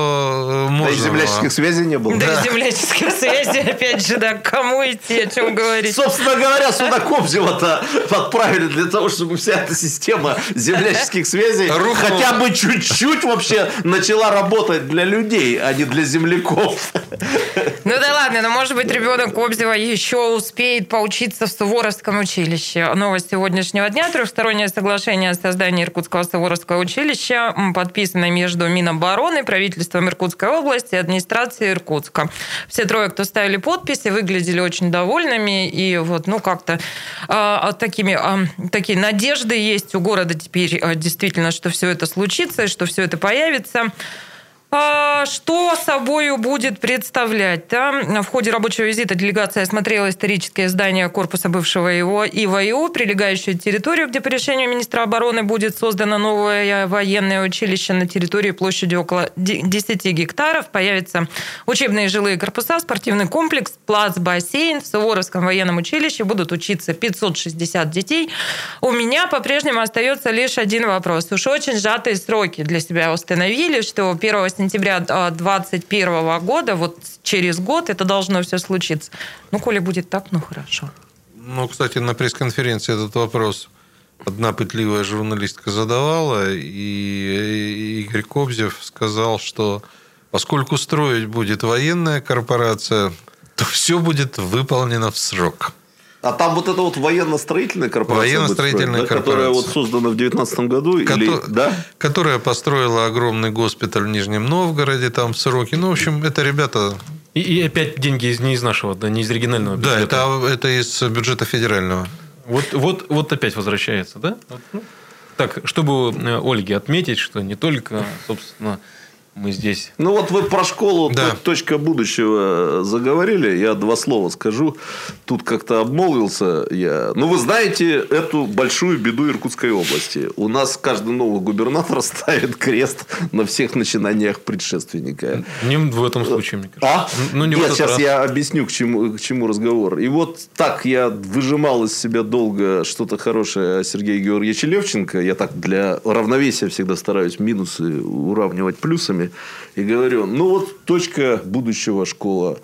S3: что э,
S4: Да
S3: можно.
S4: и земляческих связей не было.
S2: Да, и земляческие связи, опять же, да, к кому идти, о чем говорить.
S4: Собственно говоря, сюда Кобзева-то отправили для того, чтобы вся эта система земляческих связей
S3: Рухнула.
S4: хотя бы чуть-чуть вообще начала работать для людей, а не для земляков.
S2: Ну да ладно, но может быть ребенок Кобзева еще успеет поучиться в Суворовском училище. Новость сегодняшнего дня. Трехстороннее соглашение о создании Иркутского Суворовского училища подписано между Минобороны, правительством Иркутской области и администрацией Иркутска. Все трое, кто ставили подписи, выглядели очень довольными. И вот, ну, как-то э, такими, э, такие надежды есть у города теперь э, действительно, что все это случится и что все это появится. А что собой будет представлять? Да? В ходе рабочего визита делегация осмотрела исторические здания корпуса бывшего ИО и ВАИО, прилегающую территорию, где по решению министра обороны будет создано новое военное училище на территории площадью около десяти гектаров. Появятся учебные жилые корпуса, спортивный комплекс, плац-бассейн. В Суворовском военном училище будут учиться пятьсот шестьдесят детей. У меня по-прежнему остается лишь один вопрос. Уж очень сжатые сроки для себя установили, что первого сентября двадцать первого года, вот через год это должно все случиться. Ну, коли будет так, ну хорошо.
S3: Ну, кстати, на пресс-конференции этот вопрос одна пытливая журналистка задавала, и Игорь Кобзев сказал, что поскольку строить будет военная корпорация, то все будет выполнено в срок.
S4: А там вот эта вот военно-строительная корпорация,
S3: Военно-строительная
S4: будет строить, да,
S3: корпорация.
S4: которая вот создана в девятнадцатом году, или,
S3: Кото-
S4: да?
S3: Которая построила огромный госпиталь в Нижнем Новгороде, там в сроки. Ну, в общем, это ребята...
S5: И, и опять деньги из, не из нашего, да, не из регионального
S3: Да,
S5: бюджета.
S3: это, это из бюджета федерального.
S5: Вот, вот, вот опять возвращается, да? Вот, ну, так, чтобы э, Ольге отметить, что не только, собственно, мы здесь...
S4: Ну вот вы про школу
S3: Да.
S4: «Точка будущего» заговорили. Я два слова скажу. Тут как-то обмолвился я. Ну, вы знаете эту большую беду Иркутской области. У нас каждый новый губернатор ставит крест на всех начинаниях предшественника.
S5: Не в этом случае, мне кажется.
S4: А?
S5: Ну, не в
S4: Нет,
S5: этот
S4: сейчас
S5: раз.
S4: я объясню, к чему, к чему разговор. И вот так я выжимал из себя долго что-то хорошее о Сергее Георгиевиче Левченко. Я так для равновесия всегда стараюсь минусы уравнивать плюсами. И говорю, ну вот точка будущего школа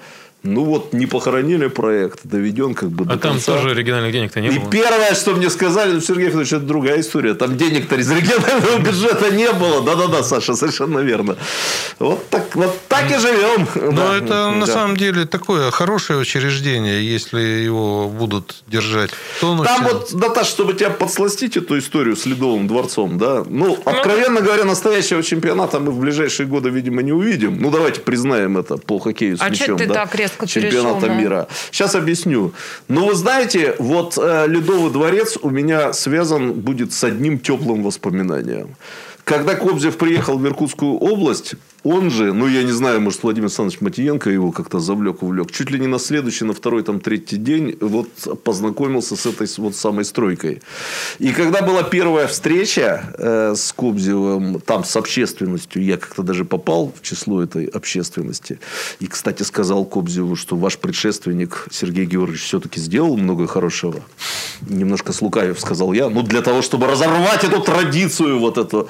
S4: Ну вот, не похоронили проект, доведен как бы до
S5: А там
S4: конца.
S5: тоже региональных денег-то не
S4: И
S5: было.
S4: первое, что мне сказали, ну, Сергей Федорович, это другая история. Там денег-то из регионального бюджета не было. Да-да-да, Саша, совершенно верно. Вот так, вот так и живем.
S3: Но
S4: Да.
S3: это на
S4: Да.
S3: самом деле такое хорошее учреждение, если его будут держать в тонусе.
S4: Там вот, Наташа, чтобы тебя подсластить эту историю с Ледовым дворцом, да, ну, откровенно говоря, настоящего чемпионата мы в ближайшие годы, видимо, не увидим. Ну, давайте признаем это по хоккею с
S2: А
S4: мячом.
S2: чё ты
S4: да,
S2: так резко
S4: чемпионата
S2: перешел, да?
S4: мира. Сейчас объясню. Ну, вы знаете, вот э, Ледовый дворец у меня связан будет с одним теплым воспоминанием. Когда Кобзев приехал в Иркутскую область, он же, ну, я не знаю, может, Владимир Александрович Матиенко его как-то завлек, увлек, чуть ли не на следующий, на второй, там, третий день вот познакомился с этой вот самой стройкой. И когда была первая встреча э, с Кобзевым, там, с общественностью, я как-то даже попал в число этой общественности. И, кстати, сказал Кобзеву, что ваш предшественник Сергей Георгиевич все-таки сделал много хорошего. Немножко слукавив сказал я. Ну, для того, чтобы разорвать эту традицию вот эту.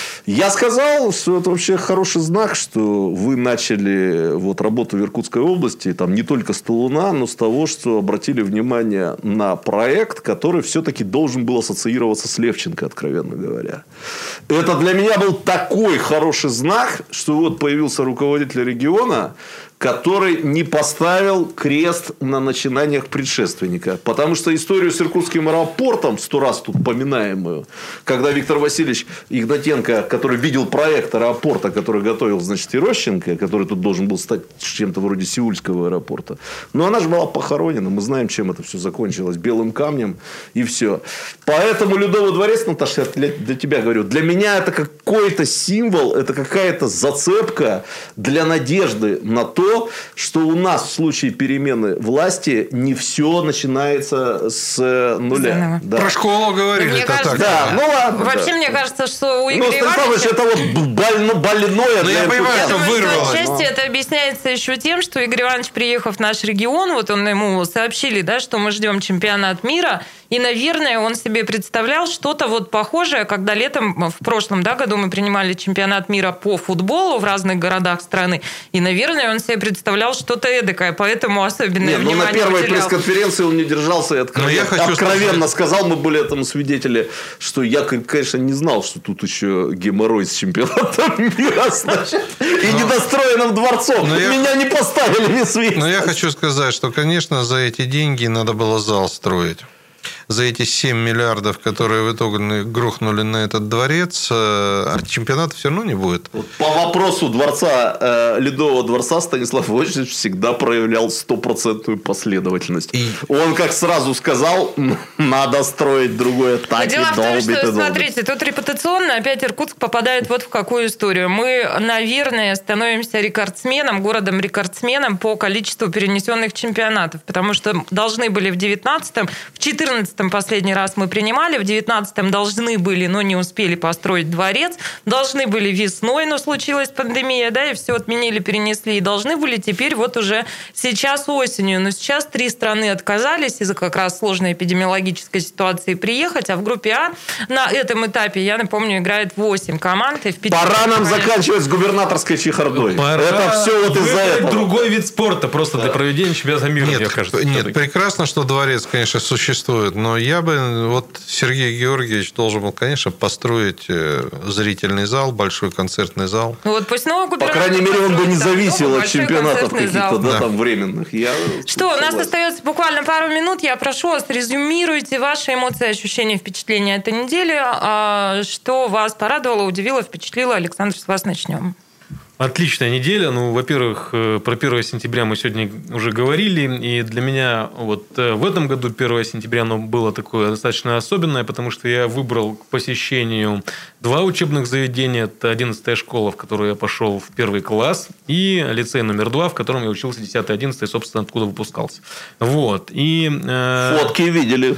S4: Я сказал, что это вообще хороший знак, что вы начали вот работу в Иркутской области, там не только с Толуна, но с того, что обратили внимание на проект, который все-таки должен был ассоциироваться с Левченко, откровенно говоря. Это для меня был такой хороший знак, что вот появился руководитель региона, который не поставил крест на начинаниях предшественника. Потому что историю с Иркутским аэропортом, сто раз тут поминаемую, когда Виктор Васильевич Игнатенко, который видел проект аэропорта, который готовил, значит, Ерощенко, который тут должен был стать чем-то вроде Сеульского аэропорта, но она же была похоронена. Мы знаем, чем это все закончилось. Белым камнем и все. Поэтому Ледовый дворец, Наташа, я для, для тебя говорю, для меня это какой-то символ, это какая-то зацепка для надежды на то, что у нас в случае перемены власти не все начинается с нуля. Да.
S3: Про школу говорили.
S2: Мне
S3: это
S2: кажется,
S3: так.
S4: Да, ну ладно.
S2: Вообще,
S4: да.
S2: мне кажется, что у
S4: Ну,
S2: Игоря
S4: Станиславович,
S2: Ивановича...
S4: это вот больно, больное.
S3: Ну,
S4: для
S3: я понимаю,
S4: иркутян.
S3: что вырвалось.
S2: Отчасти это объясняется еще тем, что Игорь Иванович, приехав в наш регион, вот он ему сообщили, да, что мы ждем чемпионат мира, и, наверное, он себе представлял что-то вот похожее, когда летом, в прошлом да, году мы принимали чемпионат мира по футболу в разных городах страны, и, наверное, он себе представлял что-то эдакое, поэтому особенное
S4: Нет, ну
S2: внимание
S4: на первой
S2: уделял.
S4: пресс-конференции он не держался и откровенно,
S3: я хочу
S4: откровенно
S3: сказать...
S4: сказал, мы были этому свидетели, что я, конечно, не знал, что тут еще геморрой с чемпионатом мира, значит, и
S3: Но...
S4: недостроенным дворцом.
S3: Но я...
S4: Меня не поставили в известность.
S3: Но я хочу сказать, что, конечно, за эти деньги надо было зал строить. За эти семь миллиардов, которые в итоге грохнули на этот дворец, а чемпионата все равно не будет.
S4: Вот по вопросу дворца, э, Ледового дворца Станислав Владимирович всегда проявлял стопроцентную последовательность. И... Он как сразу сказал, надо строить другое, так
S2: Дело
S4: и
S2: в том,
S4: долбит, и
S2: что,
S4: долбит.
S2: смотрите, тут репутационно опять Иркутск попадает вот в какую историю. Мы, наверное, становимся рекордсменом, городом-рекордсменом по количеству перенесенных чемпионатов, потому что должны были в девятнадцатом, в четырнадцатом последний раз мы принимали, в девятнадцатом должны были, но не успели построить дворец, должны были весной, но случилась пандемия, да, и все отменили, перенесли, и должны были теперь вот уже сейчас осенью. Но сейчас три страны отказались из-за как раз сложной эпидемиологической ситуации приехать, а в группе А на этом этапе, я напомню, играет восемь команд. И в
S4: Пора нам заканчивать с губернаторской чехардой.
S5: Пора
S4: Это все вот из-за этого.
S5: другой вид спорта просто да. для проведения чемпионата мира,
S3: Нет,
S5: мне кажется.
S3: нет,
S5: все-таки.
S3: прекрасно, что дворец, конечно, существует, но я бы, вот Сергей Георгиевич должен был, конечно, построить зрительный зал, большой концертный зал.
S2: Ну, вот пусть новый
S4: По крайней мере, он бы не зависел от чемпионатов каких-то, да,
S3: Да.
S4: там временных. Я
S2: Что, у нас
S4: согласен.
S2: остается буквально пару минут. Я прошу вас, резюмируйте ваши эмоции, ощущения, впечатления этой недели. А что вас порадовало, удивило, впечатлило? Александр, с вас начнем.
S5: Отличная неделя. Ну, во-первых, про первое сентября мы сегодня уже говорили. И для меня вот в этом году первое сентября оно было такое достаточно особенное, потому что я выбрал к посещению два учебных заведения. Это одиннадцатая школа, в которую я пошел в первый класс, и лицей номер два, в котором я учился десятый одиннадцатый, собственно, откуда выпускался. Вот. И, э...
S4: Фотки видели.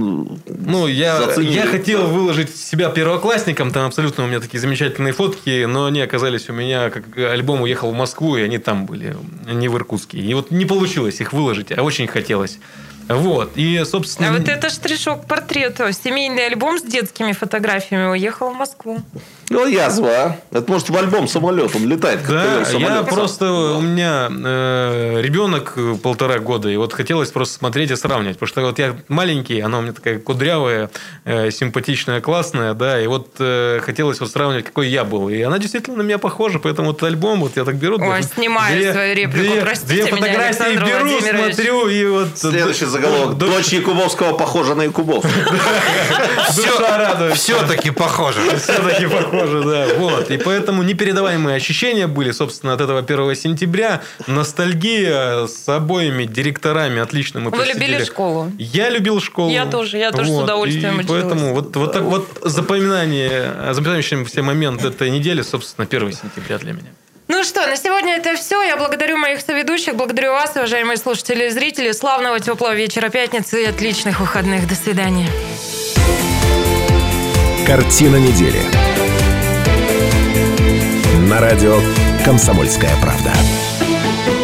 S5: Ну, я, я хотел выложить себя первоклассником. Там абсолютно у меня такие замечательные фотки, но они оказались у меня как альбом уехал в Москву, и они там были, не в Иркутске. И вот не получилось их выложить, а очень хотелось. Вот. И, собственно...
S2: А вот это штришок к портрету. Семейный альбом с детскими фотографиями уехал в Москву.
S4: Ну, язва, а? Это, может, в альбом «Самолет», он летает. Как
S5: да,
S4: самолет.
S5: я просто... У меня э, ребенок полтора года, и вот хотелось просто смотреть и сравнивать. Потому что вот я маленький, она у меня такая кудрявая, э, симпатичная, классная, да, и вот э, хотелось вот сравнивать, какой я был. И она действительно на меня похожа, поэтому вот альбом, вот я так беру...
S2: Ой, снимаю две, свою реплику,
S5: две,
S2: простите
S5: две
S2: меня,
S5: фотографии
S2: Александр
S5: беру,
S2: Владимирович.
S5: смотрю, и вот...
S4: Следующий заголовок. Дочь Якубовского похожа на Якубовского.
S5: Душа радует.
S3: Все-таки похоже.
S5: Все-таки похоже, да. Вот. И поэтому непередаваемые ощущения были, собственно, от этого первого сентября. Ностальгия с обоими директорами отлично мы
S2: Вы
S5: посетили.
S2: любили школу?
S5: Я любил школу.
S2: Я тоже, я тоже
S5: вот.
S2: с удовольствием
S5: И
S2: училась.
S5: поэтому вот, вот, так, вот запоминание, запоминающий все момент этой недели, собственно, первого сентября для меня.
S2: Ну что, на сегодня это все. Я благодарю моих соведущих, благодарю вас, уважаемые слушатели и зрители. Славного, теплого вечера пятницы и отличных выходных. До свидания.
S1: Картина недели. На радио «Комсомольская правда».